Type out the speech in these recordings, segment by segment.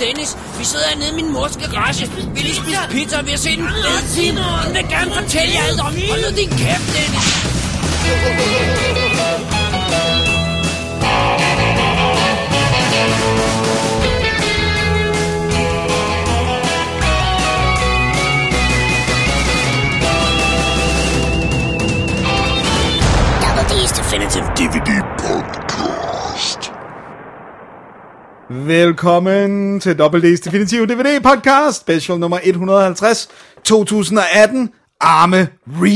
Dennis. Vi sidder hernede i min mors garage. Vi lige spise pizza, og vi har set en fed film. Hun vil gerne fortælle jer alt om. Hold nu din kæft, Dennis. Definitive DVD Podcast. Velkommen til Double D's Definitive DVD Podcast, special nummer 150, 2018, Arme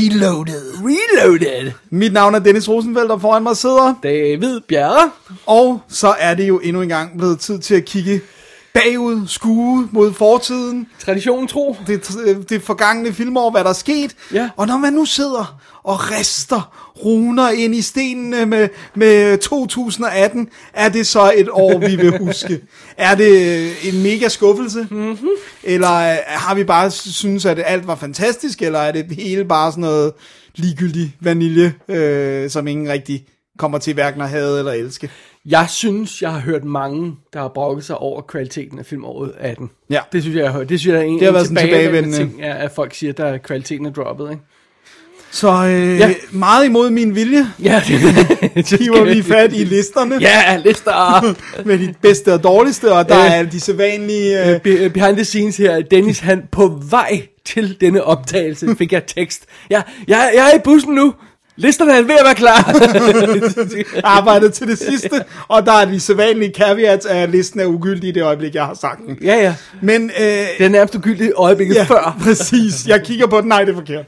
Reloaded. Mit navn er Dennis Rosenfeldt, og foran mig sidder David Bjerre. Og så er det jo endnu engang blevet tid til at kigge bagud, skue mod fortiden. Traditionen tro. Det forgangne filmår, hvad der er sket. Ja. Og når man nu sidder og rister runer ind i stenene med 2018, er det så et år, vi vil huske? Er det en mega skuffelse? Mm-hmm. Eller har vi bare synes, at alt var fantastisk? Eller er det hele bare sådan noget ligegyldig vanilje, som ingen rigtig kommer til hverken at hade eller elske? Jeg synes, jeg har hørt mange, der har brokket sig over kvaliteten af filmåret 18. Ja. Det synes jeg har hørt. Det synes jeg er en tilbagevendende ting, at folk siger, at kvaliteten er droppet, ikke? Så meget imod min vilje. Ja, hiver vi fat i listerne. Ja, lister. Med de bedste og dårligste, og der er de sædvanlige... Behind the scenes her, Dennis, han på vej til denne optagelse, fik jeg tekst. Jeg er i bussen nu. Listerne er ved at være klar. Arbejdet til det sidste, og der er de sædvanlige caveats af, at listen er ugyldig i det øjeblik, jeg har sagt den. Ja. Men, den er nærmest ugyldig i øjeblikket før. Præcis. Jeg kigger på den, nej, det er forkert.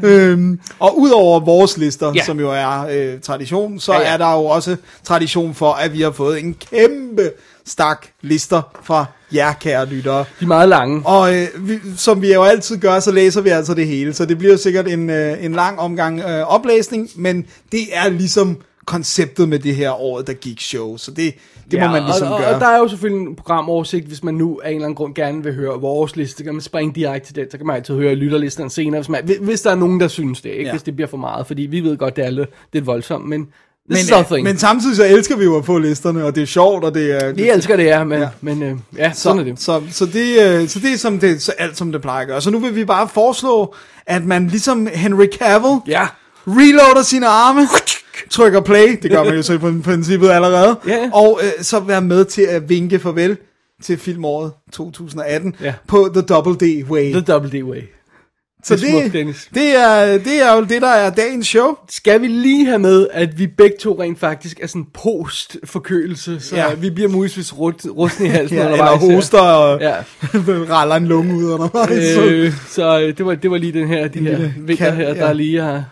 Og udover vores lister, som jo er tradition, så er der jo også tradition for, at vi har fået en kæmpe stak lister fra jer, kære lyttere. De er meget lange. Og som vi jo altid gør, så læser vi altså det hele. Så det bliver sikkert en lang omgang oplæsning, men det er ligesom konceptet med det her året, der gik show. Så det må man ligesom gøre. Og der er jo selvfølgelig en programoversigt, hvis man nu af en eller anden grund gerne vil høre vores liste, kan man springe direkte til den, så kan man altid høre lytterlisterne senere, hvis der er nogen, der synes det, ikke? Hvis det bliver for meget, fordi vi ved godt, det er lidt voldsomt, men samtidig så elsker vi jo at få listerne, og det er sjovt, og det er... Vi elsker det, men sådan er det. Så det er som det, så alt som det plejer at gøre. Så nu vil vi bare foreslå, at man ligesom Henry Cavill reloader sine arme, trykker play, det gør man jo så i princippet allerede, og så være med til at vinke farvel til filmåret 2018 på The Double D Way. The Double D Way. Så det er jo det, der er dagens show. Skal vi lige have med, at vi begge to rent faktisk er sådan post-forkølelse, så vi bliver muligvis rusten i halsen eller hoster og raller en lunge ud undervejs. Så det var lige de her vinter her, der lige har...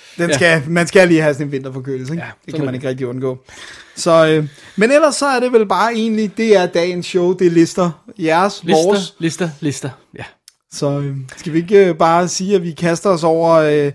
Man skal lige have sådan en vinterforkølelse, ikke? Det kan man ikke rigtig undgå. Så, men ellers så er det vel bare egentlig, det er dagens show, det er lister. Vores. Lister, ja. Så skal vi ikke bare sige, at vi kaster os over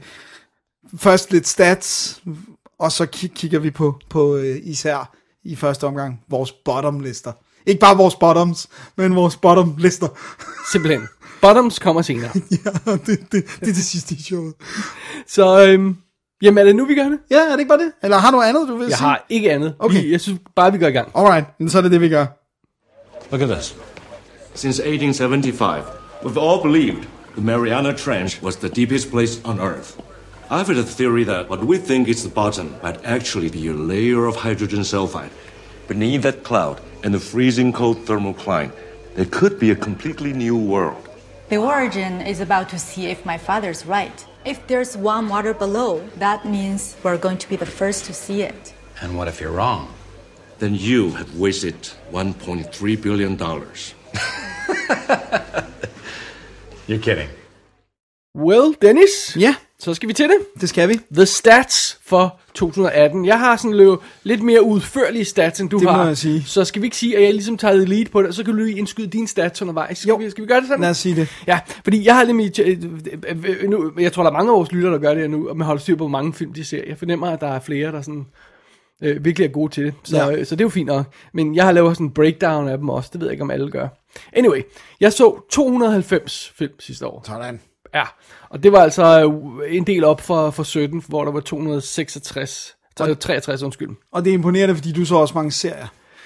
først lidt stats, og så kigger vi på især i første omgang vores bottom-lister. Ikke bare vores bottoms, men vores bottom-lister. Simpelthen. Bottoms kommer senere. Ja, det er det sidste i showet. Så, jamen er det nu, vi gør det? Ja, er det ikke bare det? Eller har du andet, du vil sige? Jeg har ikke andet. Okay. Jeg synes bare, vi går i gang. Alright, så er det, vi gør. Look at this. Since 1875, we've all believed the Mariana Trench was the deepest place on Earth. I've had a theory that what we think is the bottom might actually be a layer of hydrogen sulfide. Beneath that cloud and the freezing cold thermocline, there could be a completely new world. The origin is about to see if my father's right. If there's warm water below, that means we're going to be the first to see it. And what if you're wrong? Then you have wasted $1.3 billion. You're kidding. Well, Dennis. Ja. Så skal vi til det. Det skal vi. The stats for 2018. Jeg har sådan lidt mere udførlige stats, end du har. Det må jeg sige. Så skal vi ikke sige, at jeg ligesom tager lead på det, så kan du lige indskyde dine stats undervejs. Skal vi gøre det sådan? Lad os sige det. Ja, fordi jeg har nu, jeg tror, der er mange af vores lyttere, der gør det nu, og man holder styr på, hvor mange film de ser. Jeg fornemmer, at der er flere, der sådan virkelig er gode til det. Så det er jo fint nok. Men jeg har lavet sådan en breakdown af dem også. Det ved jeg ikke, om alle gør. Anyway, jeg så 290 film sidste år. Sådan. Ja, og det var altså en del op for 17, hvor der var 263, 63 undskyld. Og det er imponerende, fordi du så også mange serier.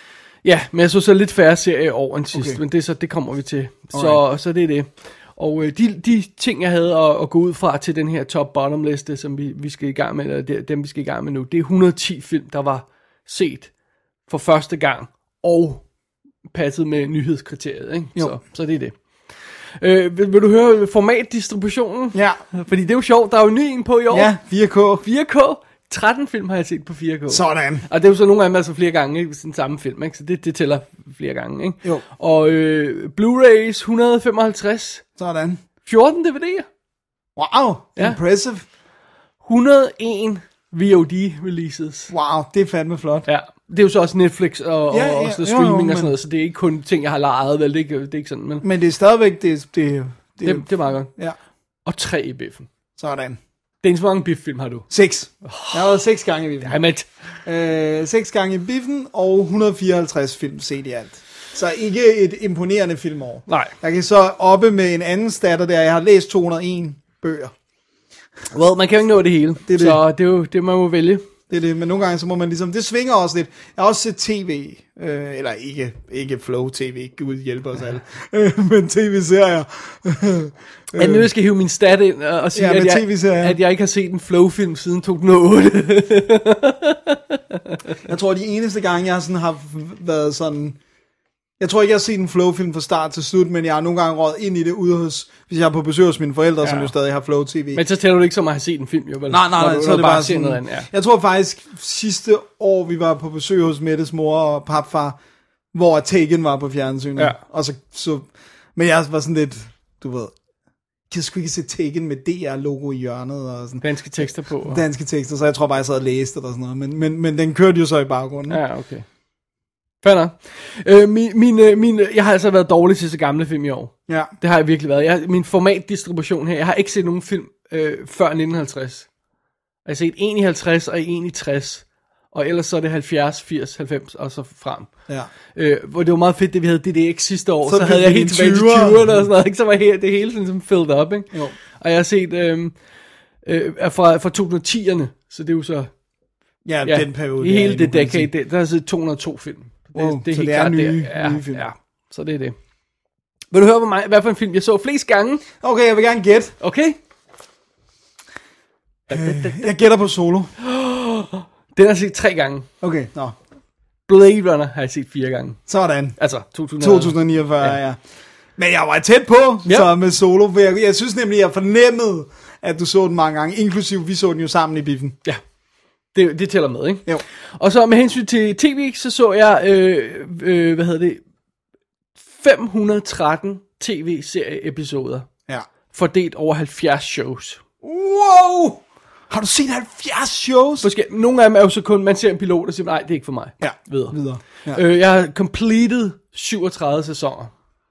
Ja, men jeg så lidt færre serier over end sidst, men det kommer vi til. Så det er det. Og de ting, jeg havde at gå ud fra til den her top-bottom liste, som vi skal i gang med, eller dem vi skal i gang med nu, det er 110 film, der var set for første gang, og passet med nyhedskriteriet, ikke? Så det er det. Vil du høre formatdistributionen? Ja. Fordi det er jo sjovt, der er jo ny en på i år. Ja, 4K. 13 film har jeg set på 4K. Sådan. Og det er jo så nogle af dem altså flere gange, ikke? Den samme film, ikke? Så det tæller flere gange, ikke? Jo. Og Blu-rays 155. Sådan. 14 DVD'er. Wow, impressive. 101 VOD-releases. Wow, det er fandme flot. Ja, det er jo så også Netflix og sådan streaming og sådan noget, så det er ikke kun ting, jeg har lejet, vel? Det er ikke sådan, men det er stadigvæk, det er meget godt. Ja. Og 3 i biffen. Sådan. Det er så mange biff-film har du? 6. Jeg har været 6 gange i biffen. Jamen. 6 gange i biffen, og 154 film set i alt. Så ikke et imponerende filmår. Nej. Jeg kan så oppe med en anden statter der, jeg har læst 201 bøger. Well, man kan jo ikke nå det hele, så det er jo det, man må vælge. Det er det, men nogle gange så må man ligesom, det svinger også lidt. Jeg har også set tv, eller ikke Flow TV, Gud hjælper os alle, men tv-serier. Jeg skal hive min stat ind og sige, at jeg ikke har set en Flow-film siden 2008. Jeg tror, de eneste gange, jeg sådan har været sådan... Jeg tror ikke, jeg har set en Flow-film fra start til slut, men jeg har nogle gange røget ind i det ude hos, hvis jeg er på besøg hos mine forældre, som jo stadig har Flow-TV. Men så tæller du ikke som at have set en film, jo vel? Nej, så er det bare sådan noget andet, ja. Jeg tror faktisk, sidste år, vi var på besøg hos Mettes mor og papfar, hvor Taken var på fjernsynet. Ja. Og så, men jeg var sådan lidt, du ved, jeg skulle ikke se Taken med DR-logo i hjørnet. Og sådan. Danske tekster på. Danske tekster, så jeg tror bare, jeg sad og læste eller sådan noget. Men den kørte jo så i baggrunden. Ja, okay. Fair jeg har altså været dårlig til så gamle film i år. Ja. Det har jeg virkelig været. Min formatdistribution her, jeg har ikke set nogen film før 1950. Jeg har set en i 50 og en i 60. Og ellers så er det 70, 80, 90 og så frem. Ja. Hvor det var meget fedt, det vi havde DDX sidste år. Så havde jeg helt tilbage til 20'erne og sådan noget. Ikke? Så var det hele sådan ligesom filled up. Ikke? Jo. Og jeg har set fra 2010'erne. Så det er jo så... Ja, den periode. I hele det decade, der er så 202 film. Det er så helt det er klart, nye film. Ja, så det er det. Vil du høre, hvad for en film jeg så flest gange? Okay, jeg vil gerne gætte. Okay. Jeg gætter på Solo. Den har jeg set 3 gange. Okay, nå. Blade Runner har jeg set 4 gange. Sådan. Altså 2049, ja. Men jeg var tæt på, så med Solo. For jeg synes nemlig, jeg fornemmede, at du så den mange gange. Inklusiv, vi så den jo sammen i biffen. Ja. Det tæller med, ikke? Jo. Og så med hensyn til tv, så så jeg, 513 tv-serie-episoder. Ja. Fordelt over 70 shows. Wow! Har du set 70 shows? Måske, nogle af dem er jo så kun, man ser en pilot og siger, nej, det er ikke for mig. Ja, videre. Ja. Jeg har completed 37 sæsoner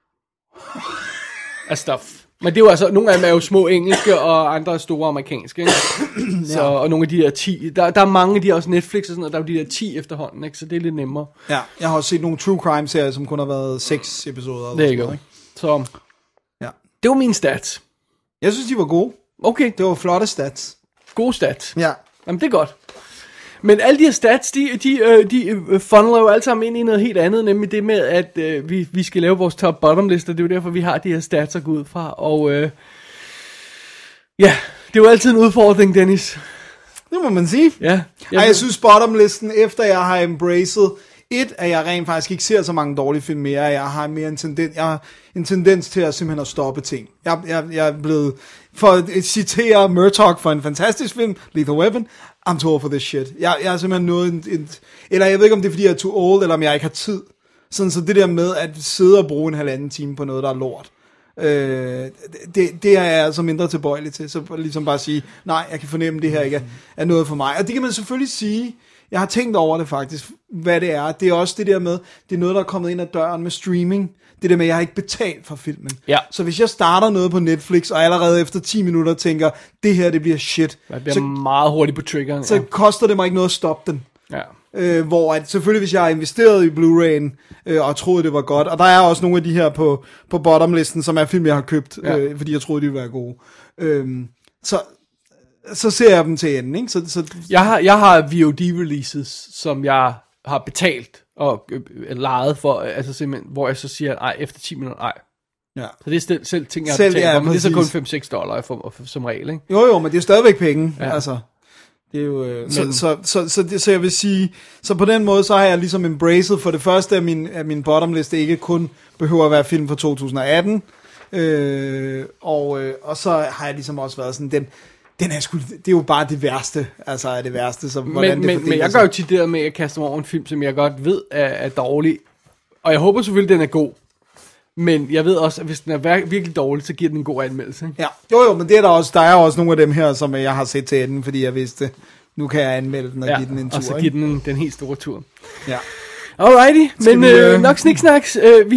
af stuff. Men det er jo altså, nogle af dem er jo små engelske, og andre er store amerikanske, ikke? Så, og nogle af de der 10, der er mange af de også Netflix og sådan noget, der er jo de der 10 efterhånden, ikke? Så det er lidt nemmere. Ja, jeg har også set nogle true crime serier, som kun har været 6 episoder. Det er ikke. Så, ja. Det var mine stats. Jeg synes, de var gode. Okay. Det var flotte stats. Gode stats. Ja. Jamen, det er godt. Men alle de her stats, de funneler jo alle sammen ind i noget helt andet, nemlig det med, at vi skal lave vores top-bottom lister. Det er jo derfor, vi har de her stats at gå ud fra. Og ja, det er jo altid en udfordring, Dennis. Det må man sige. Ja. Jeg synes, bottom-listen, efter jeg har embraced, at jeg rent faktisk ikke ser så mange dårlige film mere. Jeg har mere en tendens til at simpelthen at stoppe ting. Jeg er blevet, for at citere Murtaugh for en fantastisk film, Lethal Weapon, I'm too old for this shit. Jeg er simpelthen nået eller jeg ved ikke, om det er, fordi jeg er too old, eller om jeg ikke har tid. Sådan så det der med at sidde og bruge en 1,5 time på noget, der er lort. Det er jeg altså mindre tilbøjelig til. Så ligesom bare sige, nej, jeg kan fornemme, det her ikke er noget for mig. Og det kan man selvfølgelig sige. Jeg har tænkt over det faktisk, hvad det er. Det er også det der med, det er noget, der er kommet ind ad døren med streaming. Det der med, at jeg har ikke betalt for filmen. Ja. Så hvis jeg starter noget på Netflix, og allerede efter 10 minutter tænker, det her, det bliver shit. Jeg bliver meget hurtigt på triggeren. Så koster det mig ikke noget at stoppe den. Ja. Hvor at, selvfølgelig, hvis jeg har investeret i Blu-ray'en, og troede, det var godt, og der er også nogle af de her på bottom-listen, som er film, jeg har købt, fordi jeg troede, de ville være gode. Så ser jeg dem til enden, ikke? Så jeg har VOD-releases, som jeg har betalt og lejet for, altså simpelthen, hvor jeg så siger, ej, efter 10 minutter, ej. Ja. Så det er selv ting, jeg har Selv, betalt ja, for, men det er så kun præcis. $5-6 for, som regel, ikke? Jo, men det er stadigvæk penge, Ja. altså. Det er jo, så jeg vil sige, så på den måde, så har jeg ligesom embraced for det første, at min bottomliste ikke kun behøver at være film fra 2018, og så har jeg ligesom også været sådan, den er sgu, det er jo bare det værste, altså er det værste, så hvordan det fordeler men jeg sig. gør jo tit det der med at kaste mig over en film, som jeg godt ved er dårlig, og jeg håber selvfølgelig, den er god, men jeg ved også, at hvis den er virkelig dårlig, så giver den en god anmeldelse, ikke? Ja, jo, men det er der er også nogle af dem her, som jeg har set til enden, fordi jeg vidste, nu kan jeg anmelde den og give den en tur. Og så give den den helt store tur. Ja. Alrighty, men vi, nok sniksnaks.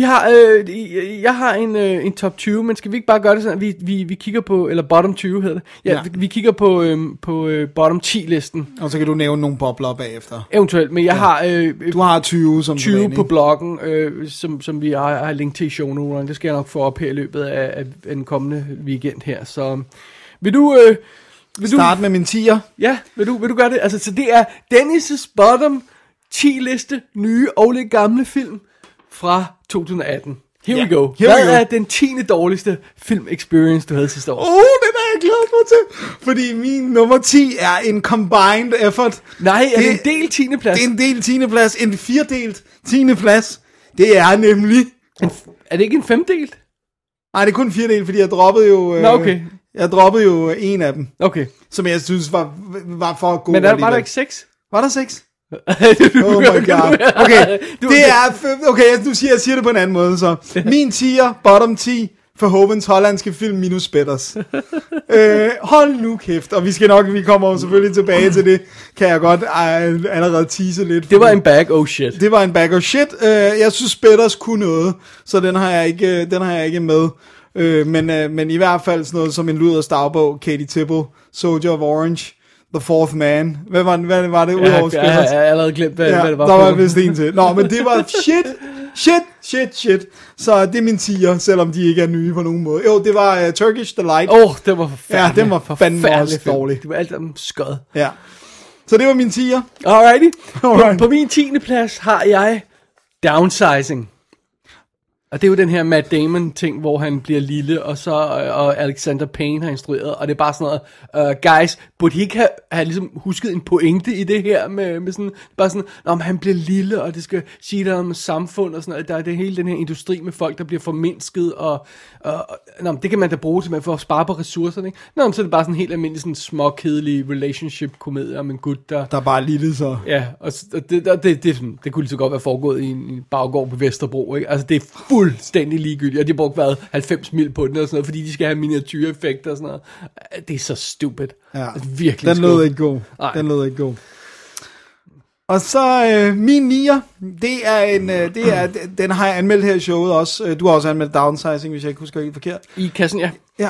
Jeg har en top 20, men skal vi ikke bare gøre det sådan, at vi kigger på, eller bottom 20 hedder det. Ja. Vi kigger på bottom 10-listen. Og så kan du nævne nogle bobler bagefter. Eventuelt, men jeg har Du har 20 som 20 på bloggen, som vi har link til i shownoterne. Det skal jeg nok få op her i løbet af den kommende weekend her. Så vil du... Start med min 10'er. Ja, vil du gøre det? Altså, så det er Dennis' bottom 10 liste nye og lidt gamle film fra 2018. Here we go. Hvad er den 10. dårligste film experience, du havde sidste år? Den er jeg glad for til. Fordi min nummer 10 er en combined effort. Nej, er det en del 10. plads? Det er en del 10. plads. En 4-delt 10. plads. Det er nemlig... Er det ikke en 5-delt? Nej, det er kun 4-delt, fordi jeg droppede jo... Nå, okay. Jeg droppede jo en af dem. Okay. Som jeg synes var for god. Men var der ikke 6? Var der 6? Oh my god. Okay, det er... Okay, nu siger jeg det på en anden måde, så. Min 10'er, bottom 10, Verhovens hollandske film minus Betters. Hold nu kæft, og vi kommer jo selvfølgelig tilbage til det, kan jeg godt allerede tease lidt. Det var en bag of shit. Det var en bag of shit. Jeg synes Betters kunne noget, så den har jeg ikke med. Men i hvert fald sådan noget som en Luders dagbog, Katie Tibble, Soldier of Orange, The Fourth Man. Hvad var det udover Betters? Jeg har allerede glemt, hvad det var. Der var vist en til. Nå, men det var shit. Så det er min 10'er, selvom de ikke er nye på nogen måde. Jo, det var Turkish Delight. Det var forfærdeligt. Ja, den var fandme også dårlig. Det var alt sammen skød. Ja. Så det var min 10'er. Alrighty. På min 10. plads har jeg Downsizing. Og det er jo den her Matt Damon ting, hvor han bliver lille, og Alexander Payne har instrueret, og det er bare sådan noget, guys, burde he ikke have ligesom husket en pointe i det her, med sådan, bare sådan, om han bliver lille, og det skal sige der om samfund, og sådan noget, der er det hele den her industri med folk, der bliver formindsket, og det kan man da bruge til, for at spare på ressourcerne, ikke? Så er det bare sådan en helt almindelig, sådan småkedelig relationship-komedie om en gut, der er bare lille, så. Ja, og det kunne lige så godt være foregået i en baggård på Vesterbro, ikke? Altså, det er fuldstændig ligegyldigt, og de har brugt 90 mil på den og sådan noget, fordi de skal have miniatyreffekter og sådan noget. Det er så stupid. Ja. Altså, virkelig den lød ikke god. Og så min 9'er, den har jeg anmeldt her i showet også. Du har også anmeldt Downsizing, hvis jeg ikke husker helt forkert. I kassen, ja. Ja.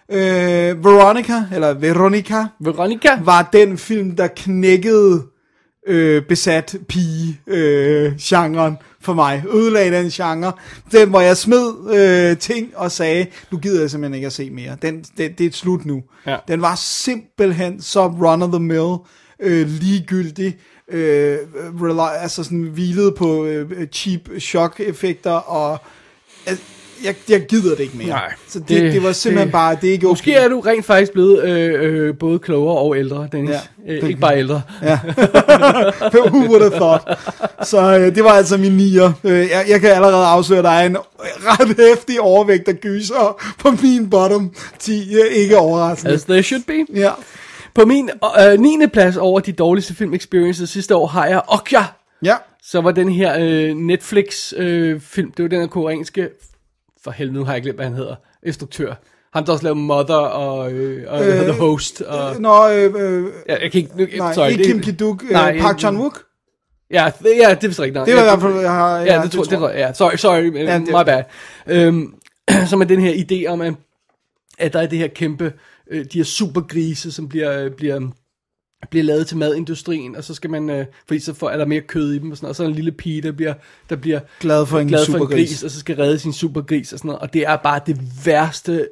Veronica var den film, der knækkede besat pige genren for mig, ødelagde den genre, den hvor jeg smed ting og sagde, nu gider jeg simpelthen ikke at se mere, det er et slut nu. Ja. Den var simpelthen så run of the mill, ligegyldig, altså sådan hvilede på cheap shock effekter, og jeg gider det ikke mere. Nej, så det var simpelthen bare, det er ikke okay. Måske er du rent faktisk blevet både klogere og ældre, Dennis. Ja, ikke bare ældre. Ja. Who would have thought? Så det var altså min 9'er. Jeg kan allerede afsløre, at der er en ret heftig overvægt af gyser på min bottom 10. Ikke overraskende. As they should be. Ja. På min 9. plads over de dårligste film experiences sidste år har jeg Okja. Ja. Så var den her Netflix film, det var den her koreanske, for helvede, nu har jeg glemt, hvad han hedder, instruktør. Han der også lavet Mother og The Host. Og, jeg kan ikke... ikke Kim Ki-duk, Park Chan-wook. Ja, det er vist rigtigt. Det var i hvert fald... det tror jeg. Sorry, my bad. Som er den her idé om, at der er det her kæmpe, de her supergrise, som bliver lavet til madindustrien, og så skal man, fordi så er der mere kød i dem, og sådan noget, og så er en lille pige, der bliver glad for en gris, og så skal redde sin supergris, og sådan noget, og det er bare det værste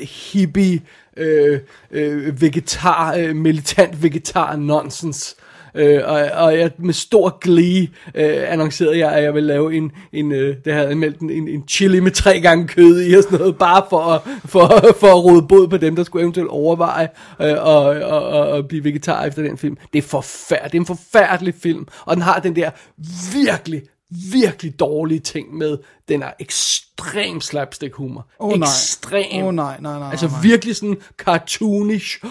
hippie, militant vegetar nonsens, Og jeg med stor glee annoncerede jeg, at jeg ville lave det havde anmeldt en chili med 3 gange kød i og sådan noget, bare for at råde bod på dem, der skulle eventuelt overveje at blive vegetar efter den film. Det er en forfærdelig film, og den har den der virkelig dårlige ting med, den er ekstrem slapstick humor. Ekstrem. Nej. Altså virkelig sådan cartoonish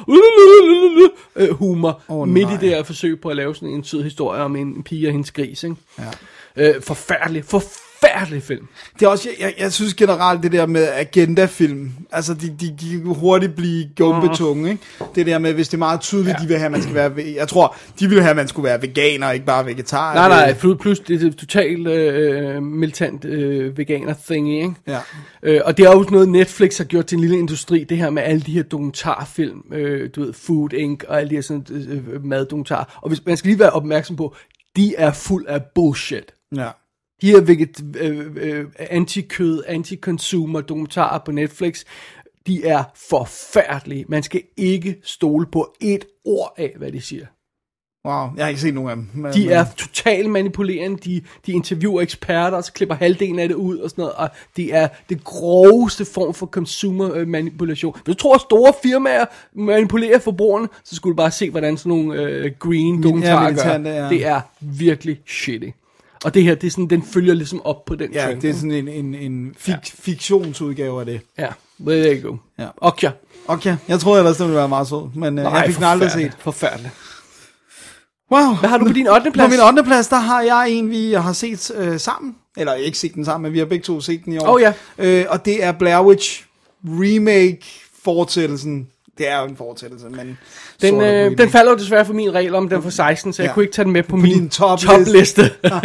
humor, midt i det her forsøg på at lave sådan en sød historie om en pige og hendes gris, ikke? Ja. Forfærdelig film. Det er også, jeg synes generelt det der med agendafilm, altså de kan hurtigt blive gumbetunge, ikke? Det der med, hvis det er meget tydeligt, de vil have, at man skal være, jeg tror, de vil have, at man skulle være veganer, ikke bare vegetar. Nej, plus det er totalt militant veganer thingy, ikke? Ja. Og det er også noget, Netflix har gjort til en lille industri, det her med alle de her dokumentarfilm, du ved, Food Inc. og alle de her sådan, maddokumentarer. Og hvis man skal lige være opmærksom på, de er fuld af bullshit. Ja. De her anti-kød, anti-consumer dokumentarer på Netflix, de er forfærdelige. Man skal ikke stole på et ord af, hvad de siger. Wow, jeg har ikke set nogen af dem. De er totalt manipulerende, de interviewer eksperter, og så klipper halvdelen af det ud og sådan noget, og det er det groveste form for consumer manipulation. Hvis du tror, at store firmaer manipulerer forbrugerne, så skulle du bare se, hvordan sådan nogle green dokumentarer gør. Ja. Det er virkelig shitty. Og det her, det er sådan, den følger ligesom op på den trend. Ja, det er sådan en fiktionsudgave af det. Ja, there you go. Ja. Okay. Jeg troede ellers, det ville være meget sød, men jeg fik den aldrig set. Forfærdeligt. Wow. Hvad har du på din 8. plads? På min 8. plads, der har jeg en, vi har set sammen. Eller ikke set den sammen, men vi har begge to set den i år. Og det er Blair Witch remake fortsættelsen. Det er jo en fortsættelse, men... Den falder jo desværre for min regel om den for 16, så jeg kunne ikke tage den med på min topliste.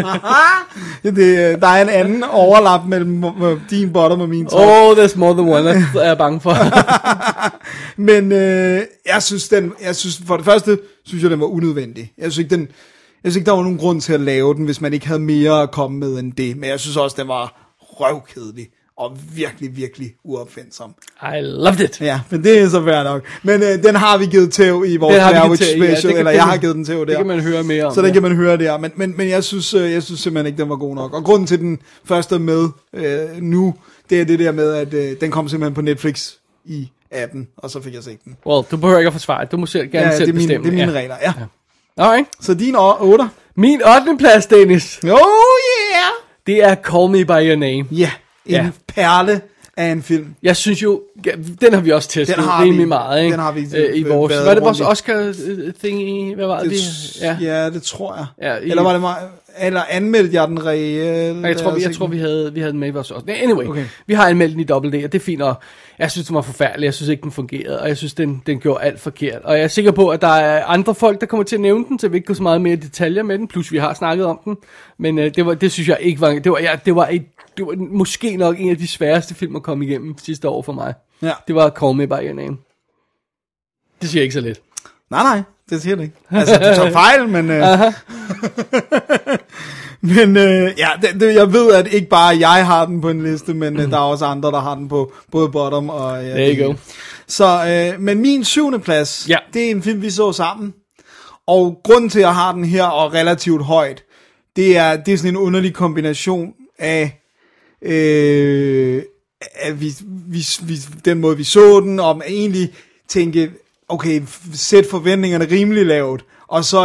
Der er en anden overlap mellem din bottom og min top. There's more than one, er jeg bange for. Men jeg synes for det første, synes jeg, den var unødvendig. Jeg synes ikke, der var nogen grund til at lave den, hvis man ikke havde mere at komme med end det. Men jeg synes også, den var røvkedelig. Og virkelig uopfindsom. I loved it. Ja, men det er så fair nok. Men den har vi givet tæv i vores Blair Witch special, eller jeg har givet den tæv der. Det kan man høre mere om. Så den kan man høre der. Men jeg synes simpelthen ikke, den var god nok. Og grunden til, den første med nu, det er det der med, at den kom simpelthen på Netflix i 18, og så fik jeg set den. Well, du behøver ikke at forsvare det. Du må gerne selv bestemme. Det er mine regler, ja. Alright. Så din 8. Min 8. plads, Dennis. Oh yeah! Det er Call Me By Your Name. Ja. En perle af en film. Jeg synes jo, den har vi også testet rimelig meget, ikke? Den har vi i vores. Var det vores Oscar-thing i? Hvad var det? Ja, det tror jeg. Ja, eller var det mig? Eller anmeldte jeg den reelt? Jeg tror vi havde den med i vores Oscar. Anyway, okay. Vi har anmeldt den i dobbelt D, og det er fint, og jeg synes, den var forfærdelig. Jeg synes ikke, den fungerede, og jeg synes, den gjorde alt forkert. Og jeg er sikker på, at der er andre folk, der kommer til at nævne den, så vi ikke går så meget mere detaljer med den, plus vi har snakket om den. Men det synes jeg ikke var... Det var måske nok en af de sværeste film at komme igennem sidste år for mig. Ja. Det var Call Me By Your Name. Det siger jeg ikke så lidt. Nej, det siger det ikke. Altså, du tager fejl, men... men jeg ved, at ikke bare jeg har den på en liste, men der er også andre, der har den på både bottom og... There you go. Så, men min 7. plads, det er en film, vi så sammen. Og grunden til, at jeg har den her, og relativt højt, det er sådan en underlig kombination af... den måde vi så den, om egentlig tænke, okay, sæt forventningerne rimelig lavt, og så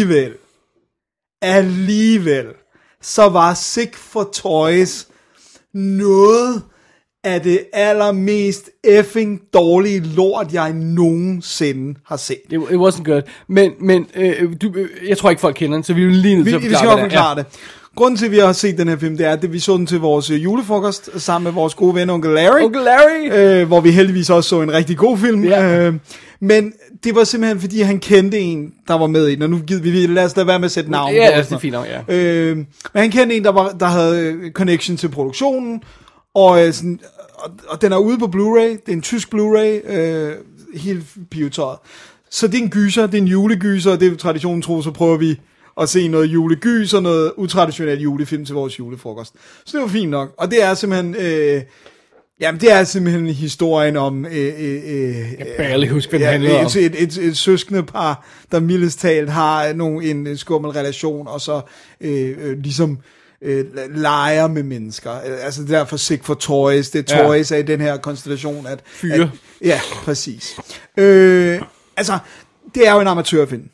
alligevel, så var Sick for Toys noget af det allermest effing dårlige lort, jeg nogensinde har set. It wasn't good. Men jeg tror ikke, folk kender den, så vi vil lige nødt til at forklare det. Vi skal forklare det. Grunden til, at vi har set den her film, det er, at vi så den til vores julefrokost sammen med vores gode ven, Onkel Larry. Hvor vi heldigvis også så en rigtig god film. Yeah. Men det var simpelthen, fordi han kendte en, der var med i den. Og nu lad os lade være med at sætte navn. Ja, det er fint nok, ja. Men han kendte en, der havde connection til produktionen. Og den er ude på Blu-ray. Det er en tysk Blu-ray. Helt pivetøjet. Så det er en gyser, det er en julegyser, og det er traditionen tro, så prøver vi at se noget julegys og noget utraditionelt julefilm til vores julefrokost. Så det var fint nok. Og det er simpelthen Jamen, det er simpelthen historien om... Jeg barely husker, hvad den handler om. Et søskende par, der mildest talt har en skummel relation, og så ligesom leger med mennesker. Altså det er derfor Sick for Toys. Det er Toys er i den her konstellation. Fyre. Ja, præcis. Altså, det er jo en amatørfilm.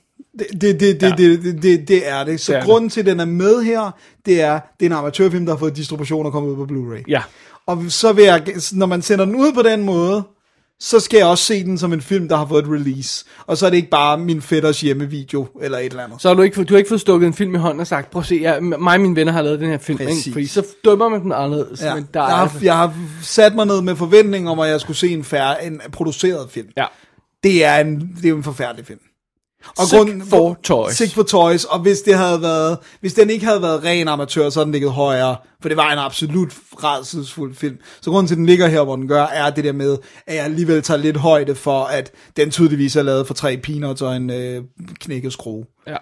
Det er det. Så grunden til, at den er med her, det er en amatørfilm, der har fået distribution og kommet ud på Blu-ray. Ja. Og så vil jeg, når man sender den ud på den måde, så skal jeg også se den som en film, der har fået et release. Og så er det ikke bare min fætters hjemmevideo, eller et eller andet. Så har du har ikke fået stukket en film i hånden og sagt, prøv at se, mig og mine venner har lavet den her film, ikke? Fordi så dømmer man den anderledes. Ja. Men Jeg har sat mig ned med forventning om, at jeg skulle se en produceret film. Ja. Det er jo en forfærdelig film. Og Sick for Toys. Og hvis den ikke havde været ren amatør, så havde den ligget højere. For det var en absolut rædselsfuld film. Så grunden til, at den ligger her, hvor den gør, er det der med, at jeg alligevel tager lidt højde for, at den tydeligvis er lavet for 3 peanuts og en knækket skrue. Ja.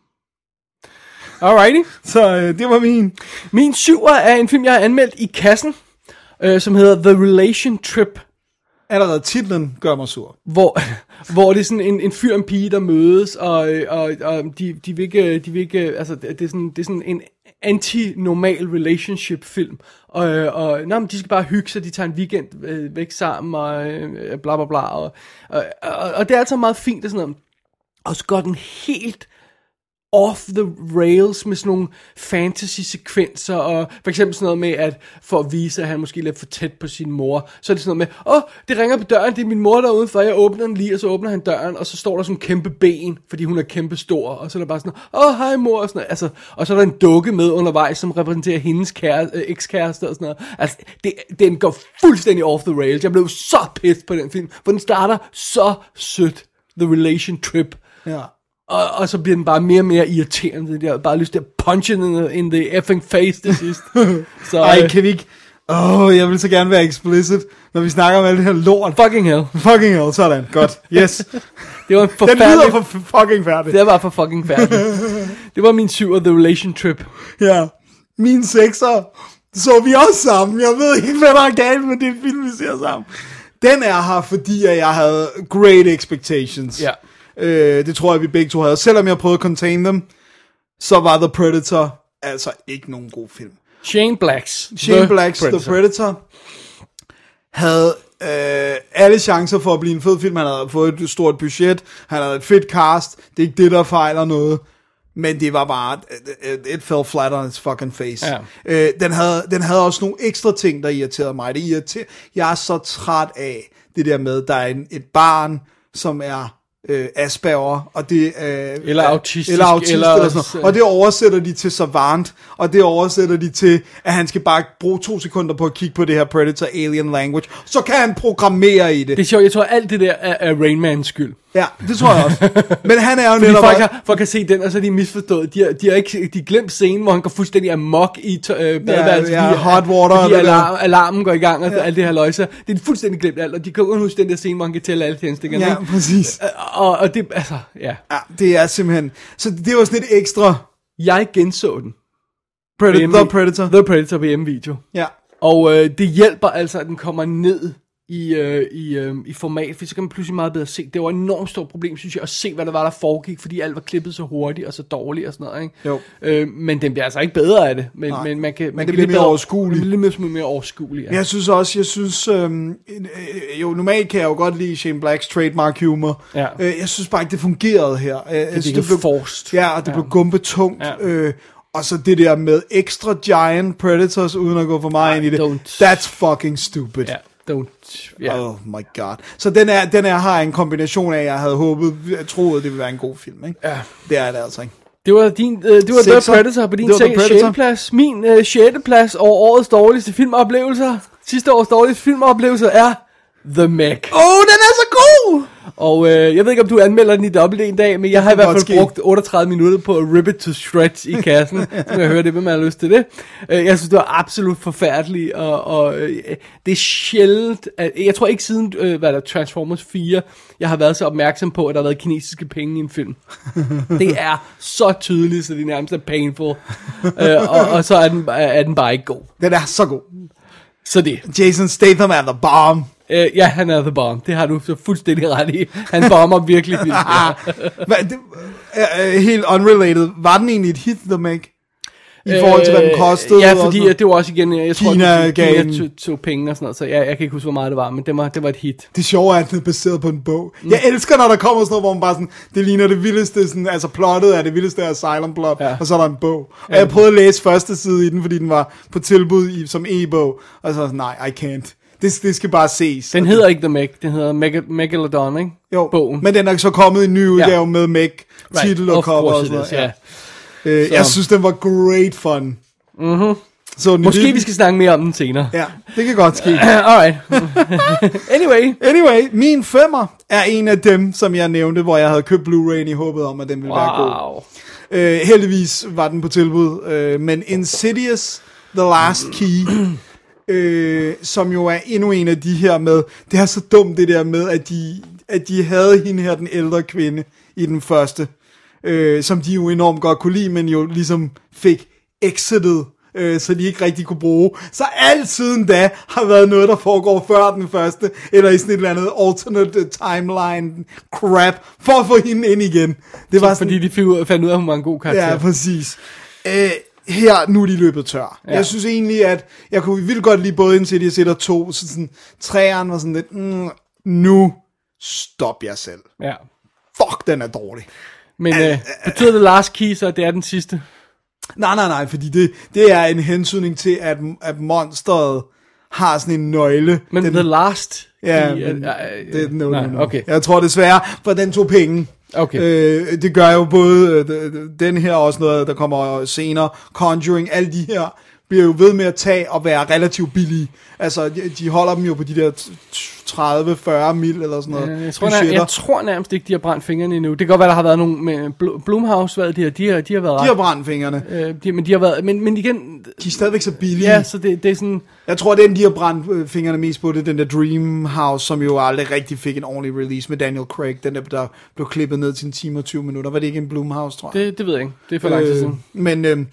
Alrighty. Så det var min. Min 7'er er en film, jeg har anmeldt i kassen, som hedder The Relation Trip. Allerede titlen gør mig sur. Hvor det er sådan en fyr og en pige, der mødes, og de vil ikke, altså det er sådan en anti-normal relationship film, og men de skal bare hygge sig, de tager en weekend væk sammen, og bla bla bla, og det er altså meget fint, og sådan noget, og så går den helt off the rails med sådan nogle fantasy-sekvenser, og for eksempel sådan noget med, at for at vise, at han måske er lidt for tæt på sin mor, så er det sådan noget med, det ringer på døren, det er min mor derude, for jeg åbner den lige, og så åbner han døren, og så står der sådan en kæmpe ben, fordi hun er kæmpe stor, og så er der bare sådan, hej mor, og sådan noget, altså, og så er der en dukke med undervejs, som repræsenterer hendes ekskæreste, og sådan noget, altså, den går fuldstændig off the rails, jeg blev så pissed på den film, for den starter så sødt, The Relation Trip, ja. Og så bliver den bare mere og mere irriterende. Jeg har bare lyst til at punch in the effing face til sidst. Så, ej, kan vi ikke... jeg vil så gerne være explicit, når vi snakker om alt det her lort. Fucking hell. Fucking hell, sådan. Godt. Yes. Det var en forfærdelig... Den lyder for fucking færdig. Det var for fucking færdig. Det var min 7'er, The Relation Trip. Ja. Min 6'er så vi også sammen. Jeg ved ikke, hvad der er galt med det film, vi ser sammen. Den er her, fordi jeg havde great expectations. Ja. Det tror jeg, vi begge to havde. Selvom jeg prøvede at contain dem, så var The Predator altså ikke nogen god film. Shane Black's The Predator havde alle chancer for at blive en fed film. Han havde fået et stort budget, han havde et fedt cast. Det er ikke det, der fejler noget. Men det var bare, it fell flat on its fucking face. Ja. Den havde også nogle ekstra ting, der irriterede mig. Jeg er så træt af det der med, der er et barn, som er Asperger, og det eller autistisk, eller sådan noget. Og det oversætter de til savant, og det oversætter de til, at han skal bare bruge 2 sekunder på at kigge på det her Predator Alien Language, så kan han programmere i det. Det er sjovt, jeg tror alt det der er Rain Mans skyld. Ja, det tror jeg også. Men han er jo netop... Folk kan se den, og så er de misforstået. De har glemt scenen, hvor han går fuldstændig amok i badeværelset. Hot water. Fordi alarmen går i gang, og alt det her løjser. Det er fuldstændig glemt alt, og de kan kun huske den der scene, hvor han kan tælle alle tændstikkerne. Ja, præcis. Og det, altså, ja. Ja, det er simpelthen... Så det var sådan lidt ekstra... Jeg genså den. The Predator. The Predator på hjemmevideo. Ja. Og det hjælper altså, at den kommer ned i format, for så kan man pludselig meget bedre se. Det var et enormt stort problem, synes jeg, at se, hvad der var, der foregik, fordi alt var klippet så hurtigt og så dårligt og sådan noget, ikke? Jo. Men den bliver altså ikke bedre af det. Men man kan det bliver mere overskuelig. Det bliver mere overskuelig, ja. Jeg synes normalt kan jeg jo godt lide Shane Blacks trademark humor. Ja. Jeg synes bare ikke, det fungerede her. Det blev forced. Ja, og det blev gumpetungt. Ja. Og så det der med extra giant predators, uden at gå for meget ind i det. That's fucking stupid. Ja. Oh my god. Så den har en kombination af, jeg havde troet, det ville være en god film, ikke? Ja. Det er det altså ikke. Det var The Predator på din 6. plads. Min 6. plads over årets dårligste filmoplevelser. Sidste års dårligste filmoplevelser er The Meg. Den er så god! Og jeg ved ikke, om du anmelder den i dobbelt en dag, men jeg har i hvert fald brugt 38 minutter på at rip it to shreds i kassen. Så kan jeg høre det, hvem man har lyst til det. Jeg synes, det var absolut forfærdeligt, og det er sjældent, jeg tror ikke siden Transformers 4, jeg har været så opmærksom på, at der har været kinesiske penge i en film. Det er så tydeligt, så det nærmest er painful. Og så er den bare ikke god. Den er så god. Så det. Jason Statham er the bomb. Ja, han er the bomb. Det har du så fuldstændig ret i. Han bomber virkelig vildt. Helt unrelated. Var den egentlig et hit, The Meg? I forhold til, hvad den kostede? Ja, fordi det var også igen, jeg tror, Kina tog penge og sådan noget, så jeg kan ikke huske, hvor meget det var, men det var et hit. Det sjove er, at det er baseret på en bog. Jeg elsker, når der kommer sådan noget, hvor man bare sådan, det ligner det vildeste, sådan, altså plottet er det vildeste Asylum plot, og så er der en bog. Og jeg prøvede at læse første side i den, fordi den var på tilbud som e-bog, og så var sådan, nej, I can't. Det skal bare ses. Den hedder ikke The Meg, den hedder Megalodon, ikke? Jo, bogen. Men den er så kommet i en ny udgave med Meg, titel og cover og sådan noget. Jeg synes, den var great fun. Mm-hmm. Så måske vi skal snakke mere om den senere. Ja, det kan godt ske. Alright. Anyway, min 5'er er en af dem, som jeg nævnte, hvor jeg havde købt Blu-ray i håbet om, at den ville være god. Heldigvis var den på tilbud. Men Insidious, The Last Key, som jo er endnu en af de her med, det er så dumt det der med, at de havde hende her, den ældre kvinde, i den første. Som de jo enormt godt kunne lide, men jo ligesom fik exited, så de ikke rigtig kunne bruge. Så alt siden da har været noget, der foregår før den første, eller i sådan et eller andet alternate timeline crap, for at få hende ind igen. Det var sådan, fordi de fandt ud af, at hun var en god karakter. Ja, præcis. Her, nu er de løbet tør. Ja. Jeg synes egentlig, at jeg kunne vildt godt lide både Insidious 1 og 2, så sådan, 3'eren var sådan lidt, nu stop jer selv. Ja. Fuck, den er dårlig. Men betyder The Last Key, så det er den sidste? Nej, fordi det er en hensynning til, at monsteret har sådan en nøgle. Men The Last Key? Ja, no. Okay. Jeg tror desværre, for den tog penge. Okay. Det gør jo både den her også noget, der kommer senere. Conjuring, alle de her bliver jo ved med at tage og være relativt billige. Altså, de holder dem jo på de der 30-40 mil eller sådan noget. Jeg tror nærmest ikke, de har brændt fingrene endnu. Det kan godt være, der har været nogle med Blumhouse, hvad de har været ret. De har brændt fingrene. Men de har været, men igen... De er stadigvæk så billige. Ja, så det er sådan... Jeg tror, den de har brændt fingrene mest på, det er den der Dreamhouse, som jo aldrig rigtig fik en ordentlig release med Daniel Craig. Den der blev klippet ned til en time og 20 minutter. Var det ikke en Blumhouse, tror jeg? Det ved jeg ikke. Det er for lang tid siden.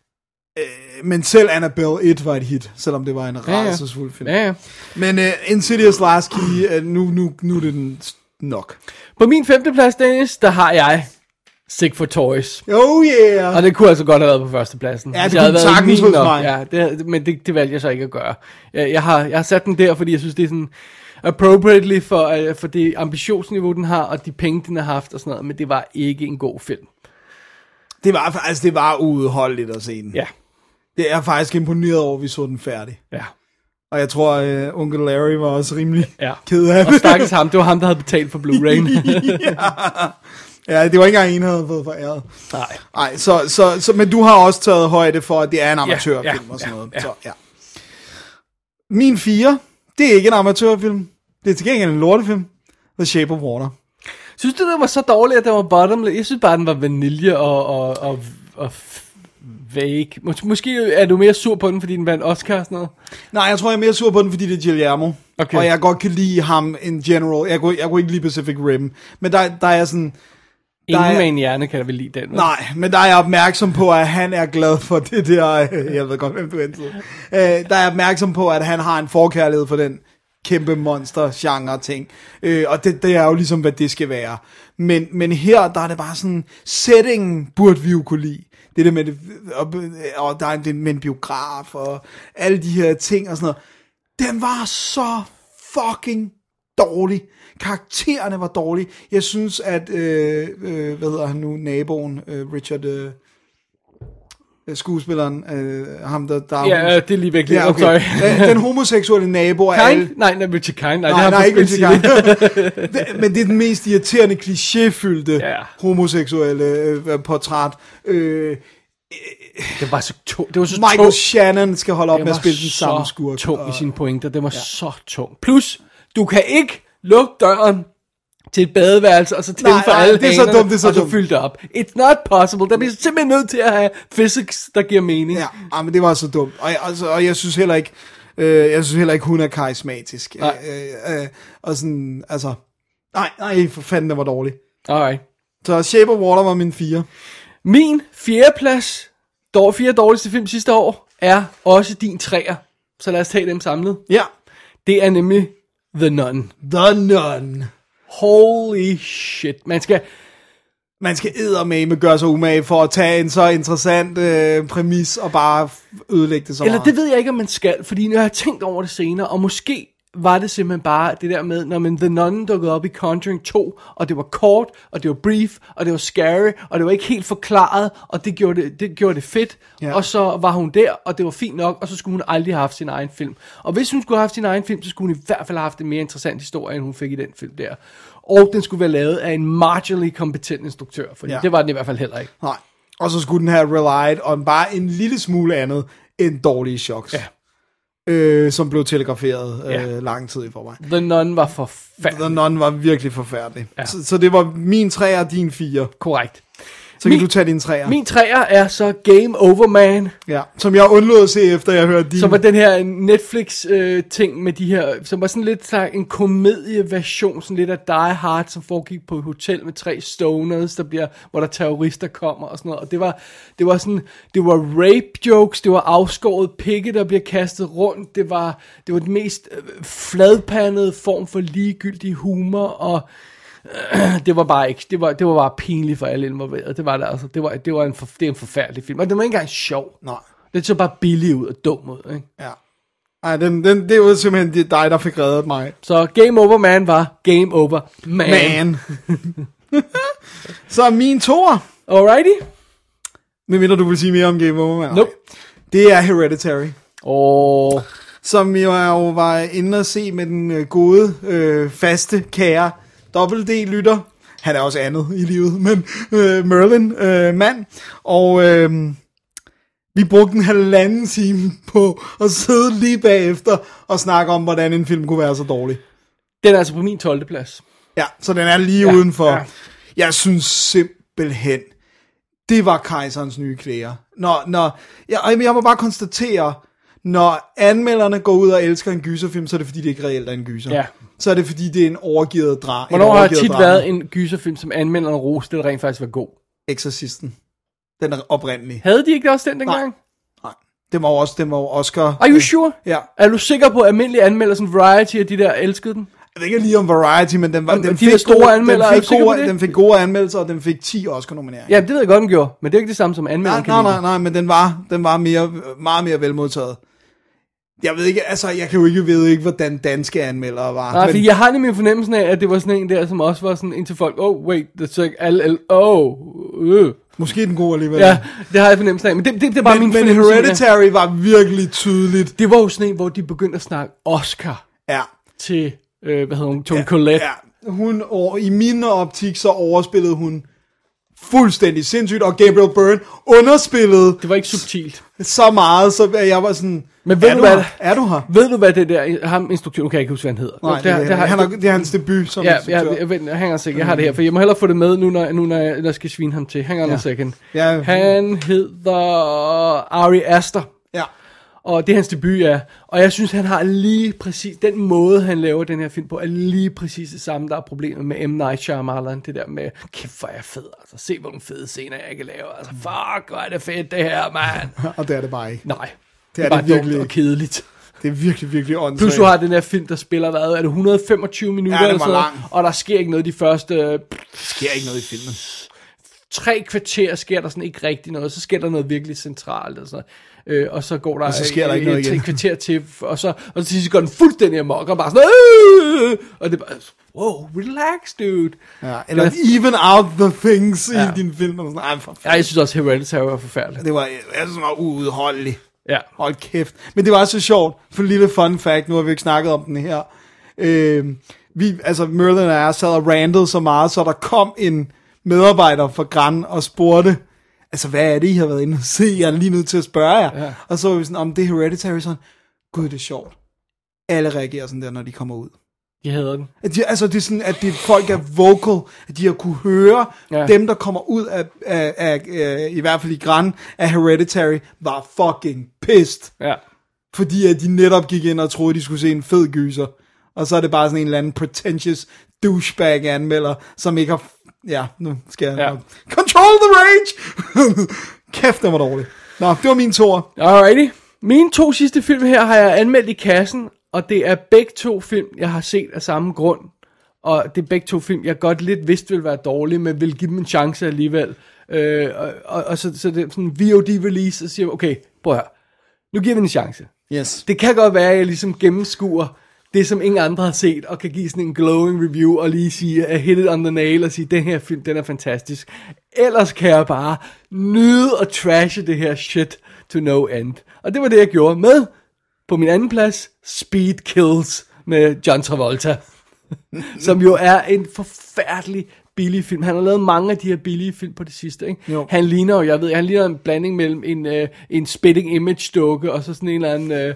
Men selv Annabelle 1 var et hit, selvom det var en rædselsfuld film. Ja. Men Insidious Last Key, nu er det den nok. På min 5. plads, Dennis, der har jeg Sick for Toys. Oh yeah! Og det kunne altså godt have været på førstepladsen. Ja, det kunne sagtens hos mig. Ja, men det valgte jeg så ikke at gøre. Jeg har sat den der, fordi jeg synes, det er sådan appropriately for det ambitionsniveau, den har, og de penge, den har haft og sådan noget, men det var ikke en god film. Det var uudholdeligt at se den. Ja. Det er faktisk imponeret over, at vi så den færdig. Ja. Og jeg tror, onkel Larry var også rimelig ked af det. Og stakkels ham, det var ham, der havde betalt for Blu-ray. Ja, det var ikke engang en, han havde fået foræret. Nej, så, men du har også taget højde for, at det er en amatørfilm og sådan noget. Ja. Så, ja. Min 4, det er ikke en amatørfilm. Det er til gengæld en lortefilm. The Shape of Water. Synes du, det var så dårligt, at det var bottomless? Jeg synes bare, den var vanilje og vague. Måske er du mere sur på den, fordi den vandt Oscar og sådan noget? Nej, jeg tror, jeg er mere sur på den, fordi det er Guillermo. Okay. Og jeg godt kan lide ham in general. Jeg kunne ikke lide Pacific Rim. Men der er sådan... Ingen med en hjerne kan da vel lide den. Nej, men der er jeg opmærksom på, at han er glad for det der... Jeg ved godt, hvem du ventede. Der er jeg opmærksom på, at han har en forkærlighed for den kæmpe monster-genre ting. Og det er jo ligesom, hvad det skal være. Men her, der er det bare sådan... Settingen burde vi jo kunne lide. Det der med det, og der er det med en biograf og alle de her ting og sådan noget. Den var så fucking dårlig. Karaktererne var dårlige. Jeg synes, at hvad hedder han nu, naboen, Richard, skuespilleren, ham der... Ja, det er lige væk. Ja, okay. Den homoseksuelle nabo er alle... Nej, Richard Kind. Nej, ikke Richard Kind. Men det er den mest irriterende, klichéfyldte homoseksuelle portræt. Det var så tungt. Det var så Michael Shannon skal holde op med at spille den samme skurk. Det var så tung i sine pointer. Det var så tung. Plus, du kan ikke lukke døren til et badeværelse, og så tænde for alle hanerne, og så fylde det op. It's not possible. Der bliver simpelthen nødt til at have physics, der giver mening. Ja, men det var så dumt. Og jeg synes heller ikke, hun er karismatisk. Og sådan, altså... Nej, for fanden, det var dårligt. Alright. Så Shape of Water var min 4. Min 4. plads, 4 dårligste film sidste år, er også din 3'er. så lad os tage dem samlet. Ja. Det er nemlig The Nun. The Nun. Holy shit. Man skal eddermame gøre sig umage for at tage en så interessant præmis og bare ødelægge det så Eller meget. det ved jeg ikke, om man skal, fordi nu har jeg tænkt over det senere, og måske var det simpelthen bare det der med, når man The Nun dukkede op i Conjuring 2, og det var kort, og det var brief, og det var scary, og det var ikke helt forklaret, og det gjorde det fedt, og så var hun der, og det var fint nok, og så skulle hun aldrig have haft sin egen film. Og hvis hun skulle have haft sin egen film, så skulle hun i hvert fald have haft en mere interessant historie, end hun fik i den film der. Og den skulle være lavet af en marginally kompetent instruktør, for det var den i hvert fald heller ikke. Nej. Og så skulle den have relied on bare en lille smule andet end dårlige choks. Ja. Som blev telegraferet lang tid i forvejen. The Nun var forfærdelig. The Nun var virkelig forfærdelig. Ja. Så det var min 3'er og din 4. Korrekt. Så kan du tage din 3'er. Min 3'er er så Game Over Man. Ja, som jeg undlod at se efter jeg hørte din. Som var den her Netflix ting med de her, som var sådan lidt en komedieversion, sådan lidt af Die Hard, som foregik på et hotel med 3 stoners, hvor der terrorister kommer og sådan noget. Og det var rape jokes, det var afskåret pikke, der bliver kastet rundt, det var den mest fladpandede form for ligegyldig humor, og det var bare ikke, det var bare pinligt for alle involverede. Det var det altså. Det er en forfærdelig film. Og det var ikke engang sjov. Nej. Det så bare billigt ud og dum ud, ikke? Ja. Ej, det var simpelthen dig, der fik reddet mig. Så Game Over Man var Game Over Man. Så min 2'er. Alrighty. Medmindre du vil sige mere om Game Over Man. Nope. Det er Hereditary. Som jeg jo var inde at se med den gode, faste, kære WD-lytter. Han er også andet i livet, men Merlin, mand. Og vi brugte en 1,5 time på at sidde lige bagefter og snakke om, hvordan en film kunne være så dårlig. Den er altså på min 12. plads. Ja, så den er lige udenfor. Ja. Jeg synes simpelthen, det var kejserens nye klæder. Jeg må bare konstatere, når anmelderne går ud og elsker en gyserfilm, så er det fordi, det ikke reelt er en gyser. Ja. Så er det fordi, det er en overgivet drama. Hvornår har tit været en gyserfilm, som anmelderne roste, der rent faktisk var god? Exorcisten. Den er oprindelig. Havde de ikke også den dengang? Nej. Det var jo Oscar. Are you sure? Ja. Er du sikker på, at almindelige anmelder, sådan Variety og de der elskede den? Jeg ved ikke lige om Variety, men den fik gode anmeldelser, og den fik 10 Oscar-nomineringer. Ja, det ved jeg godt, den gjorde, men det er ikke det samme som anmelder. Nej, men den var meget mere velmodtaget. Jeg ved ikke, altså, jeg kan jo ikke vide, hvordan danske anmeldere var. Nej, fordi jeg har nemlig fornemmelsen af, at det var sådan en der, som også var sådan indtil folk, Måske den gode alligevel. Ja, det har jeg fornemmelsen af, men det er bare min fornemmelse. Men Hereditary var virkelig tydeligt. Det var jo sådan en, hvor de begyndte at snakke Oscar til, Toni Collette. Ja, i min optik, så overspillede hun fuldstændig sindssygt, og Gabriel Byrne underspillede. Det var ikke subtilt. Så meget, så jeg var sådan, men ved er du her? Ved du hvad det der, ham instruktøren, nu kan jeg ikke huske, hvad han hedder. Nej, det er hans debut som instruktør. Jeg har det her, for jeg må hellere få det med, nu når jeg skal svine ham til. Hang on a second. Ja. Han hedder Ari Aster. Ja. Og det er hans debut, ja. Og jeg synes, han har lige præcis, den måde, han laver den her film på, er lige præcis det samme, der er problemet med M. Night Shyamalan. Det der med, kæft, hvor er jeg fed, altså. Se, hvor nogle fede scener, jeg kan lave. Altså, fuck, hvor er det fedt, det her, man. Og det er det bare ikke. Nej. Det er virkelig og kedeligt. Det er virkelig, virkelig åndssvagt. Plus du har den her film, der spiller, hvad er det, 125 minutter eller sådan noget, og der sker ikke noget de første... sker ikke noget i filmen. 3 kvarter sker der sådan ikke rigtig noget, så sker der noget virkelig centralt og sådan noget. Og så går der, og så sker der ikke noget 3 kvarter til, og så til sidst går den fuldstændig amok, og bare sådan, og det er bare, wow, relax, dude. Ja, eller even out the things i din film. Og sådan, jeg synes også, Hereditary var forfærdeligt. Det var, jeg synes, det var uudholdeligt. Ja. Hold kæft. Men det var også så sjovt, for en lille fun fact, nu har vi ikke snakket om den her. Merlin og jeg sad og randede så meget, så der kom en medarbejder fra Gran og spurgte, altså hvad er det, I har været inde og se? Jeg er lige nødt til at spørge jer. Ja. Og så var vi sådan, om det er Hereditary, sådan, gud, det er sjovt. Alle reagerer sådan der, når de kommer ud. Jeg hader den. Det er sådan, at folk er vocal, at de har kunne høre, dem der kommer ud af i hvert fald i Gran af Hereditary, var fucking pissed. Ja. Fordi at de netop gik ind og troede, de skulle se en fed gyser. Og så er det bare sådan en eller anden pretentious douchebag anmelder, som ikke har... Ja, nu skal jeg... Control the rage! Kæft, det var dårligt. Nå, det var min 2'er. Alrighty. Mine 2 sidste film her har jeg anmeldt i kassen, og det er begge 2 film, jeg har set af samme grund. Og det er begge 2 film, jeg godt lidt vidste ville være dårlige, men vil give dem en chance alligevel. Og så det er sådan en VOD-release, og siger, okay, prøv at høre, nu giver vi en chance. Yes. Det kan godt være, at jeg ligesom gennemskuer det, som ingen andre har set, og kan give sådan en glowing review, og lige sige, hit it on the nail, og sige, den her film, den er fantastisk. Ellers kan jeg bare nyde og trashe det her shit to no end. Og det var det, jeg gjorde med, på min anden plads, Speed Kills med John Travolta. Som jo er en forfærdelig billig film. Han har lavet mange af de her billige film på det sidste, ikke? Jo. Han ligner jo, jeg ved, han ligner en blanding mellem en spitting image dukke og så sådan en eller anden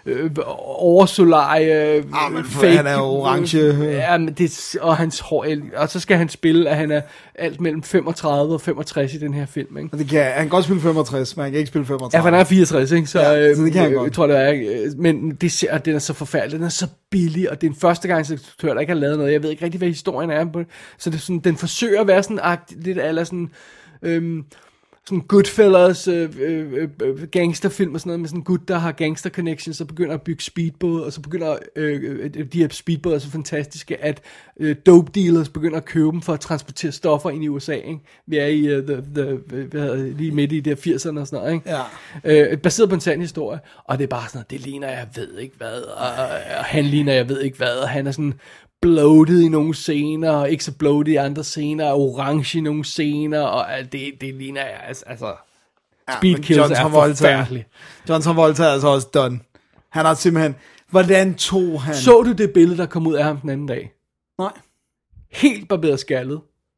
oversolar fake. Han er orange. Ja, men og hans hår, og så skal han spille, at han er alt mellem 35 og 65 i den her film, ikke? Og det kan, han kan godt spille 65, men han kan ikke spille 35. Ja, for han er 64, ikke? Så, ja, så det kan han godt. Jeg tror, det er, men den er så forfærdelig, den er så billig, og det er en førstegangsinstruktør, der ikke har lavet noget. Jeg ved ikke rigtig, hvad historien er på det. Så det er sådan, den forsøger at være sådan lidt eller sådan sådan Goodfellas gangsterfilm og sådan noget, med sådan en gut, der har gangster connections, og begynder at bygge speedbåde, og så begynder de her speedbåde er så fantastiske, at dope dealers begynder at købe dem for at transportere stoffer ind i USA, ikke? Vi er i lige midt i de her 80'erne og sådan noget, ikke? Ja. Baseret på en sand historie, og det er bare sådan noget, det ligner jeg ved ikke hvad, og han ligner jeg ved ikke hvad, og han er sådan bloated i nogle scener, og ikke så bloated i andre scener, og orange i nogle scener, og det ligner jeg, altså Speed Kills er forfærdelig. John Travolta er altså også done. Han har simpelthen, hvordan tog han? Så du det billede, der kom ud af ham den anden dag? Nej. Helt barberet skaldet,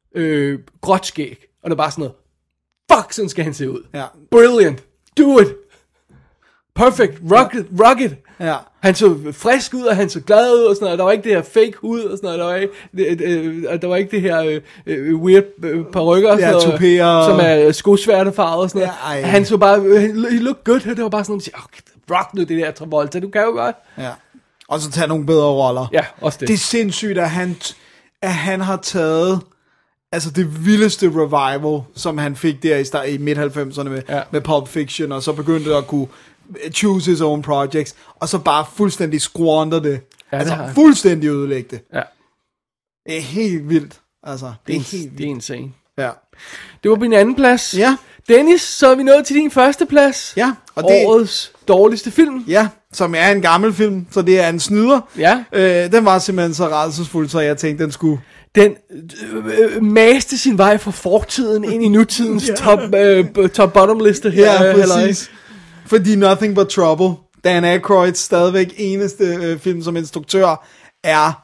gråt skæg, og det er bare sådan noget, fuck, sådan skal han se ud. Ja. Brilliant, do it, perfect, rock it. Ja. Han så frisk ud, og han så glad ud, og sådan noget. Der var ikke det her fake hud, og sådan noget. Der var ikke det her weird parykker, ja, som er skosværtefarvet og sådan noget. Ja, han så bare, he looked good. Det var bare sådan noget, rock nu det der Travolta, du kan jo godt. Ja. Og så tage nogle bedre roller. Ja, også det. Det er sindssygt, at han har taget altså det vildeste revival, som han fik der i midt-90'erne med Pulp Fiction, og så begyndte at kunne choose his own projects, og så bare fuldstændig squander det. Ja, altså fuldstændig ødelægge det. Ja. Det er helt vildt. Altså, det er helt vildt. Det er insane. Ja. Det var på min anden plads. Ja. Dennis, så er vi nået til din første plads. Ja. Og årets dårligste film. Ja, som er en gammel film, så det er en snyder. Ja. Den var simpelthen så rædselsfuld, så jeg tænkte, den skulle... Den maste sin vej fra fortiden ind i nutidens top-bottom liste her. Ja, præcis. Fordi Nothing But Trouble, Dan Aykroyd stadigvæk eneste film som instruktør, er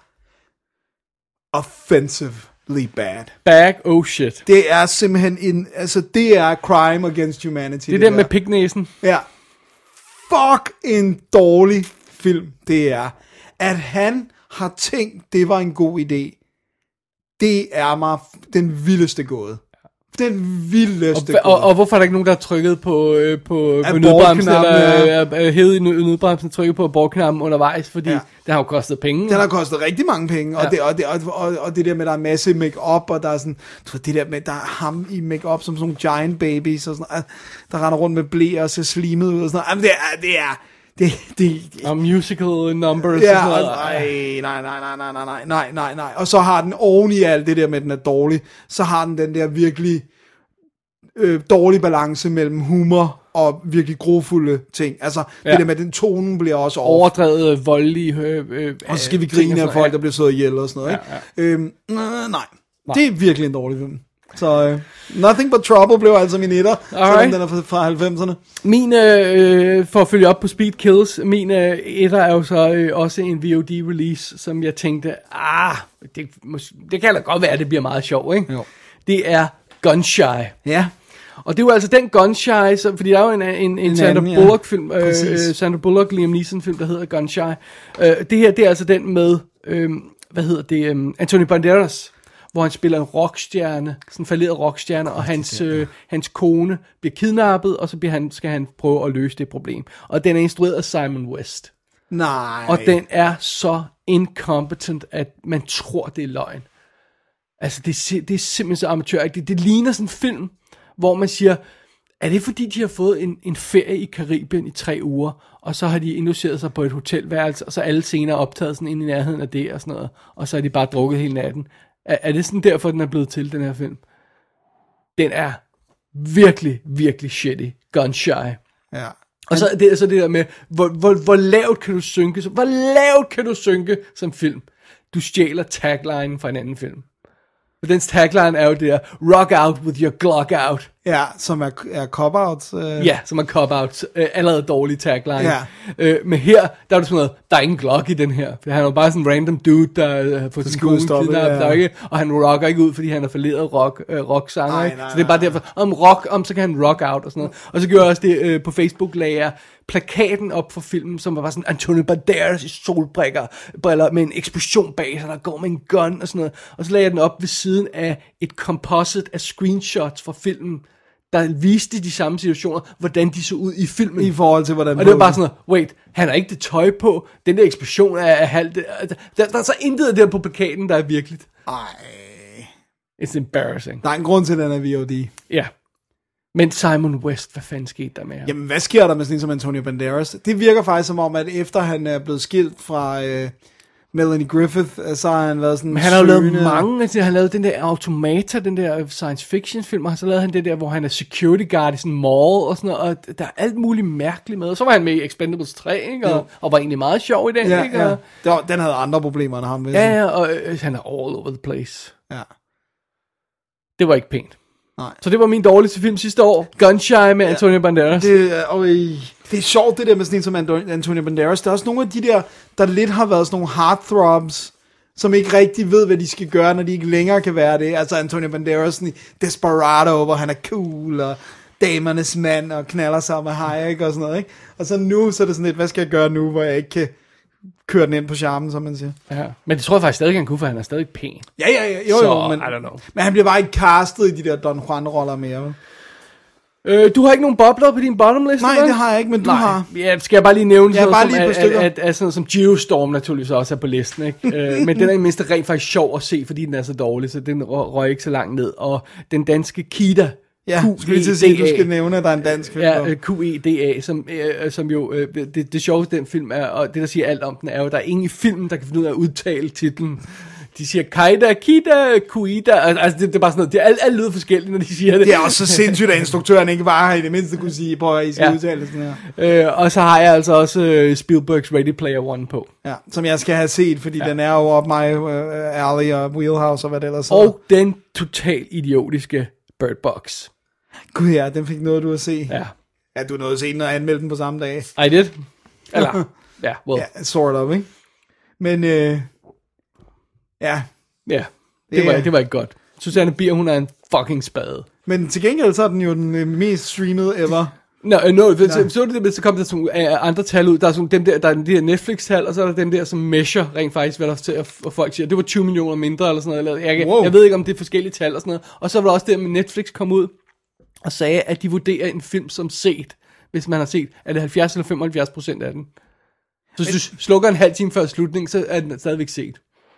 offensively bad. Bag, oh shit. Det er simpelthen det er crime against humanity. Det er den med pignæsen. Ja. Fuck en dårlig film, det er. At han har tænkt, det var en god idé, det er mig den vildeste gåde. Den vildeste gåde. Og hvorfor er der ikke nogen, der har trykket på nødbremsen, eller hævet i nødbremsen, trykket på abortknappen undervejs, fordi det har jo kostet penge. Den har kostet rigtig mange penge, og det der med, der er en masse make-up, og der er sådan, det der med, der er ham i make-up som sådan nogle giant babies, og sådan, der render rundt med blæ og ser slimet ud, og sådan noget. Og musical numbers ja, og sådan noget. Nej. Og så har den oven i alt det der med, den er dårlig, så har den der virkelig dårlig balance mellem humor og virkelig grofulde ting. Altså, det der med, den tonen bliver også overdrevet voldelige og så skal vi grine af folk, der bliver slået ihjel og sådan noget, ikke? Nej. Det er virkelig en dårlig film. Så Nothing But Trouble blev altså min etter, selvom den er fra 90'erne. Min, for at følge op på Speed Kills, min etter er jo så også en VOD-release, som jeg tænkte, det kan da godt være, at det bliver meget sjovt, ikke? Jo. Det er Gunshy. Ja. Og det var altså den Gunshy, fordi der er jo en Sandra Bullock-film, Sandra Bullock, Liam Neeson-film, der hedder Gunshy. Det her, det er altså den med, Antonio Banderas, hvor han spiller en rockstjerne, sådan en falderet rockstjerne, og hans kone bliver kidnappet, og så skal han prøve at løse det problem. Og den er instrueret af Simon West. Nej. Og den er så incompetent, at man tror, det er løgn. Altså, det er simpelthen så amatøragtigt. Det ligner sådan en film, hvor man siger, er det fordi, de har fået en ferie i Karibien i 3 uger, og så har de indlogeret sig på et hotelværelse, og så alle scener optaget sådan ind i nærheden af det og sådan noget, og så har de bare drukket hele natten. Er det sådan derfor, den er blevet til, den her film? Den er virkelig, virkelig shitty. Gun shy. Ja. Og så det der med, hvor lavt kan du synke, hvor lavt kan du synke som film? Du stjæler taglinen fra en anden film. Og dens tagline er jo det der, rock out with your Glock out. Ja, som er cop-out. Ja, som er cop-out. Allerede dårlig tagline. Ja. Men her, der er det sådan noget, der er ingen Glock i den her. For han er jo bare sådan en random dude, der har fået sin kone kidnappet, og han rocker ikke ud, fordi han har forledet rock-sanger. Nej, så det er bare derfor, så kan han rock out og sådan noget. Og så gjorde jeg også det på Facebook, lagde jeg plakaten op for filmen, som var bare sådan Antonio Banderas i solbriller med en eksplosion bag sig, der går med en gun og sådan noget. Og så lagde jeg den op ved siden af et composite af screenshots fra filmen, der viste de samme situationer, hvordan de så ud i filmen. I forhold til, hvordan... Og det var bare sådan noget, wait, han har ikke det tøj på, den der eksplosion er halvt... Der er så intet der på plakaten, der er virkeligt. Ej. It's embarrassing. Der er en grund til, den er VOD. Ja. Men Simon West, hvad fanden skete der med ham? Jamen, hvad sker der med sådan en som Antonio Banderas? Det virker faktisk som om, at efter han er blevet skilt fra Melanie Griffith, så har han været sådan... Men han har jo lavet mange, altså, han har lavet den der Automata, den der science fiction film, og så lavede han det der, hvor han er security guard i sådan en mall og sådan noget, og der er alt muligt mærkeligt med. Og så var han med i Expendables 3, ikke? Og var egentlig meget sjov i den, ja, ikke? Ja. Den havde andre problemer end ham. Ja, og han er all over the place. Ja. Det var ikke pænt. Nej. Så det var min dårligste film sidste år. Gunshy med Antonio Banderas. Det er sjovt det der med sådan en som Antonio Banderas. Der er også nogle af de der lidt har været sådan nogle heartthrobs, som ikke rigtig ved, hvad de skal gøre, når de ikke længere kan være det. Altså Antonio Banderas i Desperado, hvor han er cool, og damernes mand, og knaller sig med Hayek og sådan noget, ikke? Og så nu, så er det sådan lidt, hvad skal jeg gøre nu, hvor jeg ikke kan køre den ind på charmen, som man siger. Ja, men det tror jeg faktisk stadig, han kunne, for han er stadig pæn. Ja, jo, men, I don't know. Men han bliver bare ikke castet i de der Don Juan-roller mere. Du har ikke nogen bobler på din bottom list? Nej, det har jeg ikke, men du har. Ja, skal jeg bare lige nævne sådan noget, at sådan noget som Geostorm naturligvis også er på listen, ikke? Men den er i mindste rent faktisk sjov at se, fordi den er så dårlig, så den røg ikke så langt ned. Og den danske Kida, ja, skal vi til at sige, du skal nævne, at der er en dansk film. Ja, QEDA, som jo, det sjove den film er, og det der siger alt om den, er jo, der er ingen i filmen, der kan finde ud af at udtale titlen. De siger Kaida, Kida, Kuida, altså det er bare sådan noget, det er alt lyder forskelligt, når de siger det. Det er også så sindssygt, at instruktøren ikke bare har i det mindste kunne sige, prøv at I skal udtale sådan her. Og så har jeg altså også Spielbergs Ready Player One på. Ja, som jeg skal have set, fordi den er jo op my alley og wheelhouse og hvad det ellers er. Og den totalt idiotiske Bird Box. Gud ja, den fik noget du at se. Ja. Ja, du nåede at se den og anmelde den på samme dag. I did. Eller, ja, well. Ja, sort of, ikke? Men, ja. Ja, det var ikke godt. Susanne Bier, hun er en fucking spade. Men til gengæld så er den jo den mest streamede ever. Så kom der sådan andre tal ud. Der er sådan dem der er de der Netflix-tal, og så er der dem der, som measure rent faktisk, hvad der til, og folk siger, det var 20 millioner mindre, eller sådan noget. Jeg ved ikke, om det er forskellige tal, og sådan noget. Og så var der også det med Netflix kom ud, og sagde, at de vurderer en film som set, hvis man har set, er det 70 eller 75% af den. Så hvis du slukker en halv time før slutningen, så er den stadigvæk set.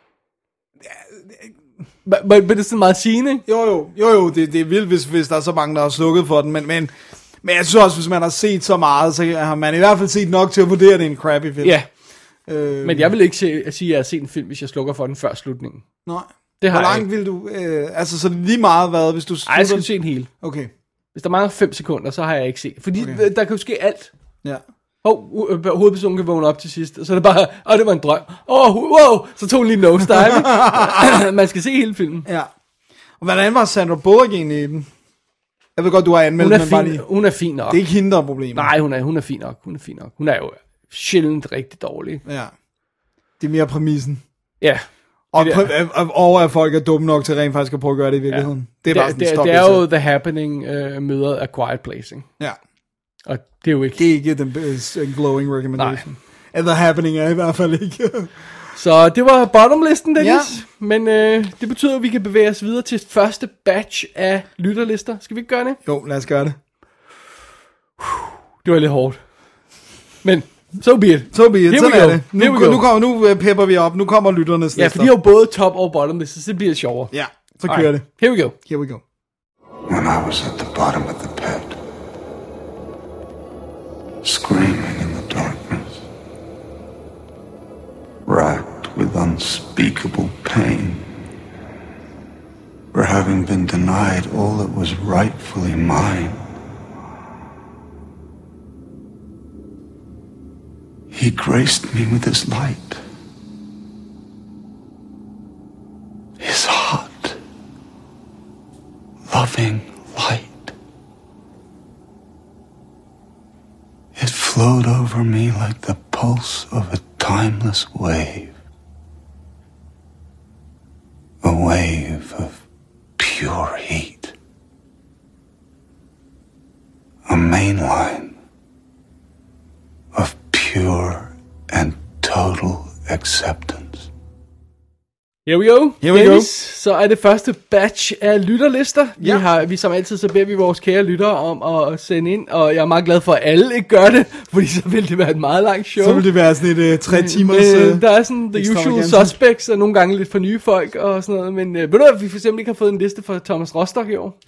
Men det er sådan meget sigende. Jo, det er vildt, hvis der er så mange, der har slukket for den, men jeg synes også, hvis man har set så meget, så har man i hvert fald set nok til at vurdere, det er en crappy film. Ja, men jeg vil ikke sige, at jeg har set en film, hvis jeg slukker for den før slutningen. Nej. Det har Hvor langt vil du, altså så lige meget hvad, hvis du... Ej, jeg skal se en hel. Okay. Hvis der mangler 5 sekunder, så har jeg ikke set. Fordi der kan jo ske alt. Ja. Hovedpersonen kan vågne op til sidst, og så er det bare, det var en drøm. Wow, så tog hun lige nosedive. Man skal se hele filmen. Ja. Og hvordan var Sandra Bullock egentlig i den? Jeg ved godt, du har anmeldt den bare lige. Hun er fin nok. Det er ikke hende, der er problemet. Nej, hun er fin nok. Hun er jo sjældent rigtig dårlig. Ja. Det er mere præmissen. Ja. Og at folk er dumme nok til rent faktisk at prøve at gøre det i virkeligheden. Ja. Det er bare sådan det er jo The Happening møder A Quiet Place, ikke? Ja. Og det er jo ikke... Det er ikke en glowing recommendation. Nej. The Happening er i hvert fald ikke. Så det var bottomlisten, Dennis. Ja. Men det betyder, at vi kan bevæge os videre til første batch af lytterlister. Skal vi ikke gøre det? Jo, lad os gøre det. Det var lidt hårdt. Men so be it. Sådan er det. Nu pepper vi op. Nu kommer lytternes lister. Ja, for de har jo både top og bottom lister, så det bliver sjovere. Ja, så kører det. Here we go. Here we go. When I was at the bottom of the pit, screaming in the darkness, racked with unspeakable pain for having been denied all that was rightfully mine. He graced me with his light, his hot, loving light. It flowed over me like the pulse of a timeless wave. A wave of pure heat. A main line of pure and total acceptance. Here we go. Here we Dennis, så er det første batch af lytterlister. Ja. Vi som altid, så beder vi vores kære lyttere om at sende ind, og jeg er meget glad for, at alle ikke gør det, fordi så vil det være et meget langt show. Så vil det være sådan et 3 timers... der er sådan the usual suspects, og nogle gange lidt for nye folk og sådan noget, men ved du at vi for eksempel ikke har fået en liste fra Thomas Rostock i år?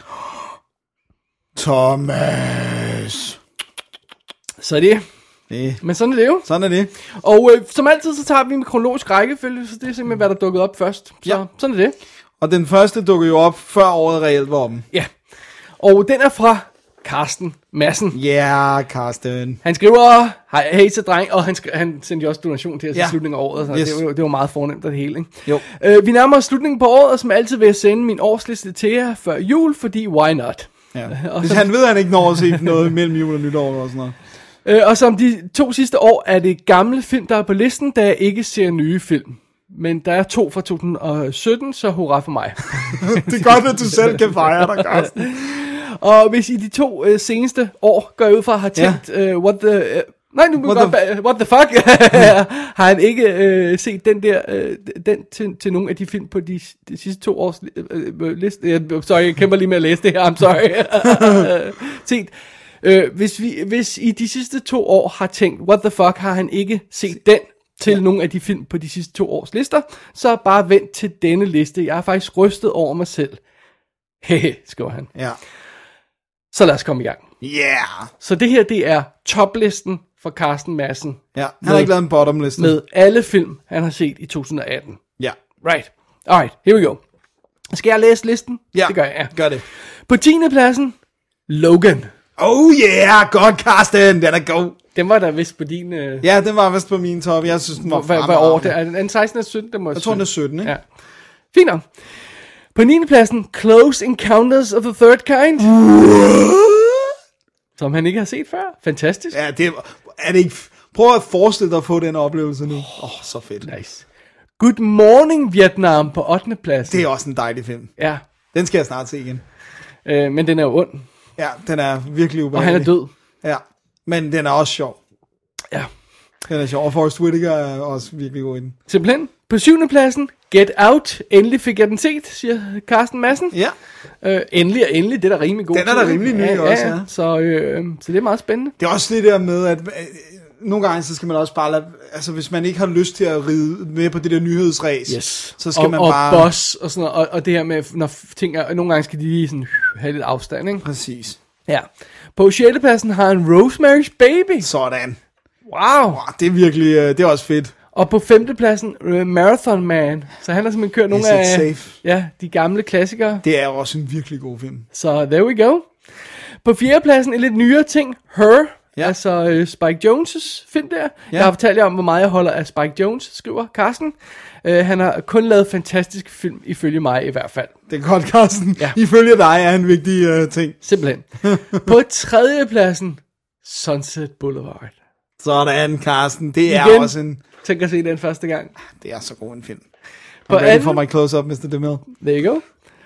Thomas. Så det. Men sådan er det jo. Sådan er det. Og som altid, så tager vi en kronologisk rækkefølge, så det er simpelthen, hvad der dukkede op først. Så sådan er det. Og den første dukker jo op, før året reelt var om. Ja. Og den er fra Carsten Madsen. Ja, Carsten. Han skriver, hej til dreng, og han sendte jo også donation til os i slutningen af året, så yes. det var meget fornemt af det hele, ikke? Jo. Vi nærmer os slutningen på året, og som altid vil jeg sende min årsliste til jer før jul, fordi why not? Ja. Hvis han ved, at han ikke når at se noget mellem jul og nytår og sådan noget. Og som de 2 sidste år er det gamle film, der er på listen, da jeg ikke ser nye film. Men der er 2 fra 2017, så hurra for mig. Det er godt, at du selv kan fejre dig, Carsten. Og hvis I de 2 seneste år går ud fra har tænkt, what the fuck, har han ikke set den der, til nogle af de film på de sidste 2 års liste. Sorry, jeg kæmper lige med at læse det her, I'm sorry. Set. Hvis I de sidste 2 år har tænkt, what the fuck, har han ikke set den til nogle af de film på de sidste 2 års lister, så bare vent til denne liste. Jeg er faktisk rystet over mig selv. Hehe, skriver han. Ja. Så lad os komme i gang. Yeah. Så det her, det er toplisten for Carsten Madsen. Ja, han har ikke lavet en bottomliste. Med alle film, han har set i 2018. Ja. Right. Alright, here we go. Skal jeg læse listen? Ja, det gør jeg. Ja. Gør det. På 10. pladsen, Logan. Oh yeah, godt Carsten, den er god. Den var der vist på din... Ja, den var vist på min top. Jeg synes, den var Hvad år det er? Den 16 eller 17? Den må jeg tror, den er 17, ikke? Ja. Fint nok. På 9. pladsen, Close Encounters of the Third Kind. Som han ikke har set før. Fantastisk. Ja, det er det ikke... Prøv at forestille dig at få den oplevelse nu. Så fedt. Nice. Good Morning Vietnam på 8. pladsen. Det er også en dejlig film. Ja. Den skal jeg snart se igen. Men den er jo ond. Ja, den er virkelig ubehagelig. Og han er død. Ja, men den er også sjov. Ja. Den er sjov, og Forrest Whitaker er også virkelig god i den. Simpelthen. På 7. pladsen, Get Out. Endelig fik jeg den set, siger Carsten Madsen. Ja. Endelig og endelig, det er da rimelig god. Den er da rimelig ny også, ja. Så det er meget spændende. Det er også det der med, at nogle gange, så skal man også bare lade, altså hvis man ikke har lyst til at ride med på det der nyhedsræs, yes. Så skal man og bare... Og boss og sådan noget, og det her med, når ting er, nogle gange skal de lige sådan have lidt afstand, ikke? Præcis. Ja. På 6. pladsen har han Rosemary's Baby. Sådan. Wow. Det er virkelig, det er også fedt. Og på 5. pladsen, Marathon Man. Så han har simpelthen kørt nogle af de gamle klassikere. Det er også en virkelig god film. Så there we go. På 4. pladsen en lidt nyere ting, Her. Ja. Altså Spike Jonze' film der. Ja. Jeg har fortalt jer om, hvor meget jeg holder af Spike Jonze, skriver Carsten. Han har kun lavet fantastiske film, ifølge mig i hvert fald. Det er godt, Carsten. Ja. Ifølge dig er en vigtig ting. Simpelthen. På 3. pladsen, Sunset Boulevard. Sådan, Carsten. Det er igen, også en... Tænk at se den første gang. Det er så god en film. På ready for my close-up, Mr. DeMille. There you go.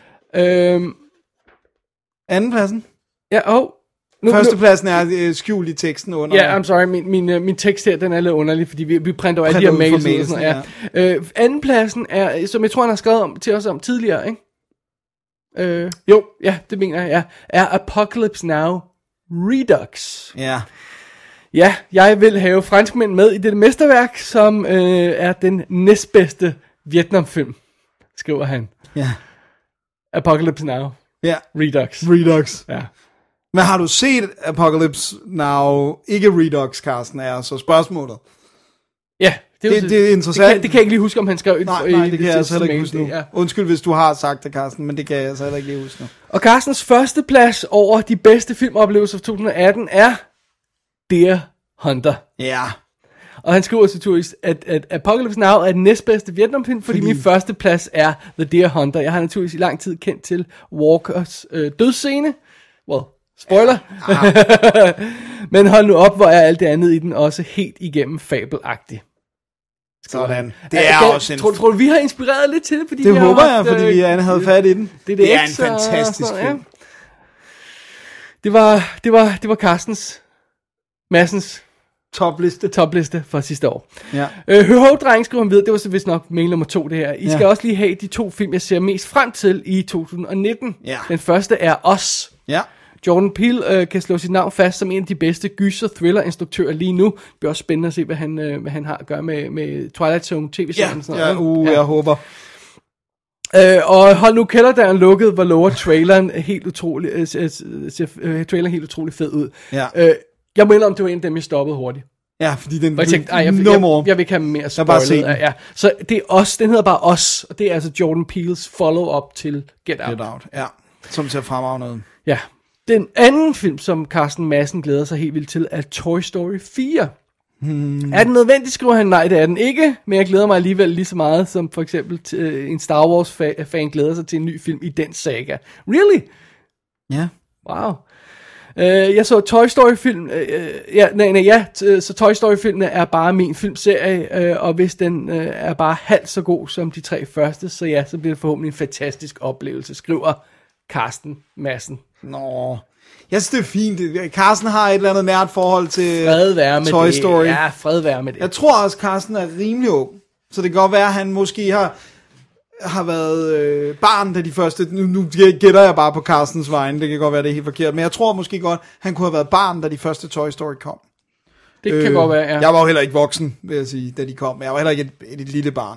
Anden pladsen? Ja, Førstepladsen er skjult i teksten under. Ja, I'm sorry, min tekst her, den er lidt underlig, fordi vi printer jo alle de her mails ud og sådan noget. Ja. Andenpladsen er, som jeg tror, han har skrevet til os om tidligere, ikke? Jo, ja, det mener jeg, ja. Er Apocalypse Now Redux. Ja. Ja, jeg vil have franskmænd med i dette mesterværk, som er den næstbedste Vietnamfilm, skriver han. Ja. Apocalypse Now. Ja. Redux. Redux. Ja. Men har du set Apocalypse Now? Ikke Redux, Carsten, er så spørgsmålet. Ja, det er interessant. Det kan jeg ikke lige huske, om han skrev Nej, det kan jeg altså heller ikke huske nu. Ja. Undskyld, hvis du har sagt det, Carsten, men det kan jeg altså heller ikke lige huske nu. Og Carstens første plads over de bedste filmoplevelser af 2018 er Deer Hunter. Ja. Og han skriver til Turist, at Apocalypse Now er den næstbedste Vietnamfilm, fordi min første plads er The Deer Hunter. Jeg har naturligvis i lang tid kendt til Walkers dødsscene. Well, spoiler. Ja. Men hold nu op, hvor er alt det andet i den også helt igennem fabelagtigt. Sådan. Det er også en... Tror du, vi har inspireret lidt til det? Fordi det håber jeg, fordi vi havde fat i den. Det er en fantastisk film. Ja. Det var Carstens Madsens topliste for sidste år. Ja. Hør dreng, skriver han videre. Det var så vist nok mail nummer 2 det her. I skal også lige have de 2 film, jeg ser mest frem til i 2019. Ja. Den første er Us. Ja. Jordan Peele kan slå sit navn fast som en af de bedste gyser-thriller-instruktører lige nu. Det bliver også spændende at se, hvad han har at gøre med Twilight Zone tv-serien. Jeg håber. Og hold nu kælderdøren lukket, hvor lover traileren helt utrolig fed ud. Ja. Jeg mener om det var en af dem, jeg stoppede hurtigt. Ja, fordi den jeg tænkte, jeg vil ikke have mere spoilet. Ja. Så det er Us, den hedder bare Us, og det er altså Jordan Peeles follow-up til Get Out. Get Out, ja. Som ser fremragende. Ja. Den anden film, som Carsten Madsen glæder sig helt vildt til, er Toy Story 4. Er den nødvendig, skriver han? Nej, det er den ikke, men jeg glæder mig alligevel lige så meget, som for eksempel en Star Wars-fan glæder sig til en ny film i den saga. Really? Ja. Wow. Jeg så Toy Story-film, så Toy Story-filmene er bare min filmserie, og hvis den er bare halvt så god som de 3 første, så ja, så bliver det forhåbentlig en fantastisk oplevelse, skriver Carsten Madsen. Nå, jeg synes det er fint. Carsten har et eller andet nært forhold til Toy Story. Ja, fred være med det. Jeg tror også, Carsten er rimelig ung, så det kan godt være, at han måske har været barn, da de første... Nu gætter jeg bare på Carstens vegne, det kan godt være, det er helt forkert, men jeg tror måske godt, han kunne have været barn, da de første Toy Story kom. Det kan godt være, ja. Jeg var jo heller ikke voksen, vil jeg sige, da de kom. Jeg var heller ikke et lille barn,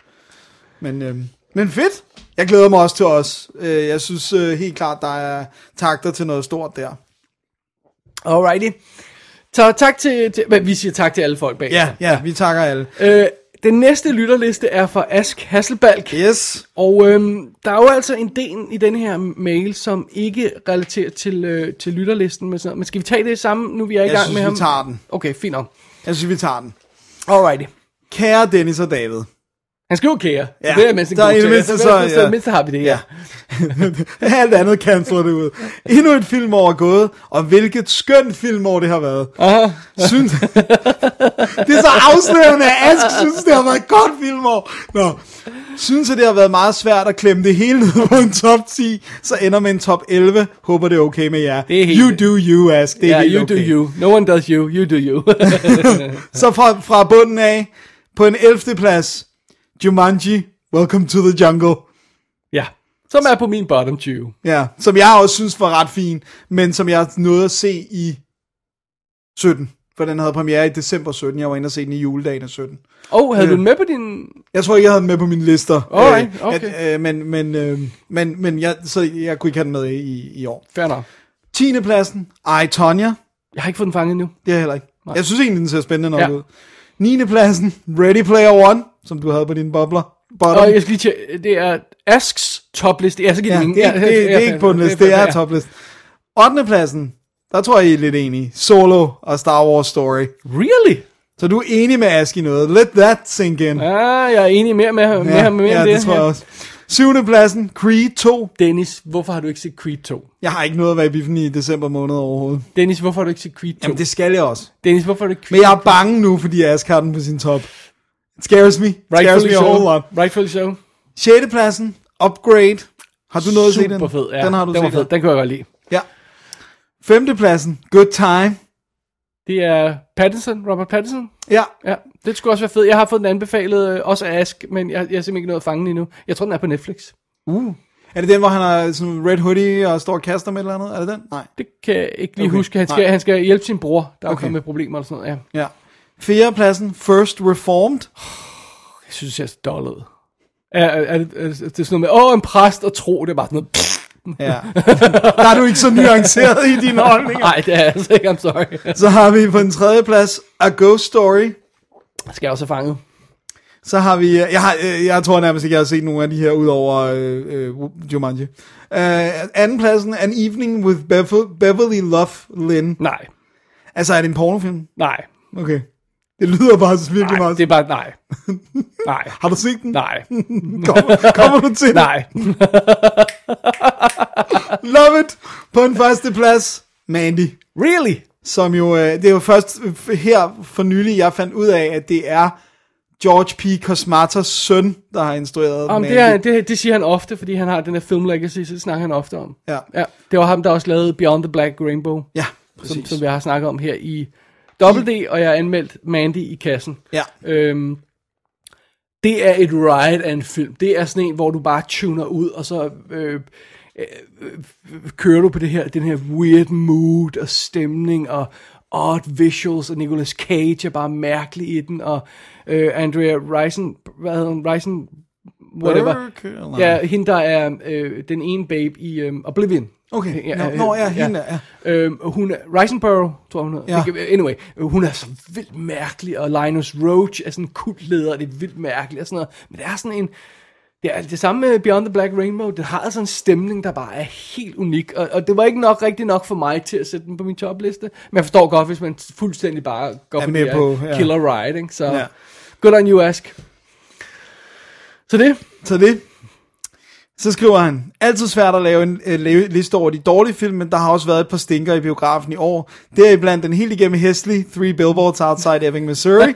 men fedt. Jeg glæder mig også til os. Jeg synes helt klart, der er takter til noget stort der. Alrighty. Så tak til vi siger tak til alle folk bag. Ja, vi takker alle. Den næste lytterliste er fra Ask Hasselbalg. Yes. Og der er jo altså en del i den her mail, som ikke relaterer til lytterlisten. Men skal vi tage det sammen, nu vi er i gang med ham? Jeg synes, vi tager den. Okay, fint nok. Jeg synes, vi tager den. Alrighty. Kære Dennis og David. Han skriver kære. Ja, det er mindst en god til. Det mindste har vi det, ja. Alt andet canceler det ud. Endnu et filmår er gået, og hvilket skønt filmår det har været. Synes, det er så afslørende, at Ask synes, det har været et godt filmår. Nå. Synes, at det har været meget svært at klemme det hele ned på en top 10, så ender med en top 11. Håber, det er okay med jer. You do you, Ask. Det er helt okay. You do you. No one does you. You do you. Så fra bunden af, på en 11. plads, Jumanji, Welcome to the Jungle. Ja, som er på min bottom 20. Ja, som jeg også synes var ret fin, men som jeg nåede at se i 17. For den havde premiere i december 17. Jeg var inde og se den i juledagen af 17. Havde du den med på din... Jeg tror ikke, jeg havde den med på mine lister. Alright, okay. Men så jeg kunne ikke have den med i år. Fair nok. 10. pladsen, I, Tonya. Jeg har ikke fået den fanget endnu. Det er heller ikke. Nej. Jeg synes egentlig, den ser spændende nok ud. 9. pladsen, Ready Player One, som du havde på dine bobler. Og jeg skal lige tjekke, det er Asks topliste. Det er ikke på den liste, det er topliste. 8. pladsen, der tror jeg, I er lidt enige. Solo og Star Wars Story. Really? Så du er enig med Ask i noget. Let that sink in. Ja, jeg er enig mere med ham. Ja, det tror jeg også. 7. pladsen, Creed 2. Dennis, hvorfor har du ikke set Creed 2? Jeg har ikke noget at være i biffen i december måned overhovedet. Dennis, hvorfor har du ikke set Creed 2? Jamen, det skal jeg også. Dennis, hvorfor har du ikke Creed? Men jeg er bange nu, fordi Ask har den på sin top. It scares me. Rightfully a whole lot. Rightfully so. 6. pladsen, Upgrade. Har du noget at se den? Super fed, ja. Den har du set. Fed. Den kan jeg godt lide. Ja. 5. pladsen, Good Time. Det er Robert Pattinson. Ja. Det skulle også være fedt. Jeg har fået den anbefalet, også af Ask, men jeg har simpelthen ikke nået at fange den endnu. Jeg tror, den er på Netflix. Er det den, hvor han har sådan red hoodie og står og kaster med et eller andet? Er det den? Nej. Det kan jeg ikke lige huske. Han skal hjælpe sin bror, der er kommet med problemer og sådan noget. Ja. 4. pladsen, First Reformed. Jeg synes, jeg er så dårlig ud. Er det sådan noget med, en præst og tro, det er bare sådan noget, Ja. Der er du ikke så nuanceret i dine holdninger. Nej, det er altså ikke, I'm sorry. Så har vi på en tredje plads A Ghost Story. Skal jeg også have fanget. Så har vi, jeg tror nærmest ikke, jeg har set nogen af de her, udover Jumanji. Anden pladsen, An Evening with Beverly Love Lynn. Nej. Altså, er det en pornofilm? Nej. Okay. Det lyder bare virkelig Nej, meget. det er bare, nej. Nej. Har du set den? Nej. Kommer du til? Nej. Love it. På en første plads, Mandy. Really? Som jo, det er jo først her for nylig, jeg fandt ud af, at det er George P. Cosmatos søn, der har instrueret Mandy. Det siger han ofte, fordi han har den her film legacy, så det snakker han ofte om. Ja. Det var ham, der også lavede Beyond the Black Rainbow. Ja, præcis. Som vi har snakket om her i WD, og jeg har anmeldt Mandy i kassen. Ja. Det er et ride af en film. Det er sådan en, hvor du bare tuner ud, og så kører du på den her weird mood og stemning og odd visuals, og Nicolas Cage er bare mærkelig i den, og Andrea Rison, hvad hedder hun? Rison, whatever. Ja, hende der er den ene babe i Oblivion. Okay, hende hun er Risenborough, tror hun hedder. Ja. Anyway, hun er så vildt mærkelig, og Linus Roach er sådan en kultleder, og det er vildt mærkeligt og sådan noget. Men det er sådan en, det er det samme med Beyond the Black Rainbow. Den har sådan en stemning, der bare er helt unik, og det var ikke rigtig nok for mig til at sætte den på min topliste. Men jeg forstår godt, hvis man fuldstændig bare går på killer ride, ikke? Så good on you, Ask. Så det. Så skriver han, altid svært at lave en liste over de dårlige film, men der har også været et par stinker i biografen i år. Deriblandt den helt igennem hæslige Three Billboards Outside Ebbing, Missouri.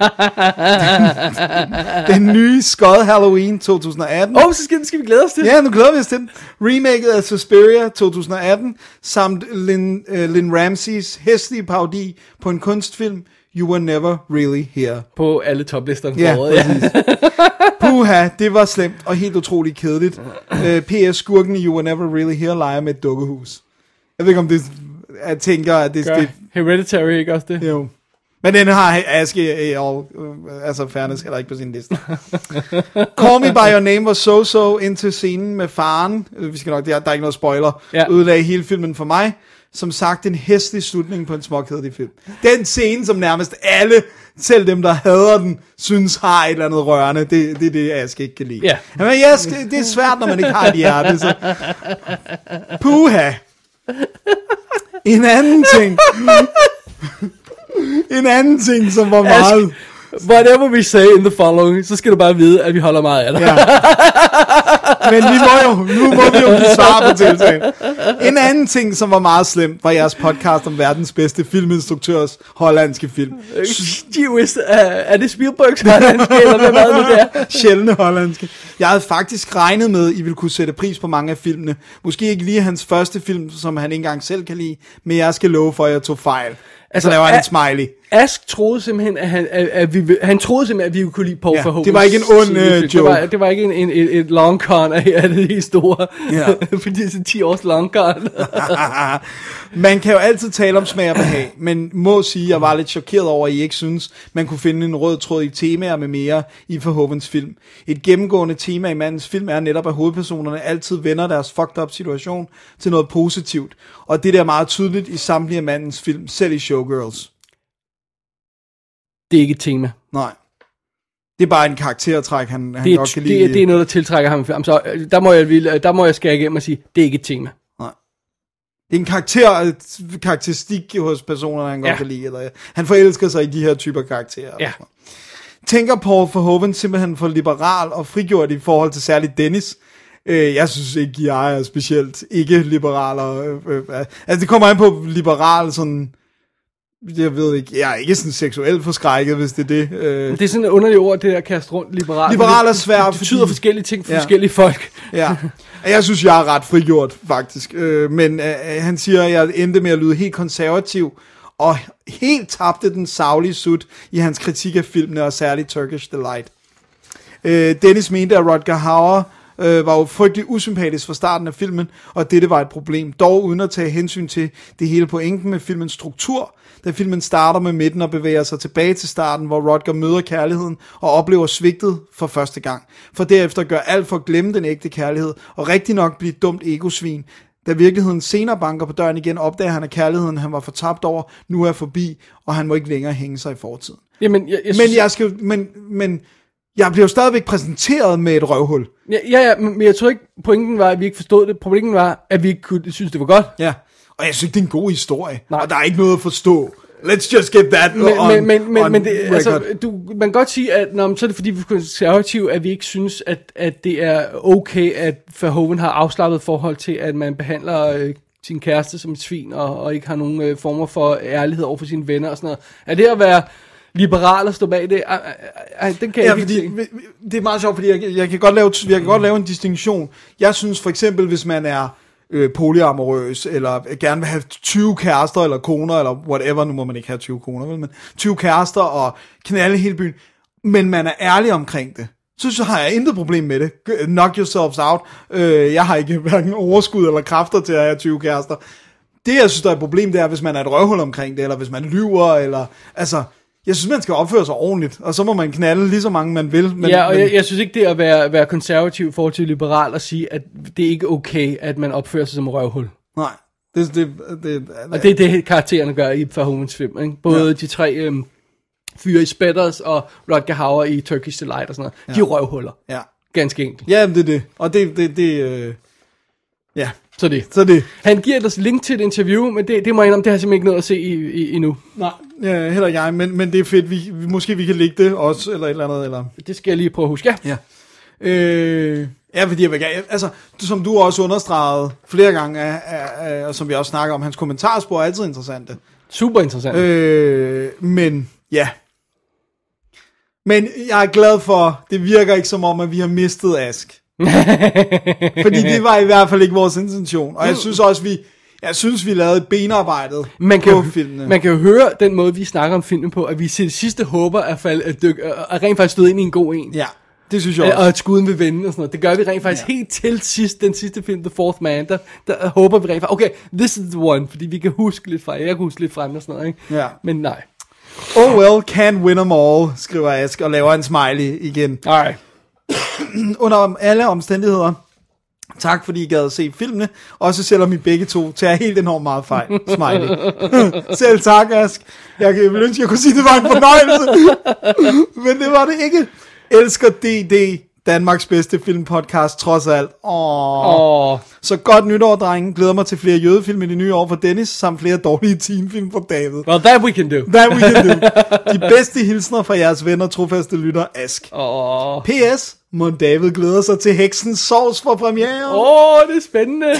Den nye Skod Halloween 2018. Så skal vi glæde os til. Ja, nu glæder vi os til den. Remaket af Suspiria 2018, samt Lynn Ramseys hæslige parodi på en kunstfilm, You Were Never Really Here. På alle toplisterne for året. Ja, puha, det var slemt og helt utroligt kedeligt. P.S. Skurken i You Were Never Really Here leger med et dukkehus. Jeg ved ikke, om det... Jeg tænker, at det... Hereditary, ikke også det? Jo. Men den har Aske altså fairness heller ikke på sin liste. Call Me By Your Name var so ind til scenen med faren. Vi skal nok, der er ikke noget spoiler. Ødelagde hele filmen for mig. Som sagt, en hæslig slutning på en småkedelig film. Den scene, som nærmest alle, selv dem, der hader den, synes har et eller andet rørende, det er det, Aske ikke kan lide. Ja. Men det er svært, når man ikke har et hjerte. Så. Puha. En anden ting, som var meget... Whatever we say in the following, så skal du bare vide, at vi holder meget af dig. Ja. Men nu må vi jo give svar på tiltalen. En anden ting, som var meget slemt, var jeres podcast om verdens bedste filminstruktørs hollandske film. Er det Spielbergs hollandske, eller hvad var det der? Sjældne hollandske. Jeg havde faktisk regnet med, at I ville kunne sætte pris på mange af filmene. Måske ikke lige hans første film, som han ikke engang selv kan lide, men jeg skal love for, at jeg tog fejl. Altså, laver han en smiley. Ask troede simpelthen, han troede simpelthen, at vi kunne lide Paul Verhoeven. Det var ikke en ond joke. Det var ikke et long con af det helt store. Ja. Fordi det er 10 års long con. Man kan jo altid tale om smag og behag, men må sige, at jeg var lidt chokeret over, at I ikke synes, man kunne finde en rød tråd i temaer med mere i Verhoevens film. Et gennemgående tema i mandens film er netop, at hovedpersonerne altid vender deres fucked up situation til noget positivt. Og det der er meget tydeligt i samtlige af mandens film, selv i Showgirls. Det er ikke et tema. Nej. Det er bare en karaktertræk, han godt kan lide. Det er noget, der tiltrækker ham. Så der må jeg skære igennem og sige, det er ikke et tema. Nej. Det er en karakteristik hos personerne, han godt kan lide. Eller, han forelsker sig i de her typer karakterer. Ja. Tænker Paul Verhoeven simpelthen for liberal og frigjort i forhold til særligt Dennis? Jeg synes ikke, jeg er specielt ikke-liberal. Altså, det kommer an på liberal sådan... Jeg ved ikke, jeg er ikke sådan seksuelt forskrækket, hvis det er det. Det er sådan et underligt ord, det der kastet rundt liberal. Liberal er svært. Det betyder forskellige ting for forskellige folk. Ja, jeg synes, jeg er ret frigjort, faktisk. Men han siger, at jeg endte med at lyde helt konservativ, og helt tabte den saglige sut i hans kritik af filmene, og særligt Turkish Delight. Dennis mente, at Rutger Hauer var jo frygtelig usympatisk fra starten af filmen, og dette var et problem, dog uden at tage hensyn til det hele pointen med filmens struktur, da filmen starter med midten og bevæger sig tilbage til starten, hvor Rutger møder kærligheden og oplever svigtet for første gang, for derefter gør alt for at glemme den ægte kærlighed, og rigtig nok blive et dumt egosvin, Da virkeligheden senere banker på døren igen, opdager han, at kærligheden, han var fortabt over, nu er forbi, og han må ikke længere hænge sig i fortiden. Jamen, Men jeg bliver jo stadigvæk præsenteret med et røvhul. Ja, men jeg tror ikke, pointen var, at vi ikke forstod det. Problemet var, at vi ikke kunne synes, det var godt. Ja, og jeg synes, det er en god historie. Nej. Og der er ikke noget at forstå. Let's just get that men det, altså, man kan godt sige, at så er det fordi, vi er konservative, at vi ikke synes, at det er okay, at Verhoeven har afslappet forhold til, at man behandler sin kæreste som et svin, og ikke har nogen former for ærlighed over for sine venner og sådan noget. Er det at være liberal og stå bag det? Den kan jeg ikke se. Det er meget sjovt, fordi jeg kan godt lave en distinktion. Jeg synes for eksempel, hvis man er polyamorøs, eller gerne vil have 20 kærester, eller koner, eller whatever, nu må man ikke have 20 koner, men 20 kærester, og knalde hele byen, men man er ærlig omkring det, så har jeg intet problem med det. Knock yourselves out. Jeg har ikke hverken overskud eller kræfter til at have 20 kærester. Det, jeg synes, der er et problem, det er, hvis man er et røvhul omkring det, eller hvis man lyver, eller, altså, jeg synes, man skal opføre sig ordentligt, og så må man knalde lige så mange, man vil. Jeg synes ikke, det er at være konservativ i forhold til liberal og sige, at det er ikke okay, at man opfører sig som røvhul. Nej. Og det er det, karaktererne gør i Verhoevens film. Ikke? Både de tre fyre i Spetters og Rutger Hauer i Turkish Delight og sådan noget. De er røvhuller. Ja. Ganske enkelt. Ja, det er det. Og ja. Så det. Han giver os link til et interview, men det må jeg indrømme, det har jeg simpelthen ikke noget at se endnu. Nej, heller jeg, men det er fedt. Måske vi kan lægge det også, eller et eller andet. Eller... Det skal jeg lige prøve at huske. Ja. Ja, fordi altså, som du også understregede flere gange, og som vi også snakker om, hans kommentarspor er altid interessante. Super interessant. Men ja. Men jeg er glad for, det virker ikke som om, at vi har mistet Ask. Fordi det var i hvert fald ikke vores intention. Og jeg synes også, vi lavede benarbejdet på filmene. Man kan jo høre den måde, vi snakker om filmen på, at vi til det sidste håber at rent faktisk støde ind i en god en. Ja, det synes jeg også. Og at skuden vil vende og sådan noget. Det gør vi rent faktisk helt til sidst, den sidste film, The Fourth Man, der håber vi rent faktisk, okay, this is the one, fordi vi kan huske lidt fra, jeg kan huske lidt frem og sådan noget, ikke? Ja. Men nej. Oh well, can't win them all, skriver Ask og laver en smiley igen. Alright. Under alle omstændigheder, tak fordi I gad at se filmene, også selvom I begge to tager helt enormt meget fejl. Smiley. Selv tak, Ask. Jeg vil ønske, jeg kunne sige, det var en fornøjelse. Men det var det ikke. Elsker DD, Danmarks bedste filmpodcast, trods alt. Så godt nytår, drenge. Glæder mig til flere jødefilm i det nye år for Dennis, samt flere dårlige teenfilm for David. Well, that we can do. De bedste hilsner fra jeres venner, trofaste lytter, Ask. PS, må David glæder sig til Heksens Sovs for premiere. Det er spændende.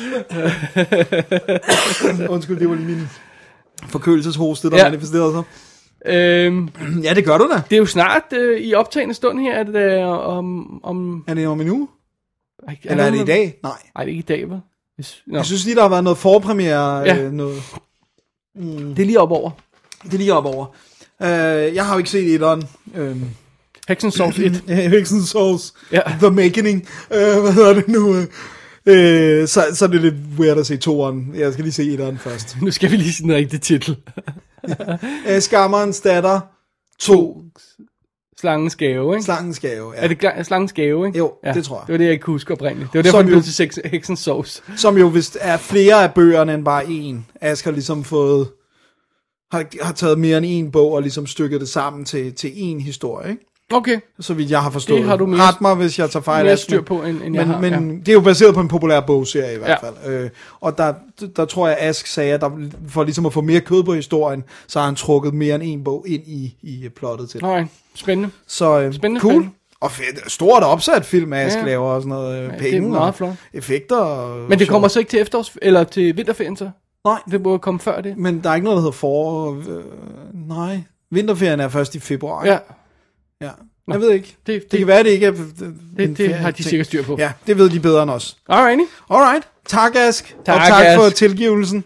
Undskyld, det var lige min forkølelseshoste, der manifesterede sig. Ja, det gør du da. Det er jo snart i optagende stund her, at det om... Er det om en uge? Eller er det i dag? Nej. Nej, det er ikke i dag, vel? Jeg synes lige, der har været noget forpremiere. Noget. Det er lige op over. Jeg har jo ikke set etteren. Heksens Sovs 1. Heksens Sovs. The Makening. Hvad hedder det nu? Så er det lidt weird at se toeren. Jeg skal lige se etteren først. Nu skal vi lige se den rigtige titel. Skammerens datter 2. Slangens gave, ikke? Slangens gave, ja. Er det Slangens gave, ikke? Jo, det tror jeg. Det var det, jeg ikke kunne huske oprindeligt. Det var derfor, den blev til Heksens Sovs. Som jo vist er flere af bøgerne end bare en. Ask har ligesom har taget mere end en bog og ligesom stykket det sammen til en historie, ikke? Okay. Så vidt jeg har forstået. Det har du mere, ret mig, hvis jeg tager fejl af det. styr på, end jeg har. Men det er jo baseret på en populær bogserie i hvert fald. Og der tror jeg, Ask sagde, at for ligesom at få mere kød på historien, så har han trukket mere end en bog ind i plottet til. Nej, spændende. Så spændende cool. Spændende. Og fedt, stort opsat film, Ask laver og sådan noget penge. Det er meget flot. Effekter. Og men det kommer så ikke til eller til vinterferien så? Nej. Det må komme før det. Men der er ikke noget, der hedder nej. Vinterferien er først i februar. Ja. Jeg ved ikke. Det kan være, det ikke er... Det har de sikkert styr på. Ja, det ved de bedre end os. Alright. Tak, Ask. Og tak for tilgivelsen.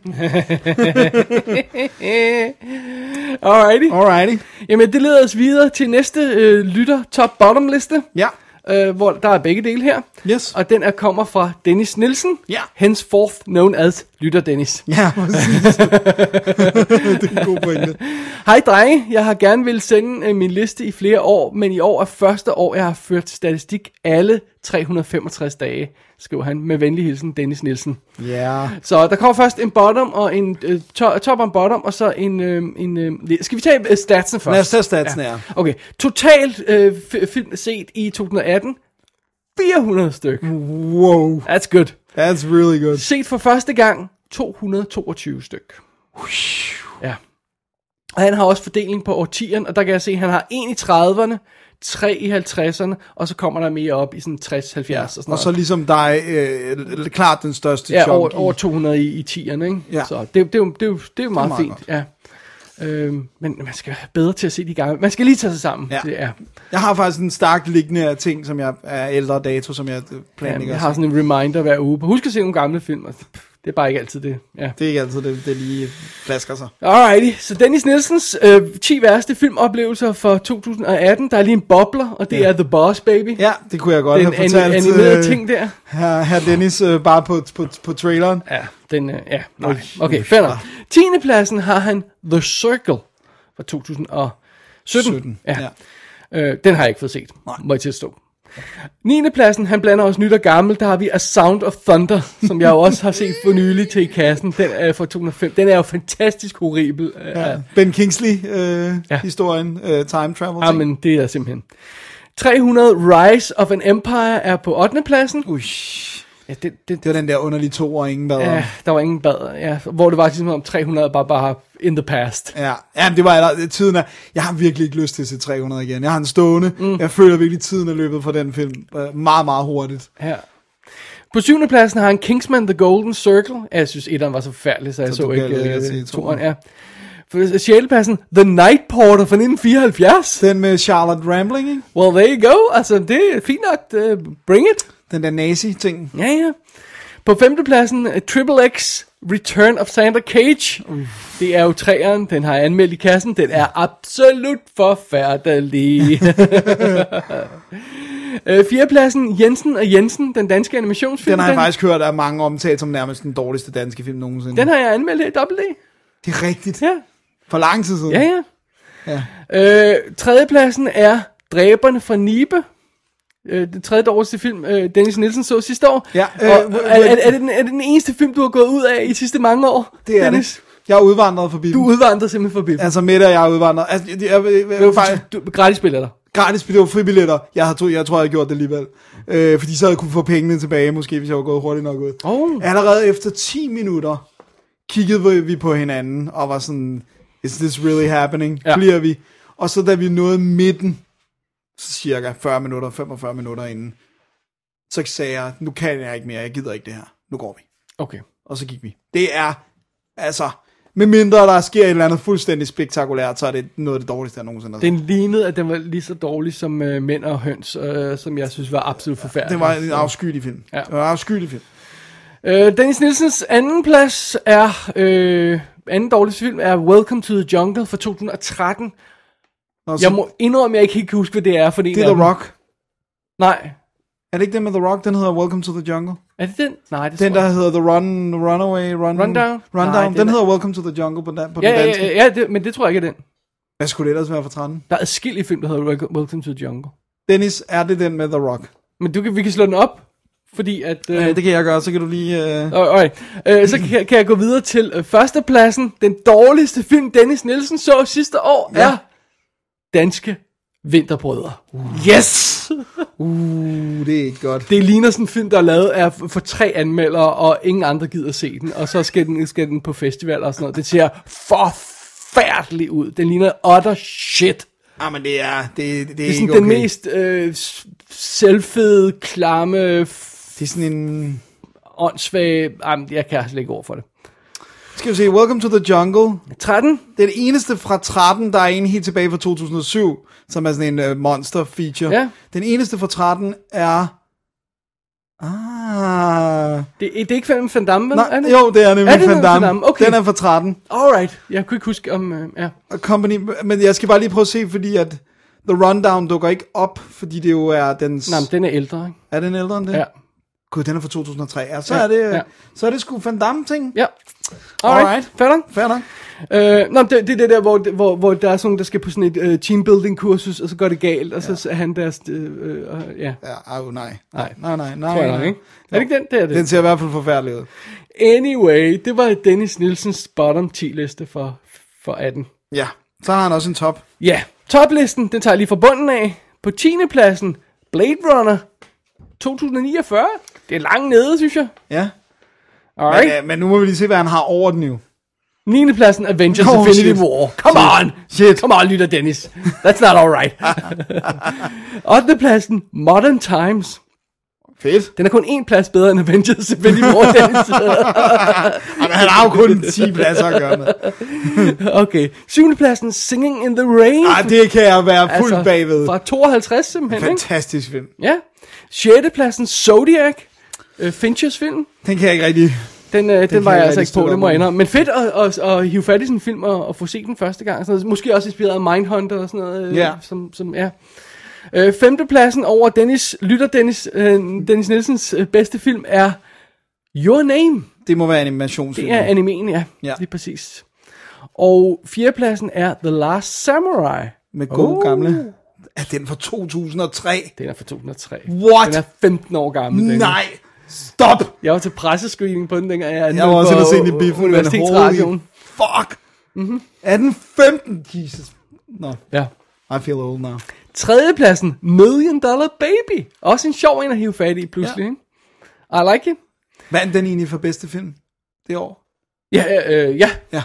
Alrighty. Jamen, det leder os videre til næste lytter top-bottom liste. Ja. Hvor der er begge dele her. Yes. Og den kommer fra Dennis Nielsen. Ja. Henceforth known as Lytter Dennis. Ja, præcis. Det er en god pointe. Hej drenge, jeg har gerne vil sende min liste i flere år, men i år er første år, jeg har ført statistik alle 365 dage, skriver han. Med venlig hilsen, Dennis Nielsen. Ja. Yeah. Så der kommer først en bottom og en top og bottom, og så skal vi tage statsen først? Lad os tage statsen, ja. Okay, totalt film set i 2018, 400 styk. Wow. That's good. That's really good. Set for første gang, 222 styk. Ja. Og han har også fordeling på årtierne, og der kan jeg se, at han har en i 30'erne, 3 i 50'erne, og så kommer der mere op i sådan 60, 70 og sådan noget. Og så ligesom dig, klart den største chunk. Ja, over 200 i 10'erne, ikke? Ja. Så det er jo meget fint, godt. ja. Men man skal være bedre til at se de gange. Man skal lige tage sig sammen. Ja. Det er. Jeg har faktisk en stærkt liggende af ting, som jeg er ældre dato, som jeg planlægger. Jeg har sådan en reminder hver uge. Husk at se nogle gamle film. Det er bare ikke altid det. Ja. Det er ikke altid det lige flasker sig. Alrighty, så Dennis Nielsens 10 værste filmoplevelser for 2018. Der er lige en bobler, og det er The Boss Baby. Ja, det kunne jeg godt den have fortalt. Den animerede ting der. Her Dennis bare på traileren. Ja, nej. Okay, fair nok. 10. pladsen har han The Circle fra 2017. Ja. Den har jeg ikke fået set, må jeg tilstå. 9. pladsen, han blander også nyt og gammelt. Der har vi A Sound of Thunder, som jeg jo også har set for nylig til i kassen. Den er fra 2005. Den er jo fantastisk horribel. Ben Kingsley historien, time travel. Ja, men det er simpelthen. 300 Rise of an Empire er på 8. pladsen. Ja, det var den der underlige 2 og ingen bader. Ja, der var ingen bader, ja. Hvor det var ligesom om 300 bare in the past. Ja, det var tiden af. Jeg har virkelig ikke lyst til at se 300 igen. Jeg har en stående. Jeg føler virkelig tiden er løbet fra den film meget, meget hurtigt. Ja. På 7. pladsen har han Kingsman The Golden Circle. Jeg synes, etteren var så forfærdelig, så jeg så ikke toeren. Ja. På 6. pladsen, The Night Porter fra 1974. Den med Charlotte Rampling, ikke? Well, there you go. Altså, det er fint nok. Bring it. Den der nazi-ting. Ja. På 5. pladsen, Triple X, Return of Santa Cage. Det er jo 3'eren, den har jeg anmeldt i kassen. Den er absolut forfærdelig. 4. pladsen, Jensen og Jensen, den danske animationsfilm. Den har jeg faktisk hørt af mange omtalt som nærmest den dårligste danske film nogensinde. Den har jeg anmeldt i WD. Det er rigtigt. Ja. For lang tid siden. Ja. 3. pladsen er Dræberne fra Nibe. Den 3. dårligste film, Dennis Nielsen så sidste år. Ja, er det den eneste film, du har gået ud af i de sidste mange år, det er Dennis? Det. Jeg er udvandret forbi. Du udvandrede simpelthen forbi. Altså Mette og jeg er udvandret. Altså, gratis billetter. Gratis billetter, fribilletter. Jeg tror, jeg havde gjort det alligevel. Fordi så havde jeg kunne få pengene tilbage, måske, hvis jeg var gået hurtigt nok ud. Allerede efter 10 minutter kiggede vi på hinanden og var sådan, is this really happening? Ja. Bliver vi? Og så da vi nåede midten, så cirka 45 minutter inden, så sagde jeg, nu kan jeg ikke mere, jeg gider ikke det her. Nu går vi. Okay. Og så gik vi. Det er, altså, med mindre der sker et eller andet fuldstændig spektakulært, så er det noget af det dårligste, jeg nogensinde har set. Den lignede, at den var lige så dårlig som Mænd og Høns, som jeg synes var absolut forfærdelig. Det var en afskyelig film. Ja. Det var en afskyelig film. Dennis Nielsens anden plads er, anden dårligste film er Welcome to the Jungle fra 2013. Jeg må indrømme, at jeg ikke helt kan huske, hvad det er for en. Det er The Rock. Nej. Er det ikke den med The Rock? Den hedder Welcome to the Jungle. Er det den? Nej, det den, der hedder The Rundown. Nej, den hedder Welcome to the Jungle på den danske. Ja, men det tror jeg ikke er den. Hvad skulle det ellers være for 13? Der er adskillige film, der hedder Welcome to the Jungle. Dennis, er det den med The Rock? Men vi kan slå den op, fordi at... det kan jeg gøre, så kan du lige... Så kan jeg gå videre til førstepladsen. Den dårligste film, Dennis Nielsen så sidste år, er Danske Vinterbrødre. Yes! Det er ikke godt. Det ligner sådan en film, der er lavet af for 3 anmeldere, og ingen andre gider se den. Og så skal den på festival og sådan noget. Det ser forfærdeligt ud. Den ligner utter shit. Men det er sådan ikke den mest selvfede, klamme... Det er sådan en... åndssvage... jeg kan slet ikke ord for det. Skal vi se, Welcome to the Jungle. 13. Det er det eneste fra 13, der er en helt tilbage fra 2007, som er sådan en monster feature. Ja. Den eneste fra 13 er... Det er ikke Van Damme, nej, er det? Jo, det er nemlig Van Damme. Okay. Den er fra 13. Alright, jeg kunne ikke huske om... Company, men jeg skal bare lige prøve at se, fordi at The Rundown dukker ikke op, fordi det jo er dens... Nej, men den er ældre, ikke? Er den ældre end det? Ja. Gud, den er fra 2003. Ja, så er det sgu Van Damme-ting. Ja. Alright. Fair nok. Det er det der, hvor der er sådan, der skal på sådan et teambuilding-kursus, og så går det galt, og så er han deres... Nej. Tror jeg nok, ikke? Er det ikke den? Det er det. Den ser i hvert fald forfærdelig ud. Anyway, det var Dennis Nilsens bottom 10 liste for 18. Ja, så har han også en top. Ja, toplisten, den tager jeg lige fra bunden af. På 10. pladsen, Blade Runner 2049. Det er langt nede, synes jeg. Ja. Alright. Men nu må vi lige se, hvad han har over den jo. 9. pladsen, Avengers Infinity War. Come on, lytter Dennis. That's not alright. 8. pladsen, Modern Times. Fedt. Den er kun 1 plads bedre end Avengers Infinity War, Dennis. Han har jo kun 10 pladser at gøre med. Okay. 7. pladsen, Singing in the Rain. Det kan jeg være fuldt bagved. Fra 52 simpelthen. Fantastisk film. Ja. 6. pladsen, Zodiac. Finchers film. Den kan jeg ikke rigtig... Den var jeg altså ikke på, det må jeg indrømme. Men fedt at hive fat i sådan en film og få set den første gang. Så måske også inspireret af Mindhunter og sådan noget. Som 5. pladsen over Dennis Nielsens bedste film er Your Name. Det må være animationsfilm. Det er animen, ja. Lige præcis. Og 4. pladsen er The Last Samurai. Med gode gamle... Er den fra 2003? Den er fra 2003. What? Den er 15 år gammel. Nej! Stop! Jeg var til pressescreening på den, dengang jeg var også inde og se den i biffen. Universitetsradioen. Fuck! Mm-hmm. Er den 15? Jesus. Nå. Ja. I feel old now. 3. pladsen, $1 Million Baby. Også en sjov en at hive fat i pludselig, ikke? I like it. Vandt den egentlig for bedste film det år? Ja.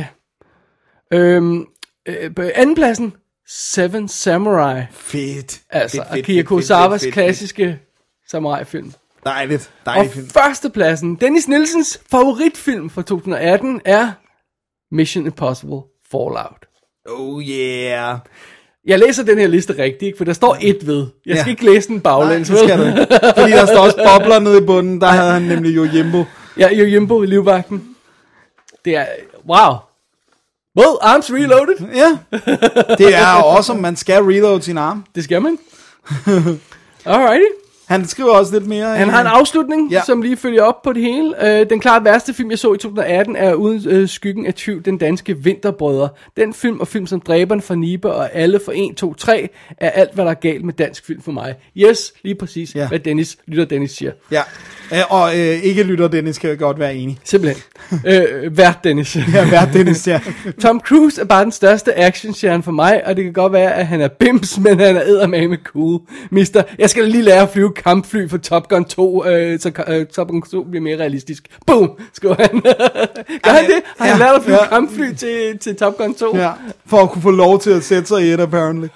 På 2. pladsen, Seven Samurai. Fedt. Altså, Akira Kurosawas klassiske samurai-film. Dejligt og film. 1. pladsen, Dennis Nielsens favoritfilm fra 2018 er Mission Impossible Fallout. Oh yeah. Jeg læser den her liste rigtigt, ikke? For der står 1 ved. Jeg skal ikke læse den baglæns. Nej, det skal du ikke. Fordi der står også bobler nede i bunden. Der havde han nemlig Yojimbo. Ja, Yojimbo i livvagten. Det er... Wow. Well, arms reloaded. Ja. Det er også, om man skal reload sin arm. Det skal man. Alrighty. Han skriver også lidt mere. Han har en afslutning, som lige følger op på det hele. Den klart værste film, jeg så i 2018, er uden skyggen af tvivl Den Danske Vinterbrødre. Den film og film som Dræberen fra Nibe og Alle for 1, 2, 3 er alt, hvad der er galt med dansk film for mig. Yes, lige præcis, hvad Dennis siger. Ja, og ikke lytter Dennis kan godt være enig. Simpelthen. Vært Dennis. Ja, vært Dennis, ja. Tom Cruise er bare den største actionstjerne for mig, og det kan godt være, at han er bims, men han er eddermame cool. Mister, jeg skal lige lære at flyve kampfly for Top Gun 2, så Top Gun 2 bliver mere realistisk. Boom, skriver han. Gør han det? Har han lært at flyve kampfly til Top Gun 2? Ja, for at kunne få lov til at sætte sig i et, apparently.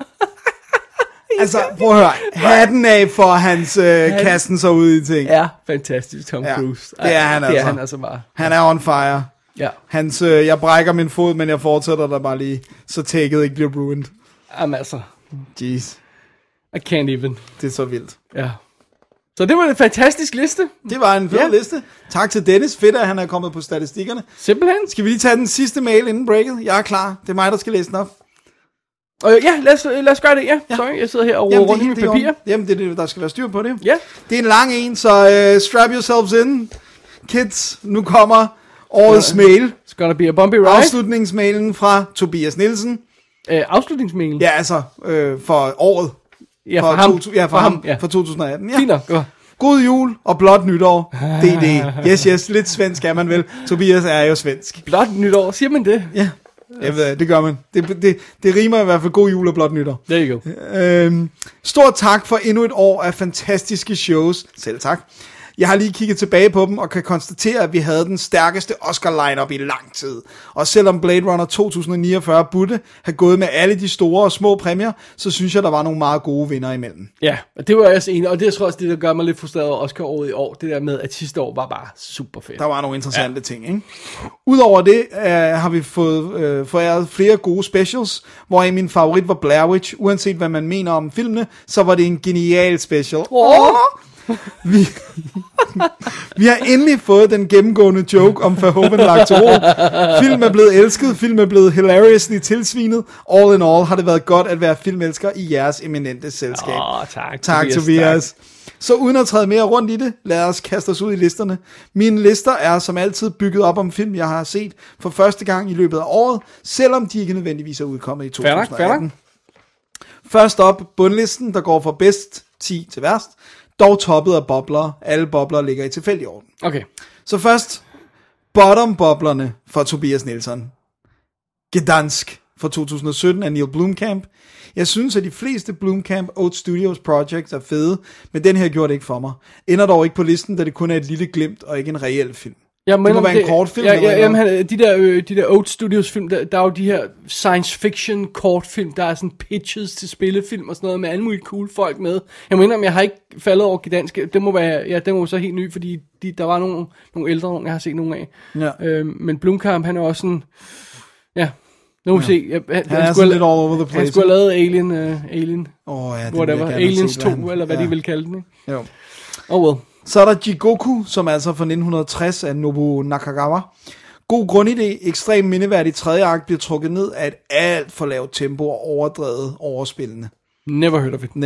Altså, prøv at høre. Hatten af for hans kasten så ud i ting. Ja, fantastisk, Tom Cruise. Det er han altså. Det er han altså bare. Han er on fire. Ja. Hans, jeg brækker min fod, men jeg fortsætter der bare lige, så tækket ikke bliver ruined. Jamen altså. Jeez. I can't even. Det er så vildt. Ja. Så det var en fantastisk liste. Det var en fed liste. Tak til Dennis. Fedt, at han er kommet på statistikkerne. Simpelthen. Skal vi lige tage den sidste mail inden breaket? Jeg er klar. Det er mig, der skal læse den op. Ja, lad os gøre det, ja. Sorry, jeg sidder her og roer rundt med papir. Jamen, det er det, der skal være styr på det. Ja. Det er en lang en, så strap yourselves in, kids. Nu kommer årets mail. It's gonna be a bumpy ride. Afslutningsmailen fra Tobias Nielsen. Afslutningsmailen? Ja, altså for året. Ja, for ham. For ham. Ja. For 2018. Ja. Fint nok. God jul og blot nytår. DD. Yes, lidt svensk er man vel. Tobias er jo svensk. Blot nytår, siger man det? Ja. Jeg ved, det gør man. Det rimer i hvert fald god jul og blot nytår. There you go. Stort tak for endnu et år af fantastiske shows. Selv tak. Jeg har lige kigget tilbage på dem og kan konstatere, at vi havde den stærkeste Oscar-lineup i lang tid. Og selvom Blade Runner 2049 burde have gået med alle de store og små præmier, så synes jeg, der var nogle meget gode vinder imellem. Ja, og det var jeg også enig, og det er tror også det, der gør mig lidt frustreret over Oscar-året i år. Det der med, at sidste år var bare super fedt. Der var nogle interessante ting, ikke? Udover det har vi fået foræret flere gode specials, hvor min favorit var Blair Witch. Uanset hvad man mener om filmene, så var det en genial special. Vi har endelig fået den gennemgående joke om Verhoeven lagt til ro. Film er blevet elsket, film er blevet hilariously tilsvinet. All in all har det været godt at være filmelsker i jeres eminente selskab. Tak Tobias. Så uden at træde mere rundt i det, lad os kaste os ud i listerne. Mine lister er som altid bygget op om film, jeg har set for første gang i løbet af året, selvom de ikke nødvendigvis er udkommet i 2018. Fair nok. Først op, bundlisten, der går fra bedst 10 til værst, dog toppet af bobler. Alle bobler ligger i tilfældig orden. Okay. Så først, bottom-boblerne for Tobias Nielsen. Gdansk fra 2017 af Neil Blomkamp. Jeg synes, at de fleste Blomkamp Oat Studios projects er fede, men den her gjorde det ikke for mig. Ender dog ikke på listen, da det kun er et lille glimt og ikke en reel film. Det må være en kortfilm. De der Oat Studios film, der er jo de her science fiction kortfilm, der er sådan pitches til spillefilm og sådan noget med alle mulige cool folk med. Jeg må indrømme, jeg har ikke faldet over Gdansk. Det må være, den var så helt ny, fordi der var nogle ældre, jeg har set nogle af. Ja. Men Blomkamp, han er også sådan, ja. Nu må vi se. Han skulle lidt all over the place. Han skulle have lavet Alien. Whatever. Aliens 2, eller hvad de vil kalde den, ikke? Jo. Well. Så er der Jigoku, som er altså fra 1960 af Nobuo Nakagawa. God grundidé, ekstremt mindeværdig tredje akt bliver trukket ned af et alt for lavt tempo og overdrevet overspillende. Never heard of it.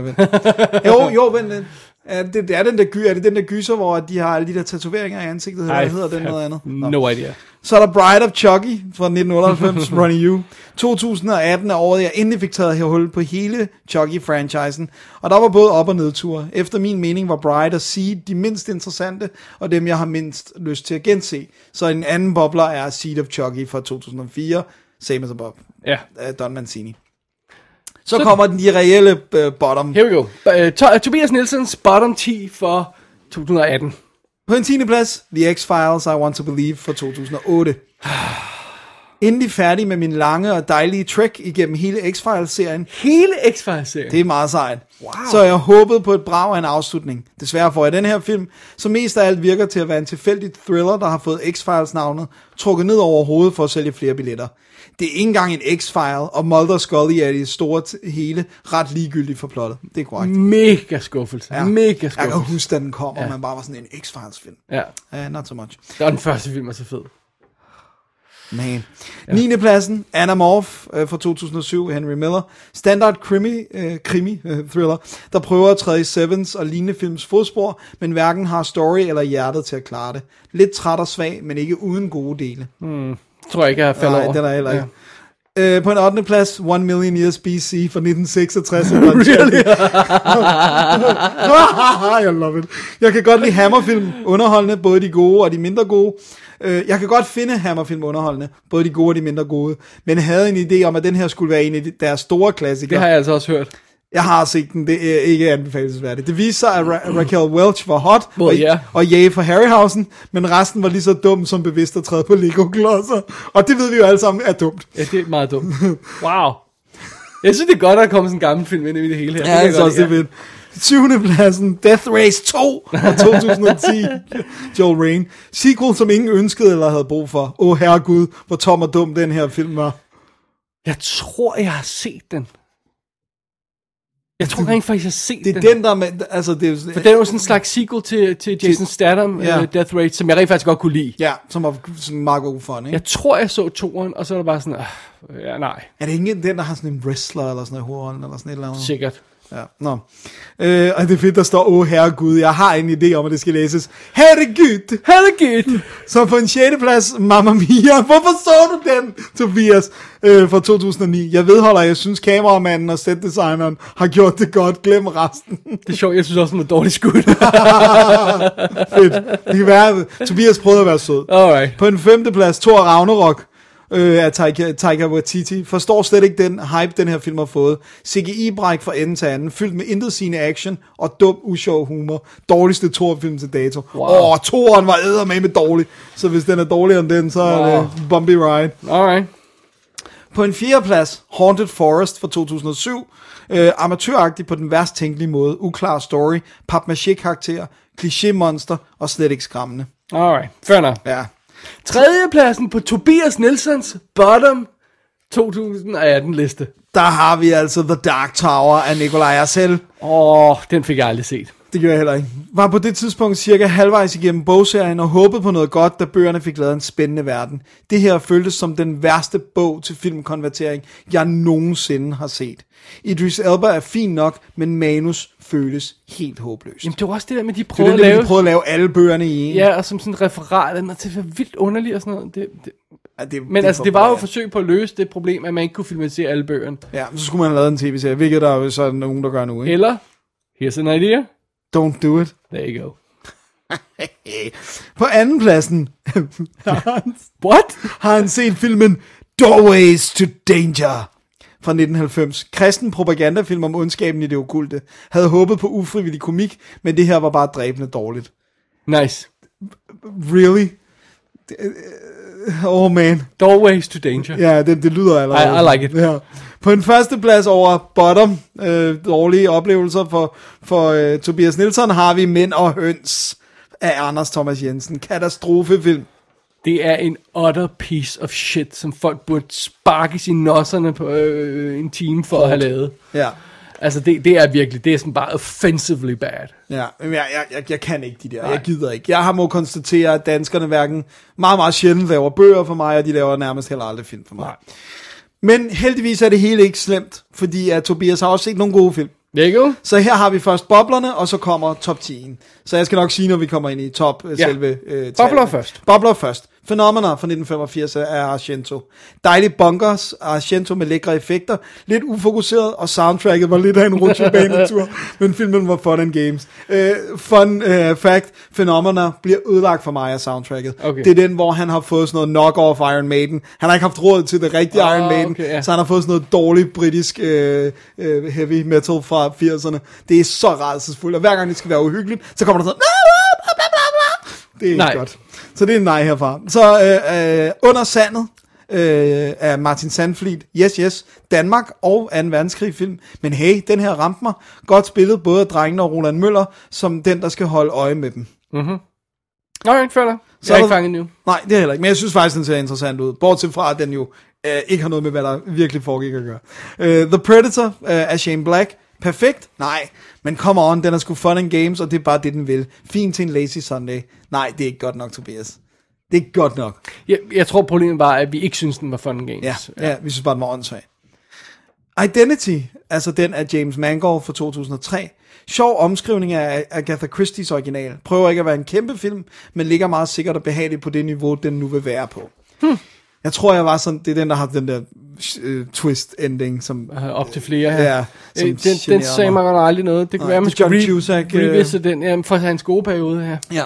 Jo, vent lidt. Er det den der gyser, hvor de har alle de der tatoveringer i ansigtet? Hvad hedder den noget andet? No idea. Så er der Bride of Chucky fra 1998, Ronnie Yu. 2018 er året, jeg endelig fik taget hul på hele Chucky-franchisen. Og der var både op- og nedture. Efter min mening var Bride og Seed de mindst interessante, og dem jeg har mindst lyst til at gense. Så en anden bobler er Seed of Chucky fra 2004, Same as Above, Don Mancini. Så kommer de reelle bottom. Here we go. Tobias Nielsens bottom 10 for 2018. På en 10. plads, The X-Files, I Want to Believe fra 2008. Endelig færdig med min lange og dejlige trek igennem hele X-Files-serien. Hele X-Files-serien? Det er meget sejt. Wow. Så jeg håbede på et brag af en afslutning. Desværre får jeg den her film, som mest af alt virker til at være en tilfældig thriller, der har fået X-Files-navnet trukket ned over hovedet for at sælge flere billetter. Det er ikke engang en X-File, og Mulder og Scully er i det store hele ret ligegyldigt for plottet. Det er korrekt. Mega skuffelse. Ja. Mega skuffelse. Jeg kan huske, da den kom, og man bare var sådan en X-Files-film. Ja. Not so much. Det var den første film, var så fed. Man. 9. pladsen, Anamorph fra 2007, Henry Miller. Standard krimi-thriller, der prøver at træde i Sevens og lignende films fodspor, men hverken har story eller hjertet til at klare det. Lidt træt og svag, men ikke uden gode dele. Tror jeg ikke, jeg har faldet over. Nej, den er heller ikke. På en 8. plads, 1 Million Years BC fra 1966. Really? I love it. Jeg kan godt lide Hammerfilm underholdende, både de gode og de mindre gode. Jeg kan godt finde Hammerfilm underholdende, både de gode og de mindre gode, men jeg havde en idé om, at den her skulle være en af deres store klassikere. Det har jeg altså også hørt. Jeg har set den, det er ikke anbefalesværdigt. Det viser sig, at Raquel Welch var hot, og Jay fra Harryhausen, men resten var lige så dum som bevidst at træde på Lego-klodser. Og det ved vi jo alle sammen er dumt. Ja, det er meget dumt. Wow. Jeg synes, det er godt, at der kommer sådan en gammel film ind i det hele her. Ja, det er også fedt. 7. pladsen, Death Race 2 fra 2010, Joel Rain. Sequel, som ingen ønskede eller havde brug for. Herregud, hvor tom og dum den her film var. Jeg tror, jeg har set den. Jeg tror rent faktisk, jeg har set den. Det er den, der med, altså det er jo for det er jo sådan en slags sequel til Jason Statham, Death Race, som jeg rent faktisk godt kunne lide. Ja, som var sådan meget god fun, ikke? Jeg tror, jeg så toeren, og så er det bare sådan, nej. Er det ikke den, der har sådan en wrestler, eller sådan en hovedrollen, eller sådan et eller andet? Sikkert. Ja, nå. Og det er fedt, der står, herregud, jeg har en idé om, at det skal læses. Herregud! Så på en 6. plads, Mamma Mia. Hvorfor så du den, Tobias, fra 2009? Jeg vedholder, jeg synes, kameramanden og setdesigneren har gjort det godt. Glem resten. Det er sjovt, jeg synes også, den var dårligt skudt. Fedt. Det kan være, Tobias prøvede at være sød. Alright. På en 5. plads, Thor Ragnarok. Af Taika Waititi. Forstår slet ikke den hype, den her film har fået. CGI-bræk fra ende til anden, fyldt med intetsigende action og dum, usjov humor. Dårligste Thor-film til dato. Wow. Thoren var eddermame med dårlig. Så hvis den er dårligere end den, så er det bumpy ride. Alright. På en 4. plads, Haunted Forest fra 2007. Amatøragtig på den værst tænkelige måde. Uklar story, papmaché-karakter, kliché-monster og slet ikke skræmmende. Alright, fair enough. Ja. 3. pladsen på Tobias Nielsens bottom 2018 liste. Der har vi altså The Dark Tower af Nikolaj Arcel. Den fik jeg aldrig set. Det gør jeg heller ikke. Var på det tidspunkt cirka halvvejs igennem bogserien og håbede på noget godt, da bøgerne fik lavet en spændende verden. Det her føltes som den værste bog til filmkonvertering, jeg nogensinde har set. Idris Elba er fin nok, men manus føles helt håbløst. Jamen det var også det der med, de Det prøvede er at det, lave... de prøvede at lave alle bøgerne i en. Ja, og som sådan et referat, og det var vildt underligt og sådan noget. Men altså, det var jo et forsøg på at løse det problem, at man ikke kunne filmatisere alle bøgerne. Ja, så skulle man have lavet en tv-serie, hvilket der er jo så nogen, der gør nu, ikke? Eller, here's an idea. Don't do it. There you go. På anden pladsen What? har han set filmen Doorways to Danger fra 1990. Kristen propagandafilm om ondskaben i det okkulte. Havde håbet på ufrivillig komik, men det her var bare dræbende dårligt. Nice. Really? Oh man. Doorways to danger. Ja, det lyder allerede. I like it. Ja. På en første plads over bottom, dårlige oplevelser for Tobias Nielsen, har vi Mænd og Høns af Anders Thomas Jensen. Katastrofefilm. Det er en utter piece of shit, som folk burde sparkes i nosserne på en time for at have lavet. Ja. Altså, det er virkelig, det er sådan bare offensively bad. Ja, men jeg kan ikke de der. Jeg gider ikke. Jeg har må konstatere, at danskerne hverken meget, meget sjældent laver bøger for mig, og de laver nærmest heller aldrig film for mig. Nej. Men heldigvis er det hele ikke slemt, fordi at Tobias har også set nogle gode film. There you go. Så her har vi først boblerne, og så kommer top 10. Så jeg skal nok sige, når vi kommer ind i top selve Bobler først. Bobler først. Phenomena fra 1985 af Argento. Dejlig bunkers, Argento med lækre effekter, lidt ufokuseret, og soundtracket var lidt af en rutsjebanetur, men filmen var fun and games. Fun fact, Phenomena bliver ødelagt for mig af soundtracket. Okay. Det er den, hvor han har fået sådan noget knock-off Iron Maiden. Han har ikke haft råd til det rigtige Iron Maiden, okay, ja. så han har fået sådan noget dårligt britisk heavy metal fra 80'erne. Det er så rædselsfuldt, og hver gang det skal være uhyggeligt, så kommer der sådan... Det er ikke godt. Så det er en nej herfra. Så Under sandet af Martin Sandfleet. Yes. Danmark og 2. verdenskrig film. Men hey, den her ramte mig. Godt spillet både af drengene og Roland Møller, som den, der skal holde øje med dem. Mhm. Nå, jeg føler. Jeg er ikke fanget nu. Nej, det er heller ikke. Men jeg synes faktisk, den ser interessant ud. Bortset fra, at den jo ikke har noget med, hvad der virkelig foregik at gøre. The Predator af Shane Black. Perfekt? Nej. Men come on, den er sgu fun and games, og det er bare det, den vil. Fint til en lazy Sunday. Nej, det er ikke godt nok, Tobias. Det er ikke godt nok. Jeg tror, problemet var, at vi ikke synes den var fun and games. Ja, vi synes bare, den var åndssvag. Identity, altså den af James Mangold fra 2003. Sjov omskrivning af Agatha Christie's original. Prøver ikke at være en kæmpe film, men ligger meget sikkert og behageligt på det niveau, den nu vil være på. Jeg tror, jeg var sådan, det er den, der har den der twist ending, som... Op til flere her. Ja, den sagde man aldrig noget. Det kunne være, man skulle revisit den for hans gode periode her. Ja.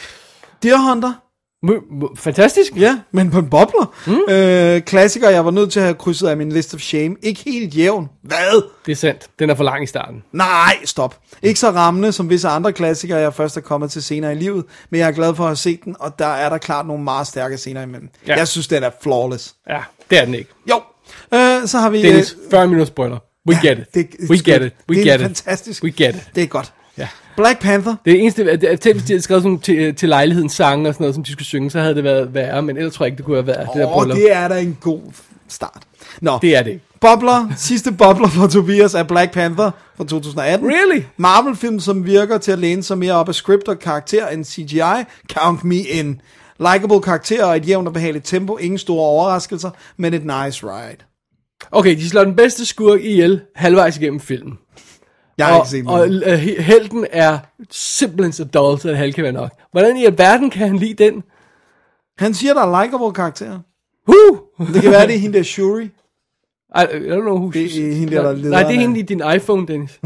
Deer Hunter. Fantastisk. Ja, men på en bobler. Klassiker, jeg var nødt til at have krydset af min list of shame. Ikke helt jævn. Hvad? Det er sandt. Den er for lang i starten. Nej, stop. Ikke så rammende som visse andre klassikere, jeg først er kommet til senere i livet, men jeg er glad for at have set den, og der er der klart nogle meget stærke scener imellem. Ja. Jeg synes, den er flawless. Ja, det er den ikke. Jo. Så har vi... Dennis, 40 minutter spoiler. We get it. We get it. Det er fantastisk. We get it. Det er godt. Ja. Black Panther. Det er eneste, at hvis de havde skrevet sådan til lejlighedens sange og sådan noget, som de skulle synge, så havde det været værre, men ellers tror jeg ikke, det kunne have været det der bryllup. Det er da en god start. Nå. Det er det. Bobler. Sidste bobler for Tobias er Black Panther fra 2018. Really? Marvel-film, som virker til at læne sig mere op af script og karakter end CGI. Count me in. Likeable karakterer og et jævnt og behageligt tempo. Ingen store overraskelser, men et nice ride. Okay, de slår den bedste skurk ihjel halvvejs igennem filmen. Jeg har ikke set den. Og helten er simpelthen så dull, så det halv kan være nok. Hvordan i alverden kan han lide den? Han siger, der er likeable karakterer. Det kan være, det er hende der Shuri. I don't know who. Det er hende der lederen. Nej, det er hende i din iPhone, Dennis.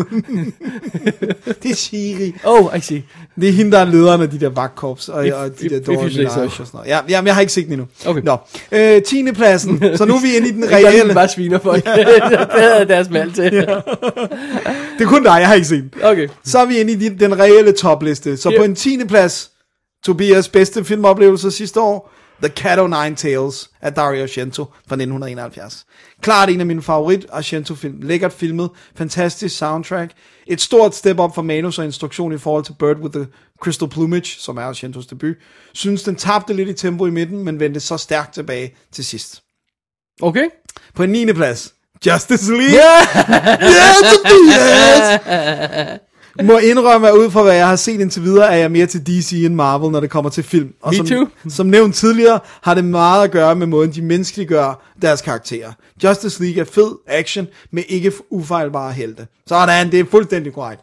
Det er Siri. Oh, I see. Det er hende, der er lederen af de der vagtkorps og de der Dora Milaje og sådan noget. Ja, men jeg har ikke set den endnu. Okay. Nå. 10. pladsen. Så nu er vi inde i den reelle. reelle. Bare sviner folk. Det havde deres mand til. Ja. Det er kun dig, jeg har ikke set den. Okay. Så er vi inde i den reelle topliste. Så på en 10. plads, Tobias bedste filmoplevelse sidste år, The Cat o' Nine Tails af Dario Argento fra 1971. Klart en af mine favorit Argento-film. Lækkert filmet, fantastisk soundtrack. Et stort step up for manus og instruktion i forhold til Bird with the Crystal Plumage, som er Argentos debut. Synes den tabte lidt i tempo i midten, men vendte så stærkt tilbage til sidst. Okay. På en 9. plads, Justice League. Yeah! Tobias! Må indrømme, at ud fra hvad jeg har set indtil videre, er jeg mere til DC end Marvel, når det kommer til film. Og som nævnt tidligere, har det meget at gøre med måden, de menneskeliggør deres karakterer. Justice League er fed action med ikke ufejlbare helte. Sådan, det er fuldstændig korrekt.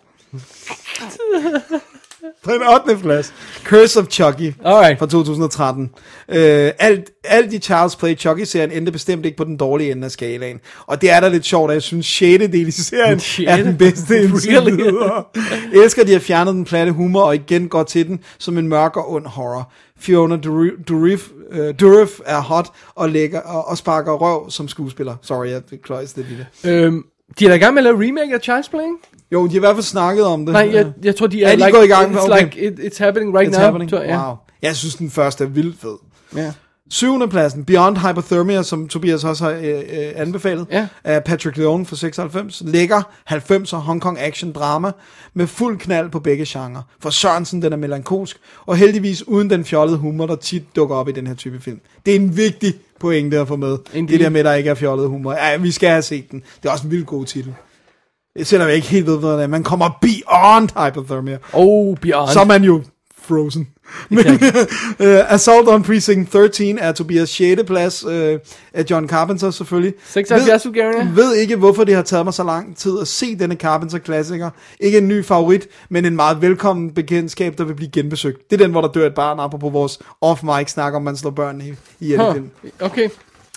På en 8. plads, Curse of Chucky fra 2013. Alt i Child's Play Chucky-serien endte bestemt ikke på den dårlige ende af skalaen. Og det er da lidt sjovt, at jeg synes, 6. del i serien er den bedste indtil videre. Jeg elsker, at de har fjernet den platte humor, og igen går til den som en mørk og ond horror. Fiona Dourif er hot og lækker og sparker røv som skuespiller. Sorry, jeg kløjs det lille. De er da i gang med at lave remake af Child's Play? Jo, de har i hvert fald snakket om det. Nej, jeg tror, de er like, gået i gang. It's like, it's happening right now. Happening. Så, ja. Wow. Jeg synes, den første er vildt fed. Ja. 7. pladsen, Beyond Hypothermia, som Tobias også har anbefalet, af Patrick Leone fra 96. Lækker 90'er Hong Kong action drama med fuld knald på begge genrer. For Sørensen, den er melankolsk, og heldigvis uden den fjollede humor, der tit dukker op i den her type film. Det er en vigtig pointe at få med. Det der med, der ikke er fjollet humor. Ja, vi skal have set den. Det er også en vildt god titel. Selvom jeg ikke helt ved, hvad det er. Man kommer beyond hypothermia. Beyond. Så er man jo frozen. Assault on Precinct 13 er Tobias 6. plads af John Carpenter selvfølgelig. 76 udgaver. Ved ikke, hvorfor det har taget mig så lang tid at se denne Carpenter-klassiker. Ikke en ny favorit, men en meget velkommen bekendtskab, der vil blive genbesøgt. Det er den, hvor der dør et barn, apropos vores off-mic snak om, man slår børn i film. Okay.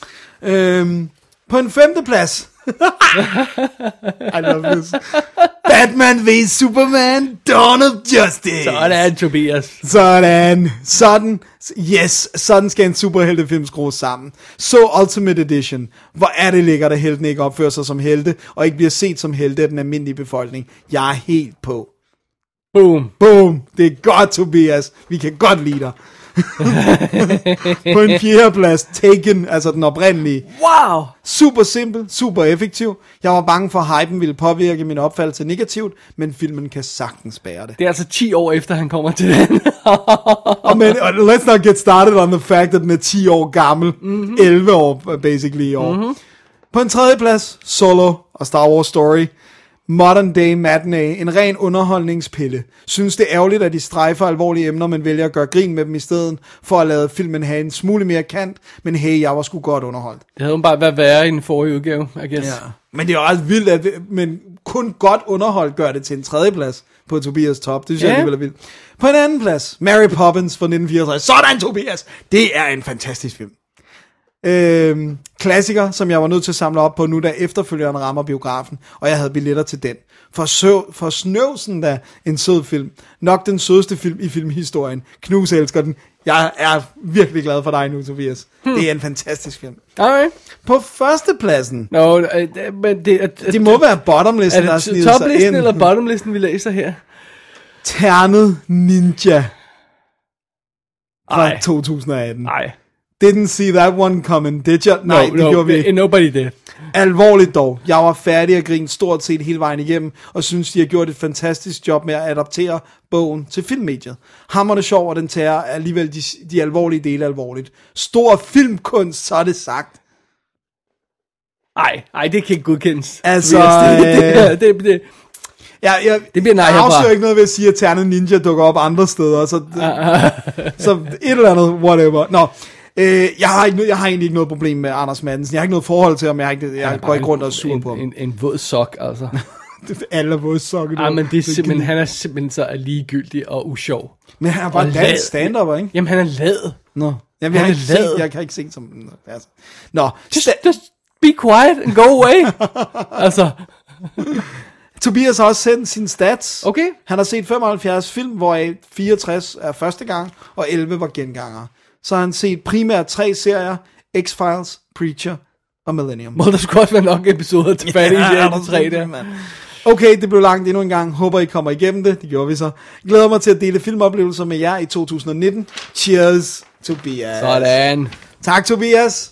På en 5. plads. I love this. Batman v Superman, Dawn of Justice. Sådan, Tobias. Sådan skal en superheltefilm skrues sammen. So Ultimate Edition. Hvor er det lækkert, at helten ikke opfører sig som helte, og ikke bliver set som helte af den almindelige befolkning. Jeg er helt på. Boom. Det er godt, Tobias. Vi kan godt lide dig. På en 4. plads, Taken, altså den oprindelige. Wow! Super simpel, super effektiv. Jeg var bange for, at hypen ville påvirke min opfattelse negativt, men filmen kan sagtens bære det. Det er altså 10 år efter, han kommer til den. Men let's not get started on the fact, at den er 10 år gammel. 11 år, basically, i år. På en 3. plads, Solo og Star Wars Story. Modern Day Matinee, en ren underholdningspille. Synes det er ærgerligt, at de strejfer alvorlige emner, men vælger at gøre grin med dem i stedet, for at lade filmen have en smule mere kant, men hey, jeg var sgu godt underholdt. Det havde jo bare været værre i den forrige udgave, I guess. Ja. Men det er jo ret vildt, at men kun godt underholdt gør det til en 3. plads på Tobias top. Det synes jeg alligevel er vildt. På en 2. plads, Mary Poppins fra 1964. Sådan, Tobias! Det er en fantastisk film. Klassiker, som jeg var nødt til at samle op på nu, da efterfølgeren rammer biografen, og jeg havde billetter til den. For snøvsen da, en sød film. Nok den sødeste film i filmhistorien. Knus elsker den. Jeg er virkelig glad for dig nu, Tobias. Det er en fantastisk film. Okay. På 1. pladsen. Men det må være bottomlisten, der sniger sig ind. Toplisten eller bottomlisten, vi læser her? Ternet Ninja fra 2018. Nej. Didn't see that one coming, did you? Nej, det gjorde vi ikke. Nobody did. Alvorligt dog. Jeg var færdig at grine stort set hele vejen igennem, og synes, de har gjort et fantastisk job med at adaptere bogen til filmmediet. Hamrende sjov, og den tager alligevel de alvorlige dele alvorligt. Stor filmkunst, så er det sagt. Nej, det kan ikke godkendes. Altså, det bliver nej herfra. Jeg afslører ikke noget ved at sige, at Ternet Ninja dukker op andre steder, så et eller andet, whatever. Nå. Jeg har egentlig ikke noget problem med Anders Madsen. Jeg har ikke noget forhold til ham. Jeg går ikke rundt og er sur på ham. En våd sok, altså. Alle er våde sokker. Men det er simpelthen, han er simpelthen så ligegyldig og usjov. Men han er bare dansk stand-up, ikke? Jamen, han er lad. Nå. Jeg kan ikke se som... Altså. Nå. Just be quiet and go away. Altså... Tobias har også sendt sine stats. Okay. Han har set 75 film, hvoraf 64 er første gang, og 11 var genganger. Så har han set primært 3 serier, X-Files, Preacher og Millennium. Må der skulle også være nok episoder til fat i de 3 der. Okay, det blev langt endnu en gang. Håber I kommer igennem det. Det gjorde vi så. Glæder mig til at dele filmoplevelser med jer i 2019. Cheers, Tobias. Sådan. Tak, Tobias.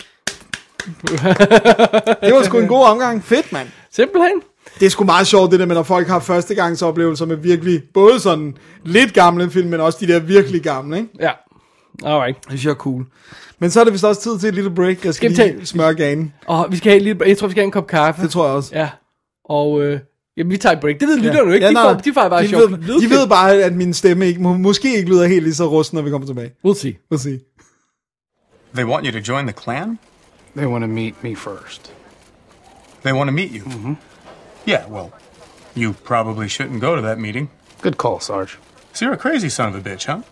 Det var sgu en god omgang. Fedt, mand. Simpelthen. Det er sgu meget sjovt, det der med, når folk har førstegangsoplevelser med virkelig, både sådan lidt gamle film, men også de der virkelig gamle, ikke? Ja. Alright. Det synes jeg er cool. Men så er det vist også tid til et lille break. Jeg skal lige smøre ganen. Og vi skal have jeg tror, vi skal have en kop kaffe. Det tror jeg også. Ja. Og Jamen, vi tager et break. Det ved lytterne jo ikke. De får bare sjovt. De ved bare, at min stemme ikke, måske ikke lyder helt lige så rusten, når vi kommer tilbage. We'll see. They want you to join the Klan? They want to meet me first. They want to meet you? Mm-hmm. Yeah, well, you probably shouldn't go to that meeting. Good call, Sarge. So you're a crazy son of a bitch, huh?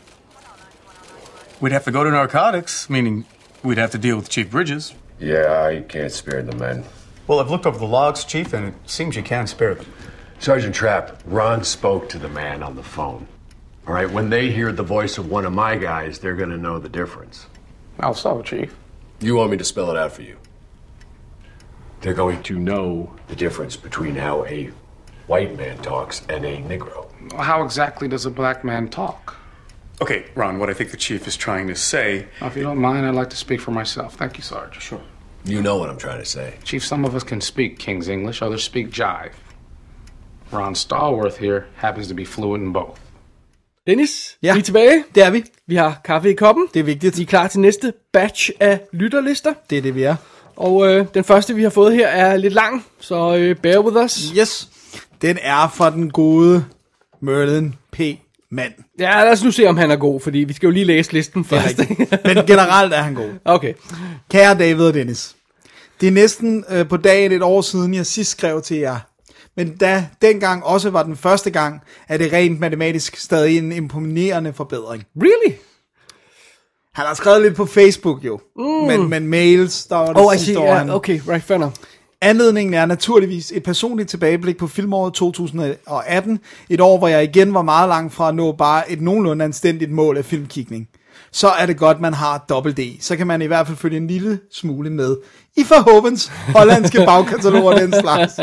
We'd have to go to narcotics, meaning we'd have to deal with Chief Bridges. Yeah, I can't spare the men. Well, I've looked over the logs, Chief, and it seems you can spare them. Sergeant Trapp, Ron spoke to the man on the phone. All right, when they hear the voice of one of my guys, they're going to know the difference. How so, Chief? You want me to spell it out for you? They're going to know the difference between how a white man talks and a Negro. How exactly does a black man talk? Okay, Ron, what I think the Chief is trying to say... If you don't mind, I'd like to speak for myself. Thank you, Sarge. Sure. You know what I'm trying to say. Chief, some of us can speak King's English, others speak jive. Ron Stallworth here happens to be fluent in both. Dennis, ja. Vi er tilbage. Det er vi. Vi har kaffe i koppen. Det er vigtigt. Vi er klar til næste batch af lytterlister. Det er det, vi er. Og den første, vi har fået her, er lidt lang, så bear with us. Yes. Den er fra den gode Merlin P. Mann. Ja, lad os nu se, om han er god, fordi vi skal jo lige læse listen først. Men generelt er han god. Okay. Kære David og Dennis. Det er næsten på dagen et år siden, jeg sidst skrev til jer. Men da dengang også var den første gang, er det rent matematisk stadig en imponerende forbedring. Really? Han har skrevet lidt på Facebook jo. Men mails, der var det sidste år. Okay, right, fair enough. Anledningen er naturligvis et personligt tilbageblik på filmåret 2018. Et år, hvor jeg igen var meget langt fra at nå bare et nogenlunde anstændigt mål af filmkigning. Så er det godt, man har dobbelt D. Så kan man i hvert fald følge en lille smule med i forhåbens hollandske bagkataloger og den slags.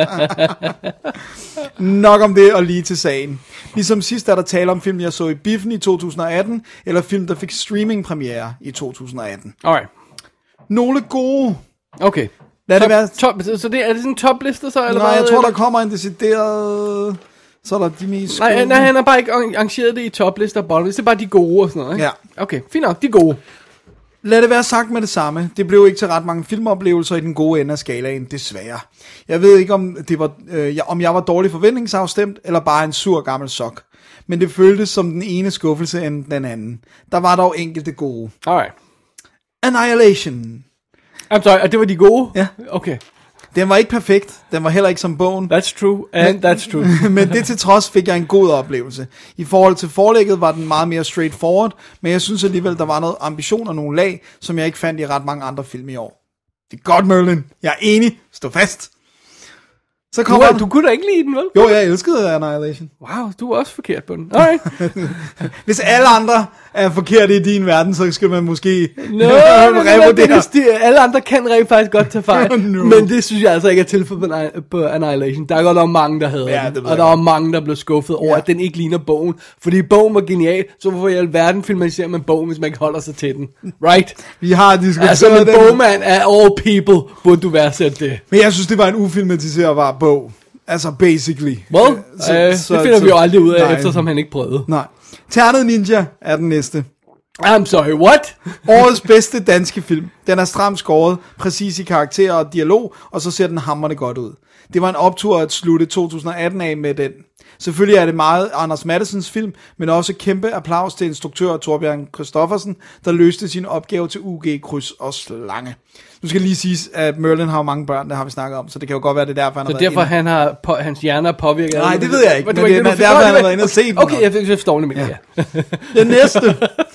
Nok om det og lige til sagen. Ligesom sidst er der tale om film, jeg så i biffen i 2018, eller film, der fik streaming-premiere i 2018. Alright. Nogle gode. Okay. Lad det være. Så det, er det sådan en topliste så? Eller Nej, hvad? jeg tror, der kommer en decideret... Så er der de mest gode. Nej, han har bare ikke arrangeret det i toplister og bottomlister. Det er bare de gode og sådan noget, ikke? Ja. Okay, fint nok, de gode. Lad det være sagt med det samme. Det blev ikke til ret mange filmoplevelser i den gode ende af skalaen, desværre. Jeg ved ikke, om det var, om jeg var dårlig forventningsafstemt, eller bare en sur gammel sok. Men det føltes som den ene skuffelse end den anden. Der var dog enkelte gode. Alright. Annihilation. I'm sorry, og det var de gode? Ja. Okay. Den var ikke perfekt. Den var heller ikke som bogen. That's true, and that's true. Men det til trods fik jeg en god oplevelse. I forhold til forlægget var den meget mere straightforward, men jeg synes alligevel, der var noget ambition og nogle lag, som jeg ikke fandt i ret mange andre film i år. Det er godt, Merlin. Jeg er enig. Stå fast. Så kommer du kunne da ikke lide den, vel? Jo, jeg elskede Annihilation. Wow, du er også forkert på den. Alright. Hvis alle andre er forkerte i din verden, så skal man måske revurdere. Alle andre kan rent faktisk godt tage fejl. Men det synes jeg altså ikke er tilfældet på Annihilation. Der er godt nok mange, der havde den. Og der var mange, der blev skuffet over, at den ikke ligner bogen. Fordi bogen var genial, så hvorfor i alverden filmatiserer man bogen, hvis man ikke holder sig til den? Right? Vi har diskuteret altså, en bogmand af all people, burde du værdsætte det. Men jeg synes, det var en ufilmatiserbar bog. Altså, basically. Well, det finder vi jo aldrig ud af, eftersom han ikke prøvede. Nej. Ternet Ninja er den næste. I'm sorry, what? Årets bedste danske film. Den er stramt skåret, præcis i karakter og dialog, og så ser den hamrende godt ud. Det var en optur at slutte 2018 af med den. Selvfølgelig er det meget Anders Mattesens film, men også kæmpe applaus til instruktør Torbjørn Christoffersen, der løste sin opgave til UG, kryds og slange. Nu skal lige siges, at Merlin har jo mange børn, det har vi snakket om, så det kan jo godt være, det er derfor, han har været hans hjerne er påvirket. Nej, det ved jeg ikke, men det er derfor, han har været inde og set den. Okay, jeg forstår det med det. Den næste.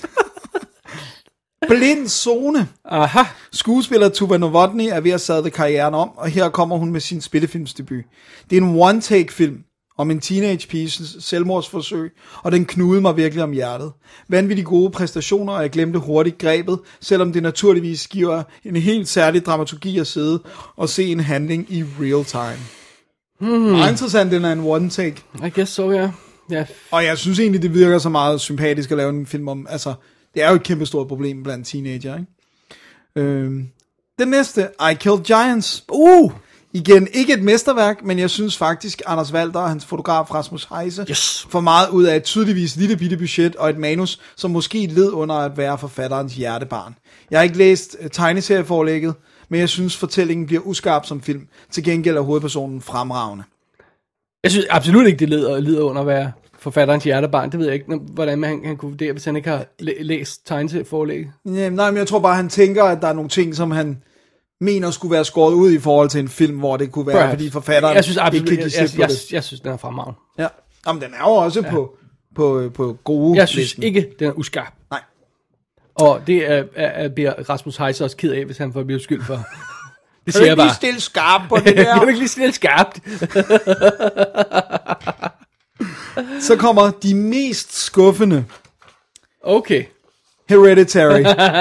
Blind Zone. Aha. Skuespiller Tuva Novotny er ved at sadle karrieren om, og her kommer hun med sin spillefilmsdebut. Det er en one-take-film om en teenage-piges selvmordsforsøg, og den knudede mig virkelig om hjertet. Vanvittigt gode præstationer, og jeg glemte hurtigt grebet, selvom det naturligvis giver en helt særlig dramaturgi at sidde og se en handling i real time. Meget interessant, den er en one-take. I guess so, ja. Yeah. Og jeg synes egentlig, det virker så meget sympatisk at lave en film om, altså, det er jo et kæmpe stort problem blandt teenager, ikke? Den næste, I Killed Giants. Igen, ikke et mesterværk, men jeg synes faktisk, Anders Walter og hans fotograf Rasmus Heise får meget ud af et tydeligvis lille bitte budget og et manus, som måske led under at være forfatterens hjertebarn. Jeg har ikke læst tegneserieforlægget, men jeg synes, fortællingen bliver uskarp som film. Til gengæld er hovedpersonen fremragende. Jeg synes absolut ikke, det lider under at være forfatterens hjertebarn. Det ved jeg ikke, hvordan han kunne vurdere, hvis han ikke har læst tegneserieforlægget. Nej, men jeg tror bare, han tænker, at der er nogle ting, som han mener skulle være skåret ud i forhold til en film, hvor det kunne være, Perhaps. fordi forfatteren jeg synes absolut, ikke kan give slip på det. Jeg synes, den er fremragende. Ja, jamen den er jo også på gode Jeg synes listen. ikke, den er uskarp. Nej. Og det bliver Rasmus Heiser også ked af, hvis han får blive skyld for. Det Kan siger jeg du ikke bare. lige stille skarpt på det der? Kan du ikke lige stille skarpt? Så kommer de mest skuffende. Okay. Hereditary.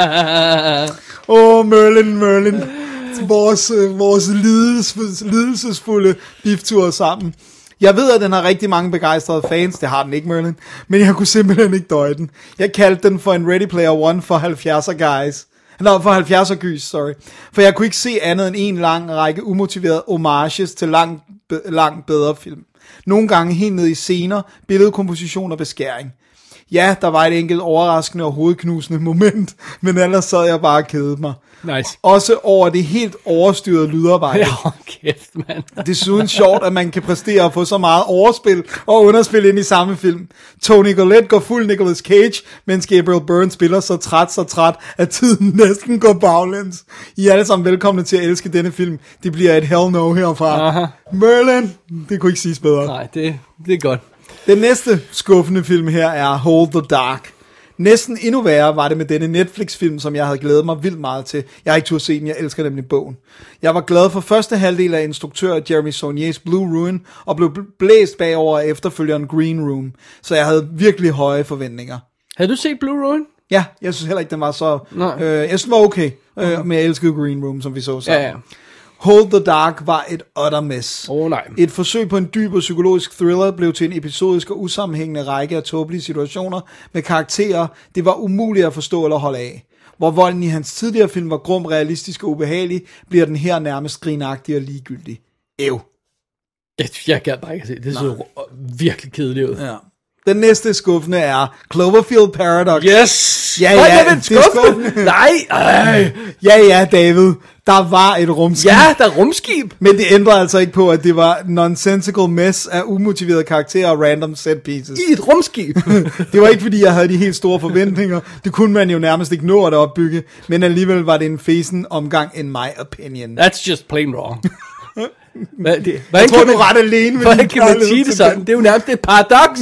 Merlin. Vores lidelsesfulde biftur sammen. Jeg ved, at den har rigtig mange begejstrede fans. Det har den ikke, Merlin. Men jeg kunne simpelthen ikke døje den. Jeg kaldte den for en Ready Player One for 70'er guys. Nå, for 70'er gys, sorry. For jeg kunne ikke se andet end en lang række umotiverede homages til langt bedre film. Nogle gange helt ned i scener, billedkomposition og beskæring. Ja, der var et enkelt overraskende og hovedknusende moment, men ellers sad jeg bare og kedede mig. Nice. Også over det helt overstyrede lydarbejde. Ja, kæft, mand. Desuden sjovt, at man kan præstere at få så meget overspil og underspil ind i samme film. Tony Collette går fuld Nicolas Cage, mens Gabriel Byrne spiller så træt, at tiden næsten går baglæns. I er alle sammen velkomne til at elske denne film. Det bliver et hell no herfra. Aha. Merlin, det kunne ikke siges bedre. Nej, det er godt. Den næste skuffende film her er Hold the Dark. Næsten endnu værre var det med denne Netflix-film, som jeg havde glædet mig vildt meget til. Jeg har ikke turde se den, jeg elsker nemlig bogen. Jeg var glad for første halvdel af instruktør Jeremy Saulniers Blue Ruin, og blev blæst bagover af efterfølgeren Green Room. Så jeg havde virkelig høje forventninger. Havde du set Blue Ruin? Ja, jeg synes heller ikke, den var så... jeg synes, den var okay, men jeg elskede Green Room, som vi så sammen. Ja. Hold the Dark var et utter mess. Nej. Et forsøg på en dyb og psykologisk thriller blev til en episodisk og usammenhængende række af tåbelige situationer med karakterer, det var umuligt at forstå eller holde af. Hvor volden i hans tidligere film var grum, realistisk og ubehagelig, bliver den her nærmest grinagtig og ligegyldig. Jeg gad bare ikke at se. Det så virkelig kedeligt ud. Ja. Den næste skuffende er Cloverfield Paradox. Yes! Ja, det er skuffende. Nej! Ja, David. Der var et rumskib. Ja, der er rumskib. Men det ændrer altså ikke på, at det var nonsensical mess af umotiverede karakterer og random set pieces. I et rumskib. Det var ikke, fordi jeg havde de helt store forventninger. Det kunne man jo nærmest ikke nå at opbygge. Men alligevel var det en fesen omgang, in my opinion. That's just plain wrong. Jeg tror, du er ret alene med hvordan kan man sige det sådan? Det er jo nærmest et paradoks.